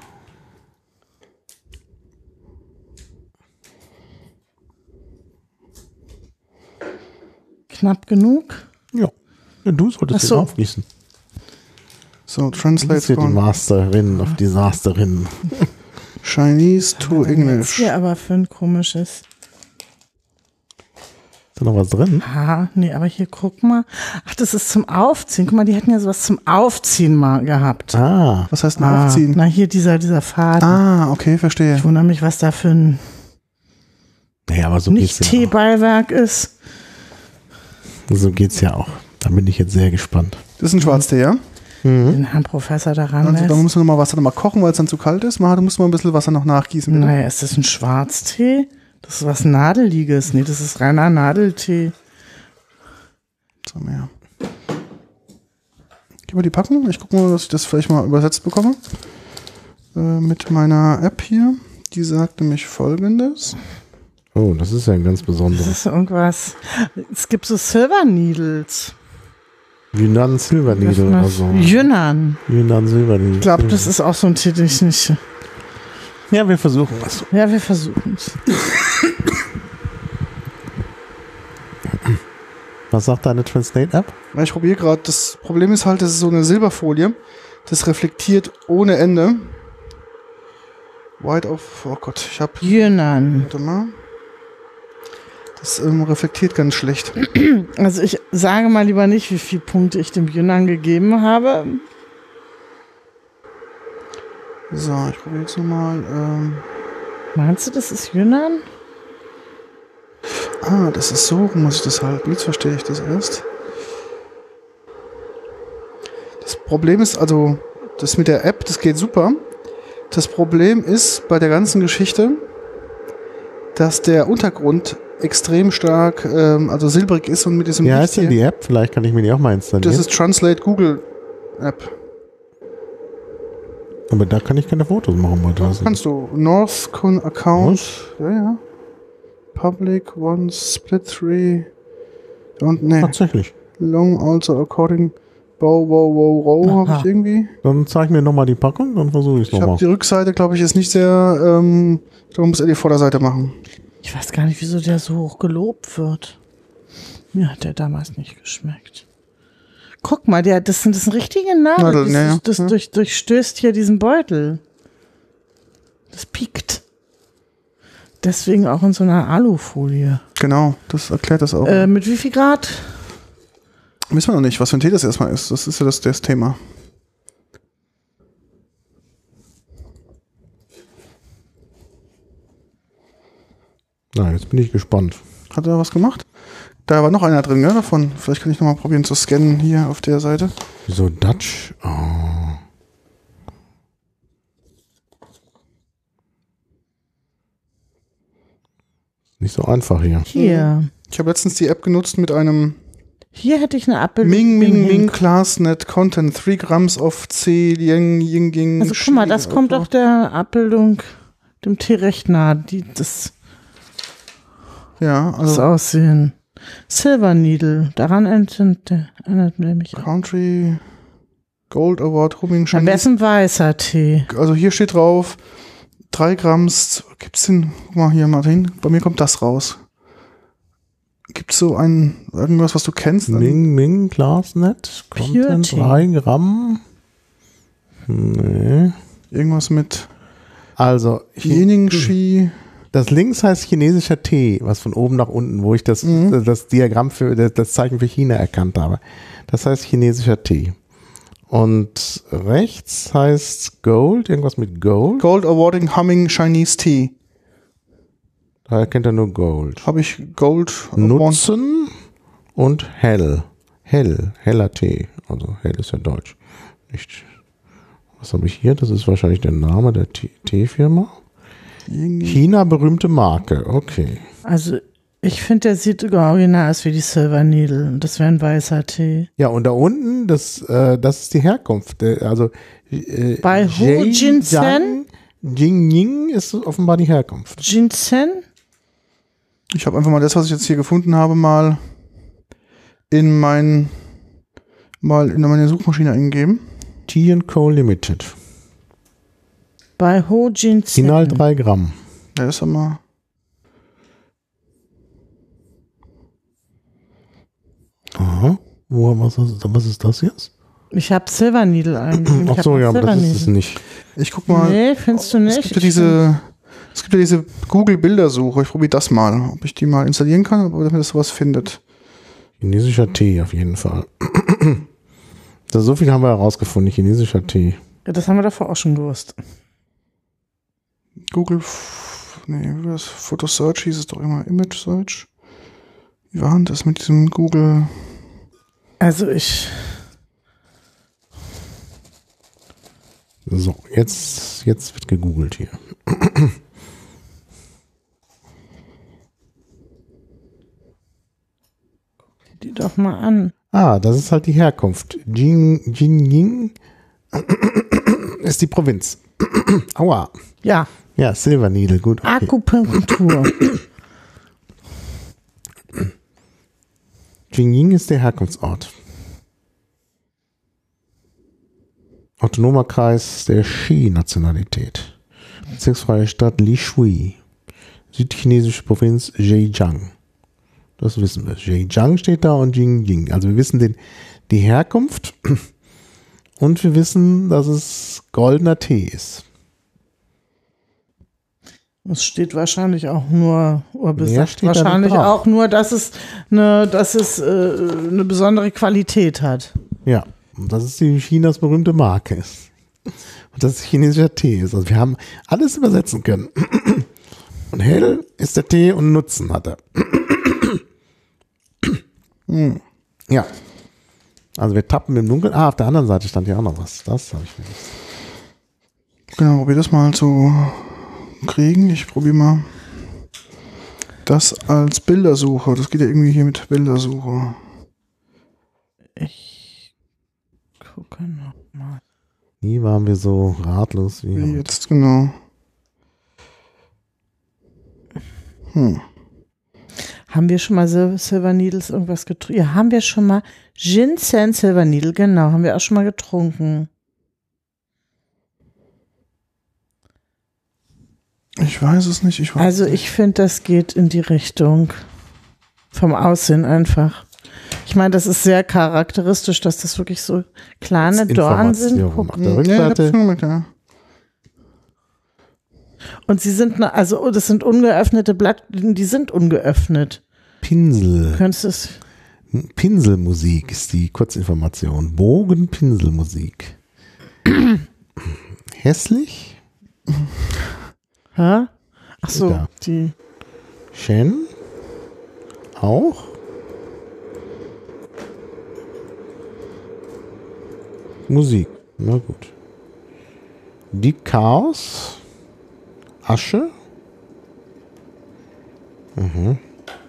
Speaker 2: Knapp genug?
Speaker 3: Ja. Du solltest den aufgießen.
Speaker 1: So, Translate.
Speaker 3: Das ist die Masterin auf Disasterin.
Speaker 1: Chinese to English.
Speaker 2: Was ist hier aber für ein komisches.
Speaker 3: Ist da noch was drin?
Speaker 2: Ah, nee, aber hier guck mal. Ach, das ist zum Aufziehen. Guck mal, die hätten ja sowas zum Aufziehen mal gehabt.
Speaker 3: Ah.
Speaker 1: Was heißt denn Aufziehen?
Speaker 2: Na, hier dieser Faden.
Speaker 1: Ah, okay, verstehe.
Speaker 2: Ich wundere mich, was da für ein
Speaker 3: naja, aber so
Speaker 2: nicht Teebeiwerk ist.
Speaker 3: So geht's ja auch. Da bin ich jetzt sehr gespannt.
Speaker 1: Das ist ein Schwarztee, ja?
Speaker 2: Den Herrn Professor daran
Speaker 1: also, da muss man noch mal Wasser noch mal kochen, weil es dann zu kalt ist. Da muss man ein bisschen Wasser noch nachgießen. Bitte.
Speaker 2: Naja, ist das ein Schwarztee? Das ist was Nadeliges. Nee, das ist reiner Nadeltee.
Speaker 1: So, mehr. Gib mal die Packung. Ich gucke mal, dass ich das vielleicht mal übersetzt bekomme. Mit meiner App hier. Die sagt nämlich Folgendes.
Speaker 3: Oh, das ist ja ein ganz besonderes.
Speaker 2: Das ist irgendwas. Es gibt so Silver Needles.
Speaker 3: Yunnan Silver Needle. Also
Speaker 2: Yunnan
Speaker 3: Silver Needle.
Speaker 2: Ich glaube, das ist auch so ein Tee, den ich nicht.
Speaker 3: Ja, wir versuchen es.
Speaker 2: Ja, wir versuchen es.
Speaker 3: Was sagt deine Translate-App?
Speaker 1: Ich probiere gerade. Das Problem ist halt, das ist so eine Silberfolie. Das reflektiert ohne Ende. White of. Oh Gott, ich habe.
Speaker 2: Yunnan.
Speaker 1: Warte mal. Das reflektiert ganz schlecht.
Speaker 2: Also ich sage mal lieber nicht, wie viele Punkte ich dem Yunnan gegeben habe.
Speaker 1: So, ich probiere jetzt nochmal.
Speaker 2: Meinst du, das ist Yunnan?
Speaker 1: Ah, das ist so, muss ich das halten. Jetzt verstehe ich das erst. Das Problem ist, also, das mit der App, das geht super. Das Problem ist bei der ganzen Geschichte, dass der Untergrund extrem stark, also silbrig ist und mit diesem.
Speaker 3: Wie heißt denn die App? Vielleicht kann ich mir die auch mal installieren.
Speaker 1: Das ist Translate Google App.
Speaker 3: Aber da kann ich keine Fotos machen.
Speaker 1: Das kannst du. Northcon Account. Was? Ja. Public, One, Split, Three. Und ne.
Speaker 3: Tatsächlich.
Speaker 1: Long also according. Wow, habe ich irgendwie.
Speaker 3: Dann zeig mir nochmal die Packung, dann versuche ich es nochmal.
Speaker 1: Die Rückseite, glaube ich, ist nicht sehr, da muss er die Vorderseite machen.
Speaker 2: Ich weiß gar nicht, wieso der so hoch gelobt wird. Mir hat der damals nicht geschmeckt. Guck mal, das sind richtige Nadeln. Das durchstößt hier diesen Beutel. Das piekt. Deswegen auch in so einer Alufolie.
Speaker 1: Genau, das erklärt das auch.
Speaker 2: Mit wie viel Grad?
Speaker 1: Wissen wir noch nicht, was für ein Tee das erstmal ist. Das ist ja das Thema.
Speaker 3: Na, jetzt bin ich gespannt.
Speaker 1: Hat er was gemacht? Da war noch einer drin, gell, davon. Vielleicht kann ich nochmal probieren zu scannen hier auf der Seite.
Speaker 3: So Dutch. Oh. Nicht so einfach hier.
Speaker 2: Hier.
Speaker 1: Ich habe letztens die App genutzt mit einem
Speaker 2: hier hätte ich eine Abbildung.
Speaker 1: Ming ClassNet Content 3 Grams of C Ying.
Speaker 2: Also guck mal, das kommt auf der Abbildung dem Tee recht nah.
Speaker 1: Ja, also
Speaker 2: das Aussehen. Silver Needle, daran erinnert mich auch.
Speaker 1: Country Gold Award Rumming
Speaker 2: Chinese. Am besten weißer Tee.
Speaker 1: Also hier steht drauf 3 Grams. Gibt's den? Guck mal hier, Martin. Bei mir kommt das raus. Gibt's so irgendwas, was du kennst?
Speaker 3: Ming ClassNet Content 3 Gramm. Nee.
Speaker 1: Irgendwas mit
Speaker 3: also
Speaker 1: Yingxi.
Speaker 3: Das links heißt chinesischer Tee, was von oben nach unten, wo ich das Diagramm für das Zeichen für China erkannt habe. Das heißt chinesischer Tee. Und rechts heißt Gold, irgendwas mit Gold.
Speaker 1: Gold Awarding Humming Chinese Tea.
Speaker 3: Da erkennt er nur Gold.
Speaker 1: Habe ich Gold.
Speaker 3: Nutzen und hell. Heller Tee. Also hell ist ja Deutsch. Nicht. Was habe ich hier? Das ist wahrscheinlich der Name der Teefirma. China berühmte Marke, okay.
Speaker 2: Also ich finde, der sieht original aus wie die Silver Needle und das wäre ein weißer Tee.
Speaker 3: Ja, und da unten, das ist die Herkunft. Also
Speaker 2: bei Hu Jinsen
Speaker 3: Jing Ying ist offenbar die Herkunft.
Speaker 2: Ginseng?
Speaker 1: Ich habe einfach mal das, was ich jetzt hier gefunden habe, mal in meine Suchmaschine eingegeben.
Speaker 3: Tea & Co. Limited.
Speaker 2: Bei Ho Ginseng.
Speaker 3: Inhalt 3 Gramm.
Speaker 1: Ja, ist aber.
Speaker 3: Aha. Was ist das jetzt?
Speaker 2: Ich habe Silver Needle eingegeben.
Speaker 3: Ach so, ja, aber das ist es nicht.
Speaker 1: Ich guck mal.
Speaker 2: Nee, findest du nicht?
Speaker 1: Es gibt ja diese Google-Bildersuche. Ich probiere das mal, ob ich die mal installieren kann, oder damit das sowas findet.
Speaker 3: Chinesischer Tee auf jeden Fall. So viel haben wir herausgefunden, chinesischer Tee.
Speaker 2: Ja, das haben wir davor auch schon gewusst.
Speaker 1: Google, das Photo Search hieß es doch immer, Image Search. Wie war denn das mit diesem Google?
Speaker 2: Also
Speaker 3: So, jetzt wird gegoogelt hier.
Speaker 2: die doch mal an.
Speaker 3: Ah, das ist halt die Herkunft. Jingying ist die Provinz. Aua.
Speaker 2: Ja.
Speaker 3: Ja, Silver Needle, gut. Okay.
Speaker 2: Akupunktur.
Speaker 3: Jingying ist der Herkunftsort. Autonomer Kreis der Shi-Nationalität. Bezirksfreie Stadt Lishui. Südchinesische Provinz Zhejiang. Das wissen wir. Zhejiang steht da und Jingying. Also wir wissen die Herkunft und wir wissen, dass es goldener Tee ist.
Speaker 2: Es steht wahrscheinlich auch nur, dass es eine besondere Qualität hat.
Speaker 3: Ja, und dass es die Chinas berühmte Marke ist. Und dass es chinesischer Tee ist. Also wir haben alles übersetzen können. Und hell ist der Tee und Nutzen hat er. Ja. Also wir tappen im Dunkeln. Ah, auf der anderen Seite stand ja auch noch was. Das habe ich vergessen.
Speaker 1: Genau, probier das mal zu kriegen. Ich probiere mal das als Bildersuche. Das geht ja irgendwie hier mit Bildersuche.
Speaker 2: Ich gucke noch mal.
Speaker 3: Nie waren wir so ratlos wie
Speaker 1: jetzt, genau.
Speaker 2: Haben wir schon mal Silver Needles irgendwas getrunken? Ja, haben wir schon mal Ginseng Silver Needle, genau, haben wir auch schon mal getrunken.
Speaker 1: Ich weiß es nicht.
Speaker 2: Ich finde, das geht in die Richtung vom Aussehen einfach. Ich meine, das ist sehr charakteristisch, dass das wirklich so kleine Dornen sind.
Speaker 3: Auf der Rückseite.
Speaker 1: Ja.
Speaker 2: Und sie sind, das sind ungeöffnete die sind ungeöffnet.
Speaker 3: Pinsel.
Speaker 2: Könntest du es?
Speaker 3: Pinselmusik ist die Kurzinformation. Bogenpinselmusik. Hässlich?
Speaker 2: Hä? Ach so,
Speaker 3: ja.
Speaker 2: die.
Speaker 3: Shen? Auch? Musik. Na gut. Die Chaos? Asche? Mhm.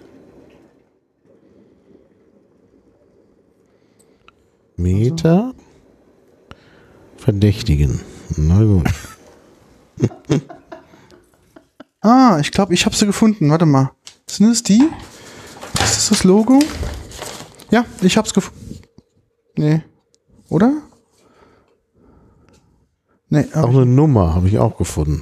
Speaker 3: Meter? Verdächtigen. Na gut.
Speaker 1: Ich glaube, ich habe sie gefunden. Warte mal. Sind es die? Ist das Logo? Ja, ich habe es gefunden. Nee. Oder? Nee.
Speaker 3: Auch eine Nummer habe ich auch gefunden.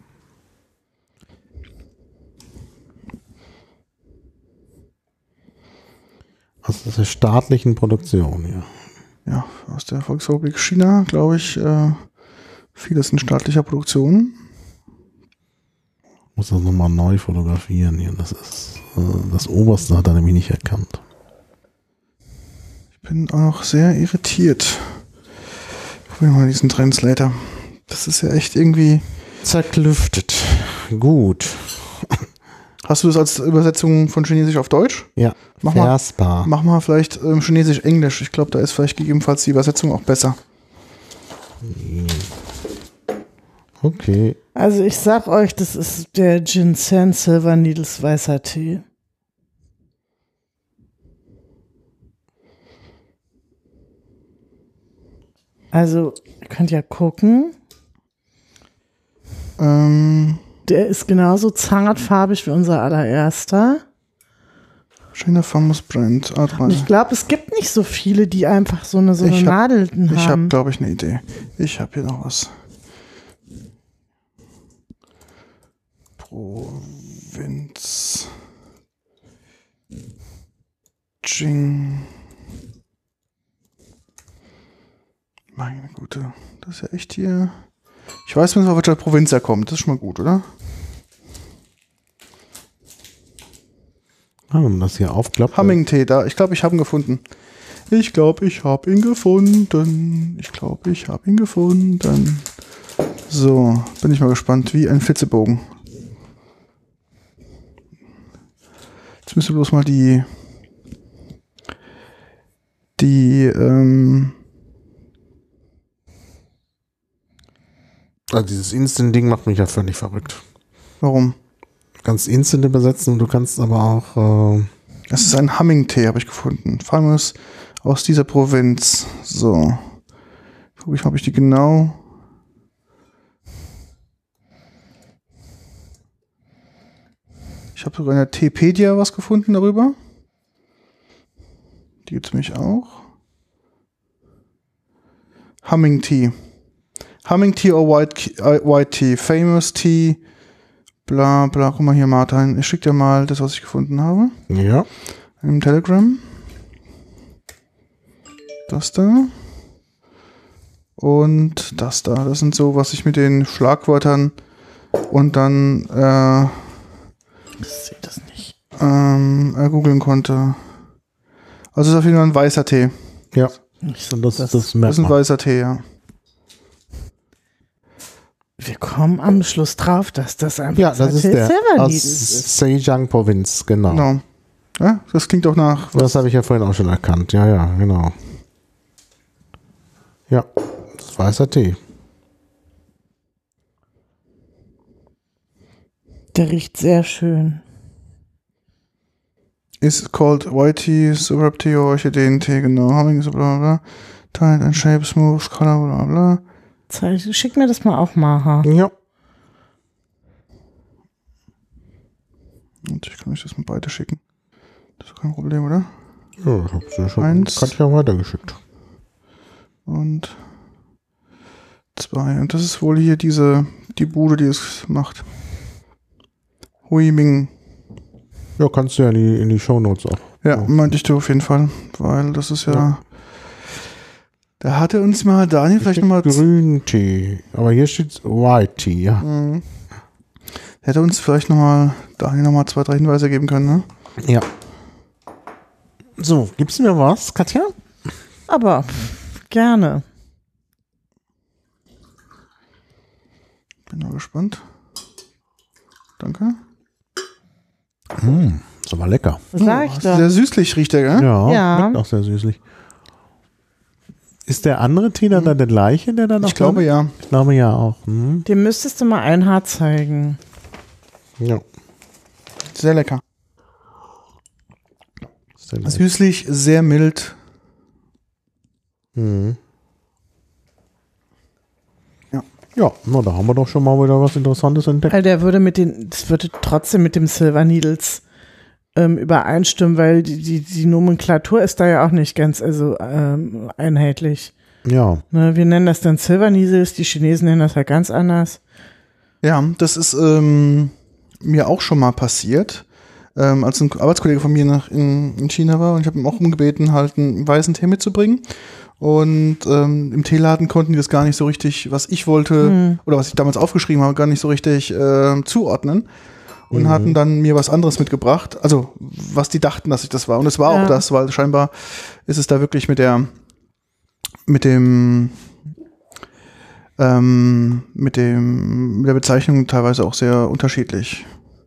Speaker 3: Aus der staatlichen Produktion, ja.
Speaker 1: Ja, aus der Volksrepublik China, glaube ich, vieles in staatlicher Produktion.
Speaker 3: Ich muss das nochmal neu fotografieren hier. Das ist, das Oberste hat er nämlich nicht erkannt.
Speaker 1: Ich bin auch noch sehr irritiert. Probieren wir mal diesen Translator. Das ist ja echt irgendwie
Speaker 3: zerklüftet. Gut.
Speaker 1: Hast du das als Übersetzung von Chinesisch auf Deutsch?
Speaker 3: Ja, versbar.
Speaker 1: Mach mal vielleicht Chinesisch-Englisch. Ich glaube, da ist vielleicht gegebenenfalls die Übersetzung auch besser.
Speaker 3: Okay.
Speaker 2: Also ich sag euch, das ist der Ginseng Silver Needles weißer Tee. Also, ihr könnt ja gucken. Der ist genauso zangertfarbig wie unser allererster.
Speaker 1: Schöner Famous Brand.
Speaker 2: Und ich glaube, es gibt nicht so viele, die einfach so eine Nadeln haben.
Speaker 1: Ich habe, glaube ich, eine Idee. Ich habe hier noch was. Provinz. Jing. Meine Gute. Das ist ja echt hier. Ich weiß nicht, auf welcher Provinz er kommt. Das ist schon mal gut, oder?
Speaker 3: Wenn man das hier aufklappt.
Speaker 1: Humming-Tee, da. Ich glaube, ich habe ihn gefunden. Ich glaube, ich habe ihn gefunden. So, bin ich mal gespannt. Wie ein Flitzebogen. Jetzt müssen wir bloß mal
Speaker 3: also dieses Instant-Ding macht mich ja völlig verrückt.
Speaker 1: Warum?
Speaker 3: Du kannst Instant übersetzen und du kannst aber auch...
Speaker 1: Das ist ein Humming-Tee, habe ich gefunden. Famous aus dieser Provinz. So. Guck ich mal, ob ich die genau... Ich habe sogar in der Teepedia was gefunden darüber. Die gibt es nämlich auch. Humming Tea. Humming Tea or White Tea. Famous Tea. Bla bla. Guck mal hier, Martin. Ich schicke dir mal das, was ich gefunden habe.
Speaker 3: Ja.
Speaker 1: Im Telegram. Das da. Und das da. Das sind so, was ich mit den Schlagwörtern und dann
Speaker 2: ich sehe das nicht.
Speaker 1: Googeln konnte. Also es ist auf jeden Fall ein weißer Tee.
Speaker 3: Ja. Das ist ein
Speaker 1: weißer Tee, ja.
Speaker 2: Wir kommen am Schluss drauf, dass das einfach
Speaker 3: das ist der aus Zhejiang-Provinz, genau.
Speaker 1: Ja, das klingt doch nach...
Speaker 3: Das habe ich ja vorhin auch schon erkannt. Ja, genau. Ja, das ist weißer Tee.
Speaker 2: Der riecht sehr schön.
Speaker 1: Is called White Tea, Suburb Tea, Orchideen-Tee, genau. Humming, so bla bla. Tight and shape, smooth, color, bla bla.
Speaker 2: Schick mir das mal auch, Maha.
Speaker 3: Ja.
Speaker 1: Und ich kann euch das mal beide schicken. Das ist kein Problem, oder?
Speaker 3: Ja, ich hab's ja schon.
Speaker 1: Eins.
Speaker 3: Kann ich ja weitergeschickt.
Speaker 1: Und 2. Und das ist wohl hier die Bude, die es macht. Hui Ming.
Speaker 3: Ja, kannst du ja in die Shownotes auch.
Speaker 1: Ja, meinte ich du auf jeden Fall. Weil das ist ja. Da hatte uns mal Daniel vielleicht nochmal.
Speaker 3: Grüntee. Aber hier steht White Tea, ja.
Speaker 1: Mhm. Hätte uns vielleicht Daniel nochmal 2, 3 Hinweise geben können, ne?
Speaker 3: Ja. So, gibt's mir was, Katja?
Speaker 2: Aber gerne.
Speaker 1: Bin mal gespannt. Danke.
Speaker 3: Ist aber lecker.
Speaker 2: Sag ich doch.
Speaker 1: Sehr süßlich riecht der, gell?
Speaker 2: Ja.
Speaker 3: Schmeckt auch sehr süßlich. Ist der andere Tee dann der gleiche, der dann noch?
Speaker 1: Ich glaube ja.
Speaker 3: Ich glaube ja auch.
Speaker 2: Dem müsstest du mal ein Haar zeigen.
Speaker 3: Ja.
Speaker 1: Sehr lecker. Süßlich, sehr mild.
Speaker 3: Ja, na, da haben wir doch schon mal wieder was Interessantes entdeckt.
Speaker 2: Weil das würde trotzdem mit dem Silver Needles übereinstimmen, weil die Nomenklatur ist da ja auch nicht ganz einheitlich.
Speaker 3: Ja.
Speaker 2: Ne, wir nennen das dann Silver Needles, die Chinesen nennen das halt ganz anders.
Speaker 1: Ja, das ist mir auch schon mal passiert, als ein Arbeitskollege von mir in China war und ich habe ihm auch umgebeten, halt einen weißen Tee mitzubringen. Und im Teeladen konnten die das gar nicht so richtig, was ich wollte oder was ich damals aufgeschrieben habe, gar nicht so richtig zuordnen. Und hatten dann mir was anderes mitgebracht, also was die dachten, dass ich das war. Und es war auch das, weil scheinbar ist es da wirklich mit der Bezeichnung teilweise auch sehr unterschiedlich.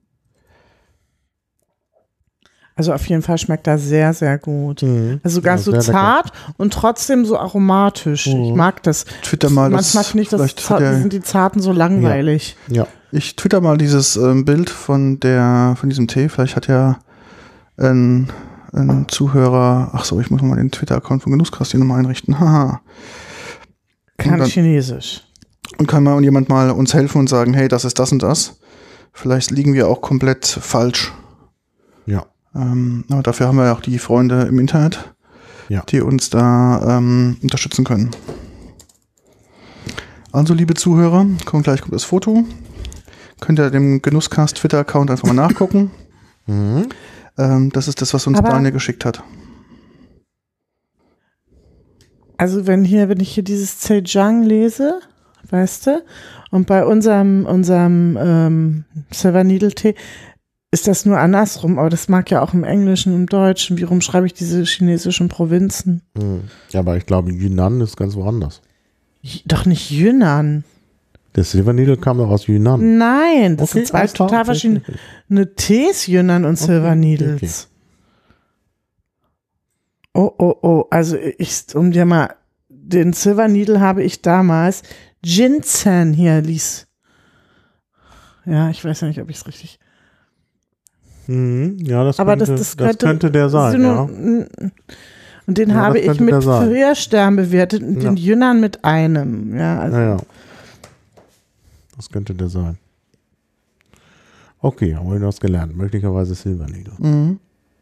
Speaker 2: Also auf jeden Fall schmeckt das sehr, sehr gut. Also ganz so zart lecker. Und trotzdem so aromatisch. Ich mag das.
Speaker 1: Twitter mal
Speaker 2: manchmal finde ich, sind die Zarten so langweilig.
Speaker 3: Ja.
Speaker 1: Ich twitter mal dieses Bild von diesem Tee. Vielleicht hat ja ein Zuhörer, ach so, ich muss mal den Twitter-Account von Genusskast hier nochmal einrichten. Haha.
Speaker 2: Kann Chinesisch.
Speaker 1: Und kann mal jemand mal uns helfen und sagen, hey, das ist das und das. Vielleicht liegen wir auch komplett falsch.
Speaker 3: Ja.
Speaker 1: Aber dafür haben wir ja auch die Freunde im Internet, die uns da unterstützen können. Also, liebe Zuhörer, gleich kommt das Foto. Könnt ihr dem Genusscast Twitter-Account einfach mal nachgucken. Das ist das, was uns Daniel geschickt hat.
Speaker 2: Also wenn ich hier dieses Zhejiang lese, weißt du, und bei unserem Silver Needle Tee ist das nur andersrum, aber das mag ja auch im Englischen, im Deutschen. Wie rum schreibe ich diese chinesischen Provinzen?
Speaker 3: Ja, aber ich glaube, Yunnan ist ganz woanders.
Speaker 2: Doch nicht Yunnan.
Speaker 3: Der Silver Needle kam doch aus Yunnan.
Speaker 2: Nein, das sind zwei total verschiedene Tees, Yunnan und Silver Needles. Oh, also um dir mal, den Silver Needle habe ich damals Ginseng hier ließ. Ja, ich weiß ja nicht, ob ich es richtig.
Speaker 3: Ja, das könnte der sein, ja.
Speaker 2: Und den habe ich mit 4 Sternen bewertet und den Yunnan mit 1. Ja, also.
Speaker 3: Ja. Das könnte der sein. Okay, haben wir was gelernt. Möglicherweise Silver Needle.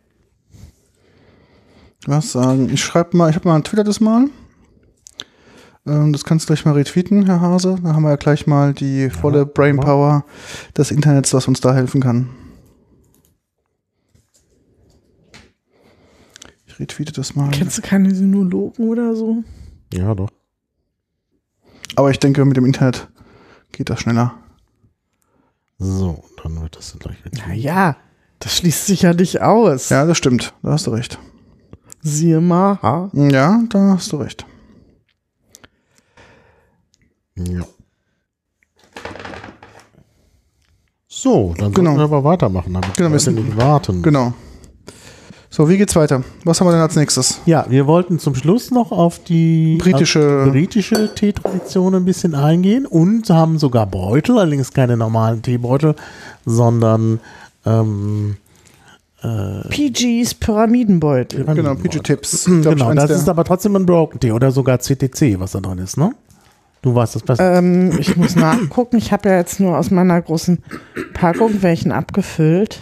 Speaker 1: Was sagen? Ich habe mal ein Twitter das mal. Das kannst du gleich mal retweeten, Herr Hase. Da haben wir ja gleich mal die volle Brainpower des Internets, was uns da helfen kann. Ich retweete das mal.
Speaker 2: Kennst du keine Sinologen oder so?
Speaker 3: Ja, doch.
Speaker 1: Aber ich denke, mit dem Internet geht das schneller.
Speaker 3: So, dann wird das gleich retweetet.
Speaker 2: Naja, das schließt sich ja nicht aus.
Speaker 1: Ja, das stimmt. Da hast du recht.
Speaker 2: Siehe mal.
Speaker 1: Ja, da hast du recht.
Speaker 3: Ja. So, dann können wir aber weitermachen.
Speaker 1: Wir müssen
Speaker 3: nicht warten.
Speaker 1: Genau. So, wie geht's weiter? Was haben wir denn als nächstes?
Speaker 3: Ja, wir wollten zum Schluss noch auf die britische Teetradition ein bisschen eingehen und haben sogar Beutel, allerdings keine normalen Teebeutel, sondern
Speaker 2: PGs Pyramidenbeutel.
Speaker 1: Genau, PG-Tipps.
Speaker 3: Genau, das ist aber trotzdem ein Broken Tee oder sogar CTC, was da drin ist, ne? Du weißt das besser.
Speaker 2: Ich muss nachgucken. Ich habe ja jetzt nur aus meiner großen Packung welchen abgefüllt.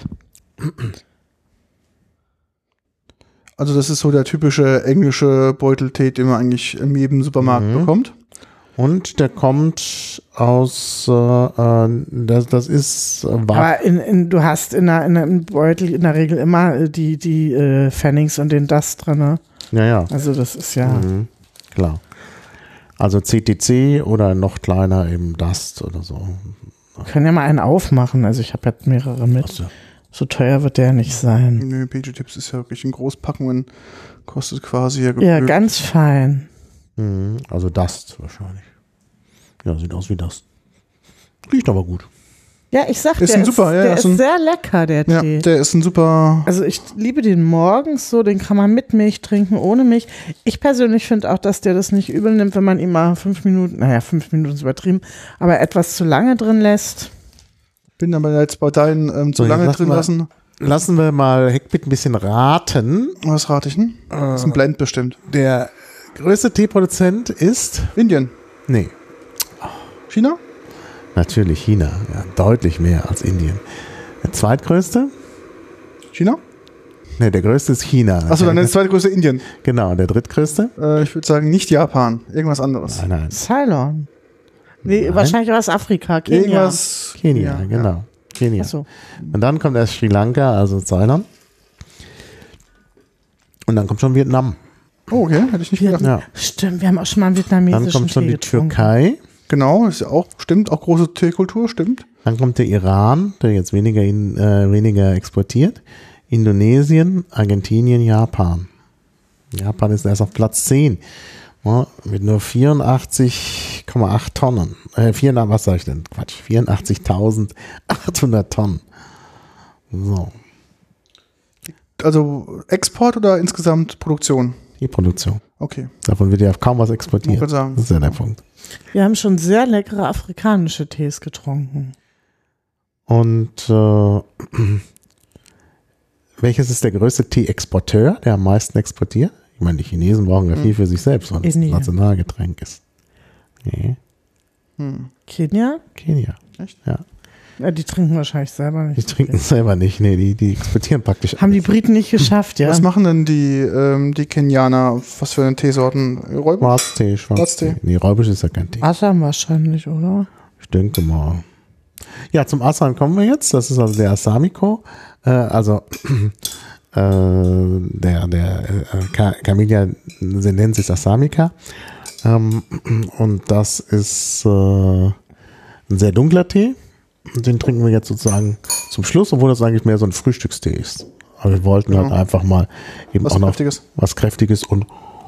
Speaker 1: Also das ist so der typische englische Beuteltee, den man eigentlich in jedem Supermarkt bekommt.
Speaker 3: Und der kommt aus, das ist
Speaker 2: aber du hast in einem Beutel in der Regel immer die Pfennigs und den Dust drin, ne?
Speaker 3: Ja.
Speaker 2: Also das ist ja...
Speaker 3: klar. Also CTC oder noch kleiner eben Dust oder so.
Speaker 2: Wir können ja mal einen aufmachen. Also ich habe ja mehrere mit. So teuer wird der nicht sein.
Speaker 1: Nö, PG-Tipps ist ja wirklich in Großpackungen. Kostet quasi
Speaker 2: ja ganz fein.
Speaker 3: Also Dust wahrscheinlich. Ja, sieht aus wie Dust. Riecht aber gut.
Speaker 2: Ja, ich sag,
Speaker 1: der ist
Speaker 2: sehr lecker, der Tee.
Speaker 1: Ja, der ist ein super...
Speaker 2: Also ich liebe den morgens so, den kann man mit Milch trinken, ohne Milch. Ich persönlich finde auch, dass der das nicht übel nimmt, wenn man ihn mal 5 Minuten, 5 Minuten ist übertrieben, aber etwas zu lange drin lässt.
Speaker 1: Bin aber jetzt bei deinen zu lange drin lassen.
Speaker 3: Lassen wir mal Heckbit ein bisschen raten.
Speaker 1: Was rate ich denn? Das ist ein Blend bestimmt.
Speaker 3: Der größte Teeproduzent ist?
Speaker 1: Indien.
Speaker 3: Nee.
Speaker 1: China?
Speaker 3: Natürlich China, ja, deutlich mehr als Indien. Der zweitgrößte?
Speaker 1: China?
Speaker 3: Ne, der größte ist China.
Speaker 1: Achso, dann ist der zweitgrößte Indien.
Speaker 3: Genau, der drittgrößte?
Speaker 1: Ich würde sagen nicht Japan, irgendwas anderes.
Speaker 3: Nein.
Speaker 2: Ceylon. Nee, wahrscheinlich was Afrika, Kenia.
Speaker 1: Irgendwas.
Speaker 3: Kenia, genau. Ja. Kenia.
Speaker 2: Achso.
Speaker 3: Und dann kommt erst Sri Lanka, also Ceylon. Und dann kommt schon Vietnam.
Speaker 1: Oh, okay, hätte ich nicht gedacht.
Speaker 2: Ja. Stimmt, wir haben auch schon mal einen vietnamesischen
Speaker 3: Dann kommt schon
Speaker 2: Tee
Speaker 3: die Türkei.
Speaker 1: Genau, ist ja auch, stimmt, auch große Teekultur, stimmt.
Speaker 3: Dann kommt der Iran, der jetzt weniger exportiert. Indonesien, Argentinien, Japan. Japan ist erst auf Platz 10. Ja, mit nur 84,8 Tonnen. Was sag ich denn? Quatsch, 84.800 Tonnen. So.
Speaker 1: Also Export oder insgesamt Produktion?
Speaker 3: Die Produktion.
Speaker 1: Okay.
Speaker 3: Davon wird ja kaum was exportiert.
Speaker 1: Ich sagen.
Speaker 3: Das ist ja der Punkt.
Speaker 2: Wir haben schon sehr leckere afrikanische Tees getrunken.
Speaker 3: Und welches ist der größte Tee-Exporteur, der am meisten exportiert? Ich meine, die Chinesen brauchen ja viel für sich selbst, weil es ein Nationalgetränk ist. Nee.
Speaker 2: Kenia?
Speaker 3: Kenia.
Speaker 1: Echt?
Speaker 3: Ja.
Speaker 2: Ja, die trinken wahrscheinlich selber nicht.
Speaker 3: Die trinken selber nicht, nee, die exportieren praktisch.
Speaker 2: Haben die Briten nicht geschafft, ja.
Speaker 1: Was machen denn die Kenianer? Was für Teesorten?
Speaker 3: Räubisch? Schwarztee. Nee, Räubisch ist ja kein Tee.
Speaker 2: Assam wahrscheinlich, oder?
Speaker 3: Ich denke mal. Ja, zum Assam kommen wir jetzt. Das ist also der Assamiko. Camellia sinensis assamica. Und das ist ein sehr dunkler Tee. Den trinken wir jetzt sozusagen zum Schluss, obwohl das eigentlich mehr so ein Frühstückstee ist. Aber wir wollten halt einfach mal eben auch noch was Kräftiges und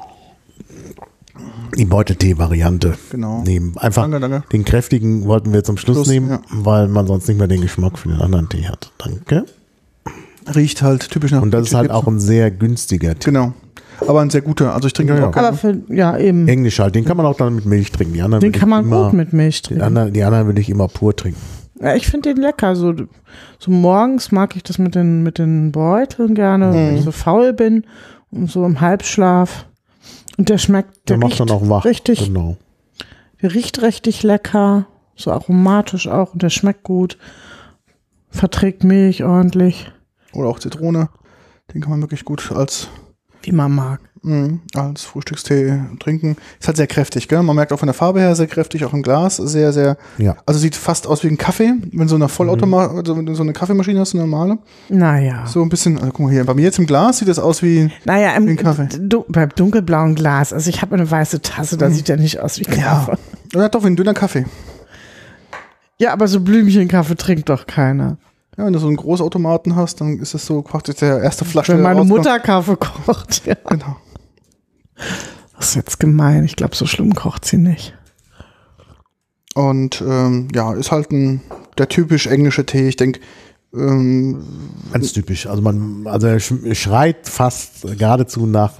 Speaker 3: die Beutetee-Variante nehmen. Einfach danke. Den kräftigen wollten wir zum Schluss nehmen, weil man sonst nicht mehr den Geschmack für den anderen Tee hat. Danke.
Speaker 1: Riecht halt typisch nach.
Speaker 3: Und das ist halt auch ein sehr günstiger Tee.
Speaker 1: Genau. Aber ein sehr guter. Also ich trinke auch
Speaker 2: gerne. Aber eben.
Speaker 3: Englisch halt. Den kann man auch dann mit Milch trinken. Die anderen
Speaker 2: den kann man gut mit Milch trinken.
Speaker 3: Die anderen würde ich immer pur trinken.
Speaker 2: Ja, ich finde den lecker. So morgens mag ich das mit den Beuteln gerne, wenn ich so faul bin und so im Halbschlaf. Und der schmeckt, der
Speaker 3: macht dann auch wach.
Speaker 2: Richtig,
Speaker 3: genau.
Speaker 2: Der riecht richtig lecker, so aromatisch auch und der schmeckt gut. Verträgt Milch ordentlich.
Speaker 1: Oder auch Zitrone. Den kann man wirklich gut
Speaker 2: wie man mag.
Speaker 1: Als Frühstückstee trinken. Ist halt sehr kräftig, gell? Man merkt auch von der Farbe her sehr kräftig, auch im Glas sehr, sehr. Ja. Also sieht fast aus wie ein Kaffee, wenn so eine Vollautomat, also wenn du so eine Kaffeemaschine hast, eine normale.
Speaker 2: Naja.
Speaker 1: So ein bisschen, also guck mal hier, bei mir jetzt im Glas sieht das aus wie ein Kaffee.
Speaker 2: Beim dunkelblauen Glas, also ich habe eine weiße Tasse, da sieht der nicht aus wie Kaffee.
Speaker 1: Ja, doch, wie ein dünner Kaffee.
Speaker 2: Ja, aber so Blümchenkaffee trinkt doch keiner.
Speaker 1: Ja, wenn du so einen Großautomaten hast, dann ist das so praktisch der erste Flasche.
Speaker 2: Wenn meine Mutter Kaffee kocht, ja.
Speaker 1: Genau.
Speaker 2: Das ist jetzt gemein. Ich glaube, so schlimm kocht sie nicht.
Speaker 1: Und ist halt der typisch englische Tee. Ich denke,
Speaker 3: ganz typisch. Also er schreit fast geradezu nach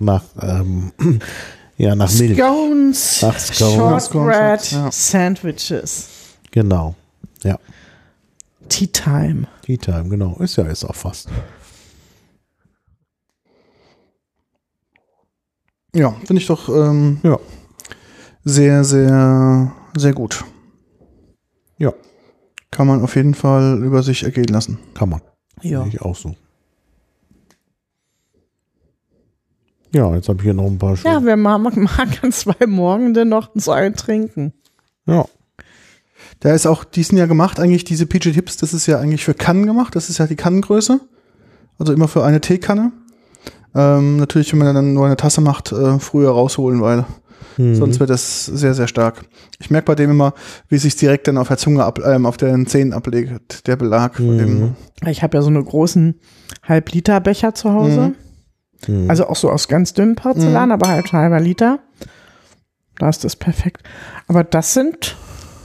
Speaker 3: Milch.
Speaker 2: Scones, Shortbread, Sandwiches.
Speaker 3: Genau, ja.
Speaker 2: Tea Time,
Speaker 3: genau. Ist auch fast.
Speaker 1: Ja, finde ich doch sehr, sehr, sehr gut. Ja. Kann man auf jeden Fall über sich ergehen lassen.
Speaker 3: Kann man.
Speaker 2: Ja.
Speaker 3: Finde ich auch so. Ja, jetzt habe ich hier noch ein paar schöne.
Speaker 2: Ja, wer mag an 2 Morgenden noch so einen trinken.
Speaker 3: Ja.
Speaker 1: Da ist auch, die sind ja gemacht, eigentlich diese PG Tips, das ist ja eigentlich für Kannen gemacht, das ist ja die Kannengröße. Also immer für eine Teekanne. Natürlich, wenn man dann nur eine Tasse macht, früher rausholen, weil sonst wird das sehr, sehr stark. Ich merke bei dem immer, wie es sich direkt dann auf der Zunge, auf den Zähnen ablegt, der Belag. Von dem.
Speaker 2: Ich habe ja so einen großen Halb-Liter-Becher zu Hause. Also auch so aus ganz dünnem Porzellan, aber halt halber Liter. Da ist das perfekt. Aber das sind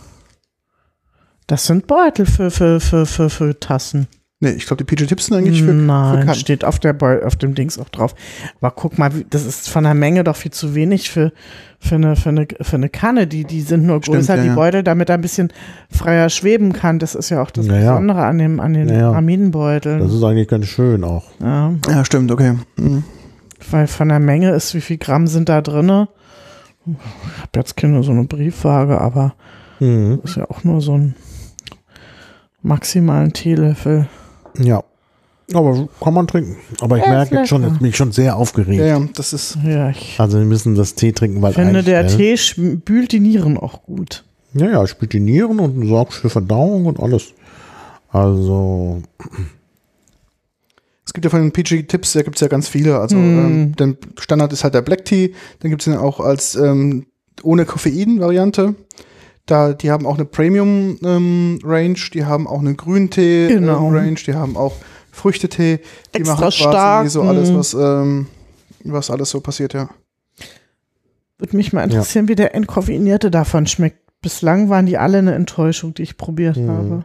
Speaker 2: Beutel für Tassen.
Speaker 1: Nee, ich glaube, die PG Tips sind eigentlich für
Speaker 2: Kannen. Steht auf dem Dings auch drauf. Aber guck mal, das ist von der Menge doch viel zu wenig für eine Kanne. Die sind nur größer, die Beutel, damit er ein bisschen freier schweben kann. Das ist ja auch das Besondere an den Pyramidenbeuteln.
Speaker 3: Das ist eigentlich ganz schön auch.
Speaker 1: Ja, stimmt, okay.
Speaker 2: Weil von der Menge ist, wie viel Gramm sind da drin? Ich habe jetzt keine so eine Briefwaage, aber ist ja auch nur so ein maximalen Teelöffel.
Speaker 3: Ja, aber kann man trinken. Aber ich merke jetzt schon, jetzt bin ich schon sehr aufgeregt.
Speaker 1: Ja, das ist.
Speaker 2: Ja,
Speaker 3: also wir müssen das Tee trinken, weil
Speaker 2: ich finde, der Tee spült die Nieren auch gut.
Speaker 3: Ja, spült die Nieren und sorgt für Verdauung und alles. Also.
Speaker 1: Es gibt ja von den PG Tips, da gibt es ja ganz viele. Also der Standard ist halt der Black Tea. Dann gibt es den auch als ohne Koffein-Variante. Die haben auch eine Premium-Range, die haben auch eine Grüntee-Range, die haben auch Früchtetee. Die
Speaker 2: extra
Speaker 1: machen
Speaker 2: stark.
Speaker 1: So alles, was alles so passiert, ja.
Speaker 2: Würde mich mal interessieren, wie der entkoffeinierte davon schmeckt. Bislang waren die alle eine Enttäuschung, die ich probiert habe.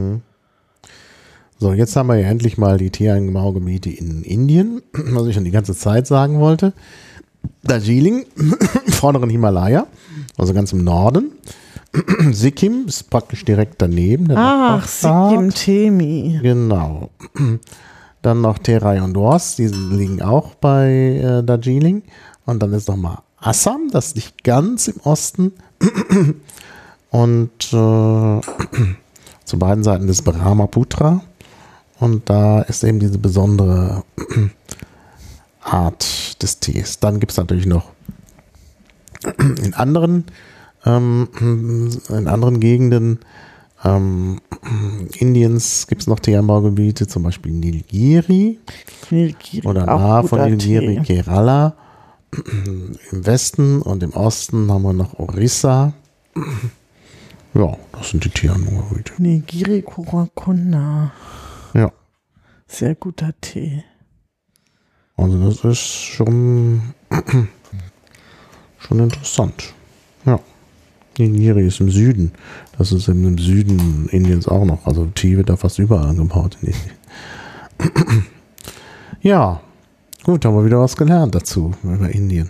Speaker 3: So, jetzt haben wir ja endlich mal die Teeanbaugebiete in Indien, was ich schon die ganze Zeit sagen wollte. Darjeeling, im vorderen Himalaya, also ganz im Norden. Sikkim ist praktisch direkt daneben.
Speaker 2: Ach, Sikkim Temi.
Speaker 3: Genau. Dann noch Terai und Dors, die liegen auch bei Darjeeling. Und dann ist noch mal Assam, das liegt ganz im Osten. und zu beiden Seiten des Brahmaputra. Und da ist eben diese besondere Art des Tees. Dann gibt es natürlich noch in anderen Gegenden Indiens gibt es noch Teeanbaugebiete, zum Beispiel Nilgiri oder nahe von Nilgiri, Kerala. Im Westen und im Osten haben wir noch Orissa. Ja, das sind die Teeanbaugebiete.
Speaker 2: Nilgiri Korakunda.
Speaker 3: Ja.
Speaker 2: Sehr guter Tee.
Speaker 3: Also das ist schon interessant. Ja. Nilgiri ist im Süden. Das ist im Süden Indiens auch noch. Also Tee wird da fast überall angebaut in Indien. Ja, gut, haben wir wieder was gelernt dazu über Indien.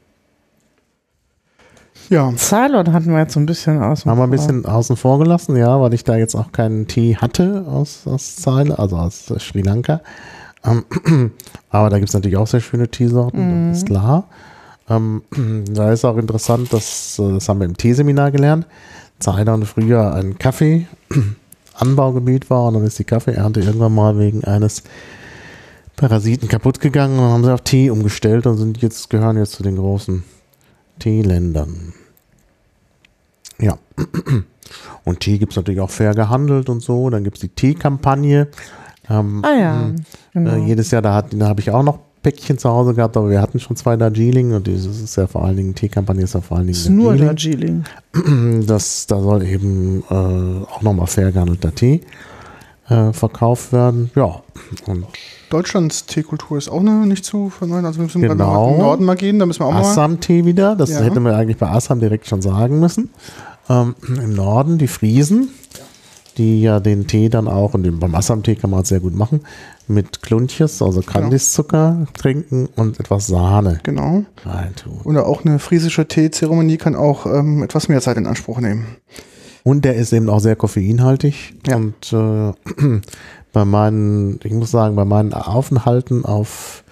Speaker 2: Ja. Ceylon hatten wir jetzt so ein bisschen außen vor.
Speaker 3: Haben wir ein bisschen außen vor gelassen, ja, weil ich da jetzt auch keinen Tee hatte aus Ceylon, also aus Sri Lanka. Aber da gibt es natürlich auch sehr schöne Teesorten, das ist klar. Da ist auch interessant, das haben wir im Teeseminar gelernt. Ceylon früher ein Kaffeeanbaugebiet war und dann ist die Kaffeeernte irgendwann mal wegen eines Parasiten kaputt gegangen und dann haben sie auf Tee umgestellt und gehören jetzt zu den großen Teeländern. Ja. Und Tee gibt es natürlich auch fair gehandelt und so. Dann gibt es die Teekampagne.
Speaker 2: Genau.
Speaker 3: Jedes Jahr, da habe ich auch noch Päckchen zu Hause gehabt, aber wir hatten schon 2 Darjeeling und das ist ja vor allen Dingen, Teekampagne ist ja vor allen Dingen
Speaker 2: das ist nur Darjeeling.
Speaker 3: Da soll eben auch nochmal fair gehandelter Tee verkauft werden. Ja. Und
Speaker 1: Deutschlands Teekultur ist auch nicht zu vermeiden. Also wir müssen gerade noch im Norden mal gehen, da müssen wir auch mal.
Speaker 3: Assam-Tee wieder, das hätten wir eigentlich bei Assam direkt schon sagen müssen. Im Norden die Friesen, die ja den Tee dann auch, und beim Assam-Tee kann man es sehr gut machen, mit Kluntjes, also Kandiszucker trinken und etwas Sahne.
Speaker 1: Genau. Oder auch eine friesische Teezeremonie kann auch etwas mehr Zeit in Anspruch nehmen.
Speaker 3: Und der ist eben auch sehr koffeinhaltig. Ja. Und bei meinen Aufenthalten auf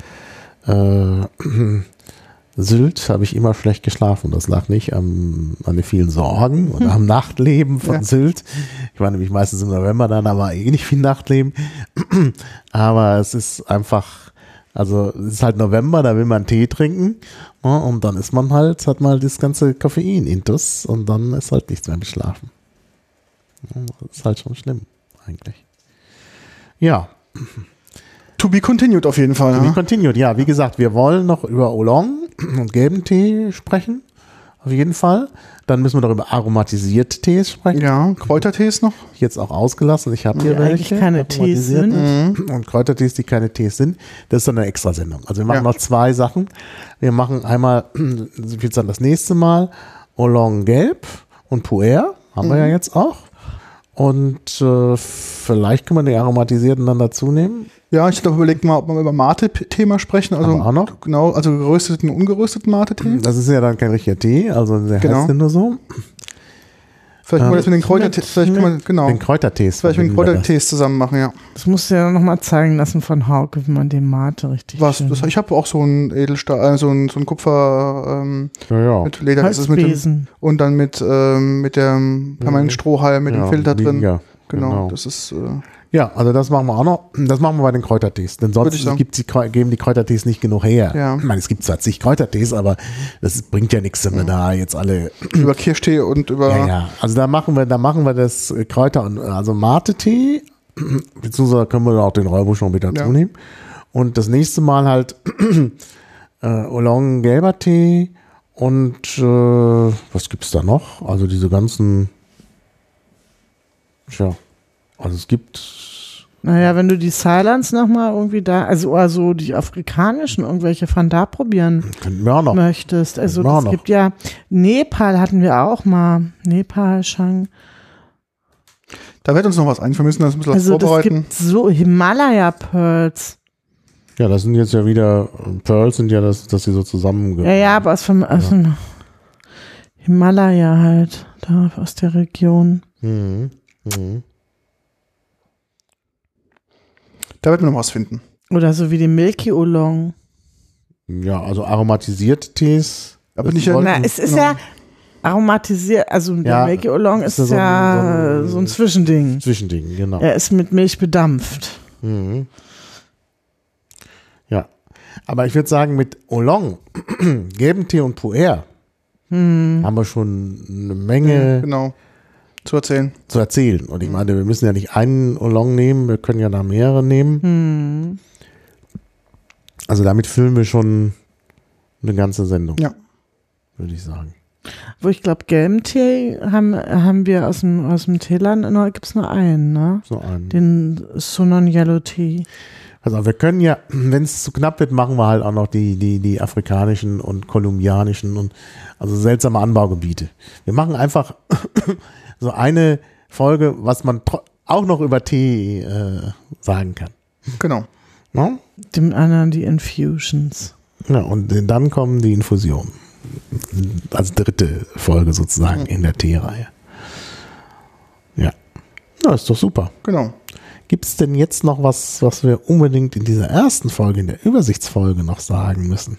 Speaker 3: Sylt habe ich immer schlecht geschlafen. Das lag nicht an den vielen Sorgen und am Nachtleben von Sylt. Ich war nämlich meistens im November, da war nicht viel Nachtleben. Aber es ist einfach, also es ist halt November, da will man Tee trinken und dann ist man halt, hat mal das ganze Koffein-Intus und dann ist halt nichts mehr mit Schlafen. Das ist halt schon schlimm, eigentlich. Ja.
Speaker 1: To be continued auf jeden Fall.
Speaker 3: To be continued, ja. Wie gesagt, wir wollen noch über Oolong und gelben Tee sprechen. Auf jeden Fall. Dann müssen wir noch über aromatisierte Tees sprechen.
Speaker 1: Ja, Kräutertees noch.
Speaker 3: Jetzt auch ausgelassen. Ich habe hier welche.
Speaker 2: Die keine Tees sind.
Speaker 3: Und Kräutertees, die keine Tees sind. Das ist dann eine Extrasendung. Also wir machen noch 2 Sachen. Wir machen einmal, wie dann das nächste Mal, Oolong gelb und Pu'er. Haben wir ja jetzt auch. Und vielleicht können wir die aromatisierten dann dazu nehmen.
Speaker 1: Ja, ich habe überlegt mal, ob wir über Mate-Thema sprechen. Also
Speaker 3: auch noch?
Speaker 1: Genau, also gerösteten und ungerösteten Mate-Tee.
Speaker 3: Das ist ja dann kein richtiger Tee, also der heißt ja nur so.
Speaker 1: Vielleicht können wir das mit den Kräutertees,
Speaker 3: den Kräutertees.
Speaker 1: Vielleicht mit den Kräutertees zusammen machen, ja.
Speaker 2: Das musst du ja nochmal zeigen lassen von Hauke, wie man den Mate richtig
Speaker 1: ich habe auch so ein Edelstahl, so ein Kupfer mit Leder. Das ist und dann mit dem permanenten Strohhalm, mit dem Filter drin. Genau, das ist...
Speaker 3: Ja, also das machen wir auch noch. Das machen wir bei den Kräutertees. Denn sonst geben die Kräutertees nicht genug her. Ja. Ich meine, es gibt zwar zig Kräutertees, aber das bringt ja nichts, wenn wir da jetzt alle
Speaker 1: über Kirschtee und über.
Speaker 3: Ja. Also da machen wir das Kräuter- und also Mate-Tee, beziehungsweise können wir auch den Räubusch noch mit dazu nehmen. Und das nächste Mal halt Oolong gelber Tee und was gibt's da noch? Also diese ganzen also es gibt...
Speaker 2: Naja, wenn du die Ceylons nochmal irgendwie da, also die afrikanischen irgendwelche von da probieren möchtest. Also es gibt ja, Nepal hatten wir auch mal, Nepal, Shang.
Speaker 1: Da wird uns noch was ein, wir müssen das ein bisschen vorbereiten.
Speaker 2: Es gibt so Himalaya-Pearls.
Speaker 3: Ja, das sind jetzt ja wieder, Pearls sind ja, dass sie so zusammen...
Speaker 2: Ja, aber aus dem Himalaya halt, da aus der Region.
Speaker 1: Da wird man noch was finden.
Speaker 2: Oder so wie die Milky Oolong.
Speaker 3: Ja, also aromatisierte Tees.
Speaker 1: Aber nicht
Speaker 2: es ist ja, aromatisiert, also der Milky Oolong ist ja so ein Zwischending.
Speaker 3: Zwischending, genau.
Speaker 2: Er ist mit Milch bedampft.
Speaker 3: Mhm. Ja, aber ich würde sagen, mit Oolong, gelben Tee und Pu'er haben wir schon eine Menge
Speaker 1: zu erzählen.
Speaker 3: Und ich meine, wir müssen ja nicht einen Oolong nehmen, wir können ja da mehrere nehmen. Also damit füllen wir schon eine ganze Sendung. Ja. Würde ich sagen.
Speaker 2: Wo ich glaube, gelben Tee haben wir aus dem Teeland, gibt es nur einen, ne?
Speaker 3: So einen.
Speaker 2: Den Sunon Yellow Tea.
Speaker 3: Also wir können ja, wenn es zu knapp wird, machen wir halt auch noch die afrikanischen und kolumbianischen und also seltsame Anbaugebiete. Wir machen einfach so eine Folge, was man auch noch über Tee sagen kann.
Speaker 1: Genau.
Speaker 3: Ja?
Speaker 2: Dem anderen die Infusions.
Speaker 3: Ja, und dann kommen die Infusionen. Als dritte Folge sozusagen in der Teereihe. Ja. Ja, ist doch super.
Speaker 1: Genau.
Speaker 3: Gibt es denn jetzt noch was wir unbedingt in dieser ersten Folge, in der Übersichtsfolge noch sagen müssen?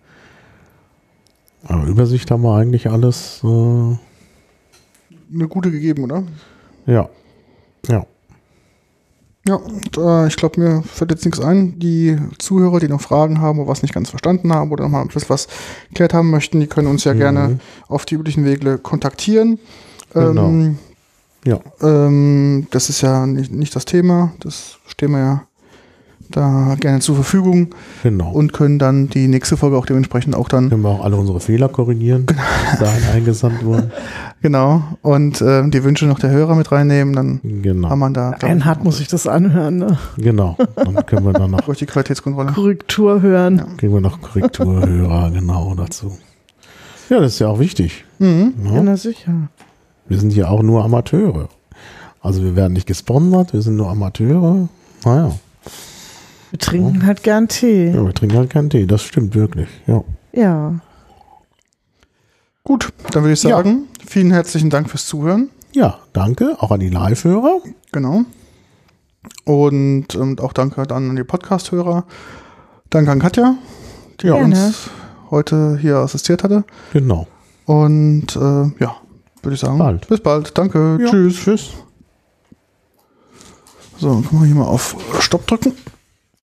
Speaker 3: Aber Übersicht haben wir eigentlich alles
Speaker 1: eine gute gegeben, oder?
Speaker 3: Ja. Ja.
Speaker 1: Ja, und, ich glaube, mir fällt jetzt nichts ein. Die Zuhörer, die noch Fragen haben oder was nicht ganz verstanden haben oder noch mal ein bisschen was geklärt haben möchten, die können uns ja gerne auf die üblichen Wege kontaktieren.
Speaker 3: Genau.
Speaker 1: Das ist ja nicht das Thema. Das stehen wir ja da gerne zur Verfügung.
Speaker 3: Genau.
Speaker 1: Und können dann die nächste Folge auch dementsprechend auch dann...
Speaker 3: Können wir auch alle unsere Fehler korrigieren, die dahin eingesandt wurden.
Speaker 1: Genau. Und die Wünsche noch der Hörer mit reinnehmen, dann haben wir da...
Speaker 2: Reinhard muss sich das anhören, ne?
Speaker 3: Genau. Dann können wir dann noch...
Speaker 1: Durch die Qualitätskontrolle.
Speaker 2: Korrektur hören.
Speaker 3: Ja. Kriegen wir noch Korrekturhörer, genau, dazu. Ja, das ist ja auch wichtig.
Speaker 2: Ja, na sicher.
Speaker 3: Wir sind ja auch nur Amateure. Also wir werden nicht gesponsert, wir sind nur Amateure. Naja.
Speaker 2: Wir trinken halt gern Tee.
Speaker 3: Ja, wir trinken halt gern Tee, das stimmt wirklich. Ja.
Speaker 2: Ja.
Speaker 1: Gut, dann würde ich sagen, vielen herzlichen Dank fürs Zuhören.
Speaker 3: Ja, danke, auch an die Live-Hörer.
Speaker 1: Genau. Und auch danke dann an die Podcast-Hörer. Danke an Katja, die uns heute hier assistiert hatte.
Speaker 3: Genau.
Speaker 1: Und würde ich sagen, bis bald. Danke.
Speaker 3: Ja.
Speaker 1: Tschüss. So, dann können wir hier mal auf Stopp drücken.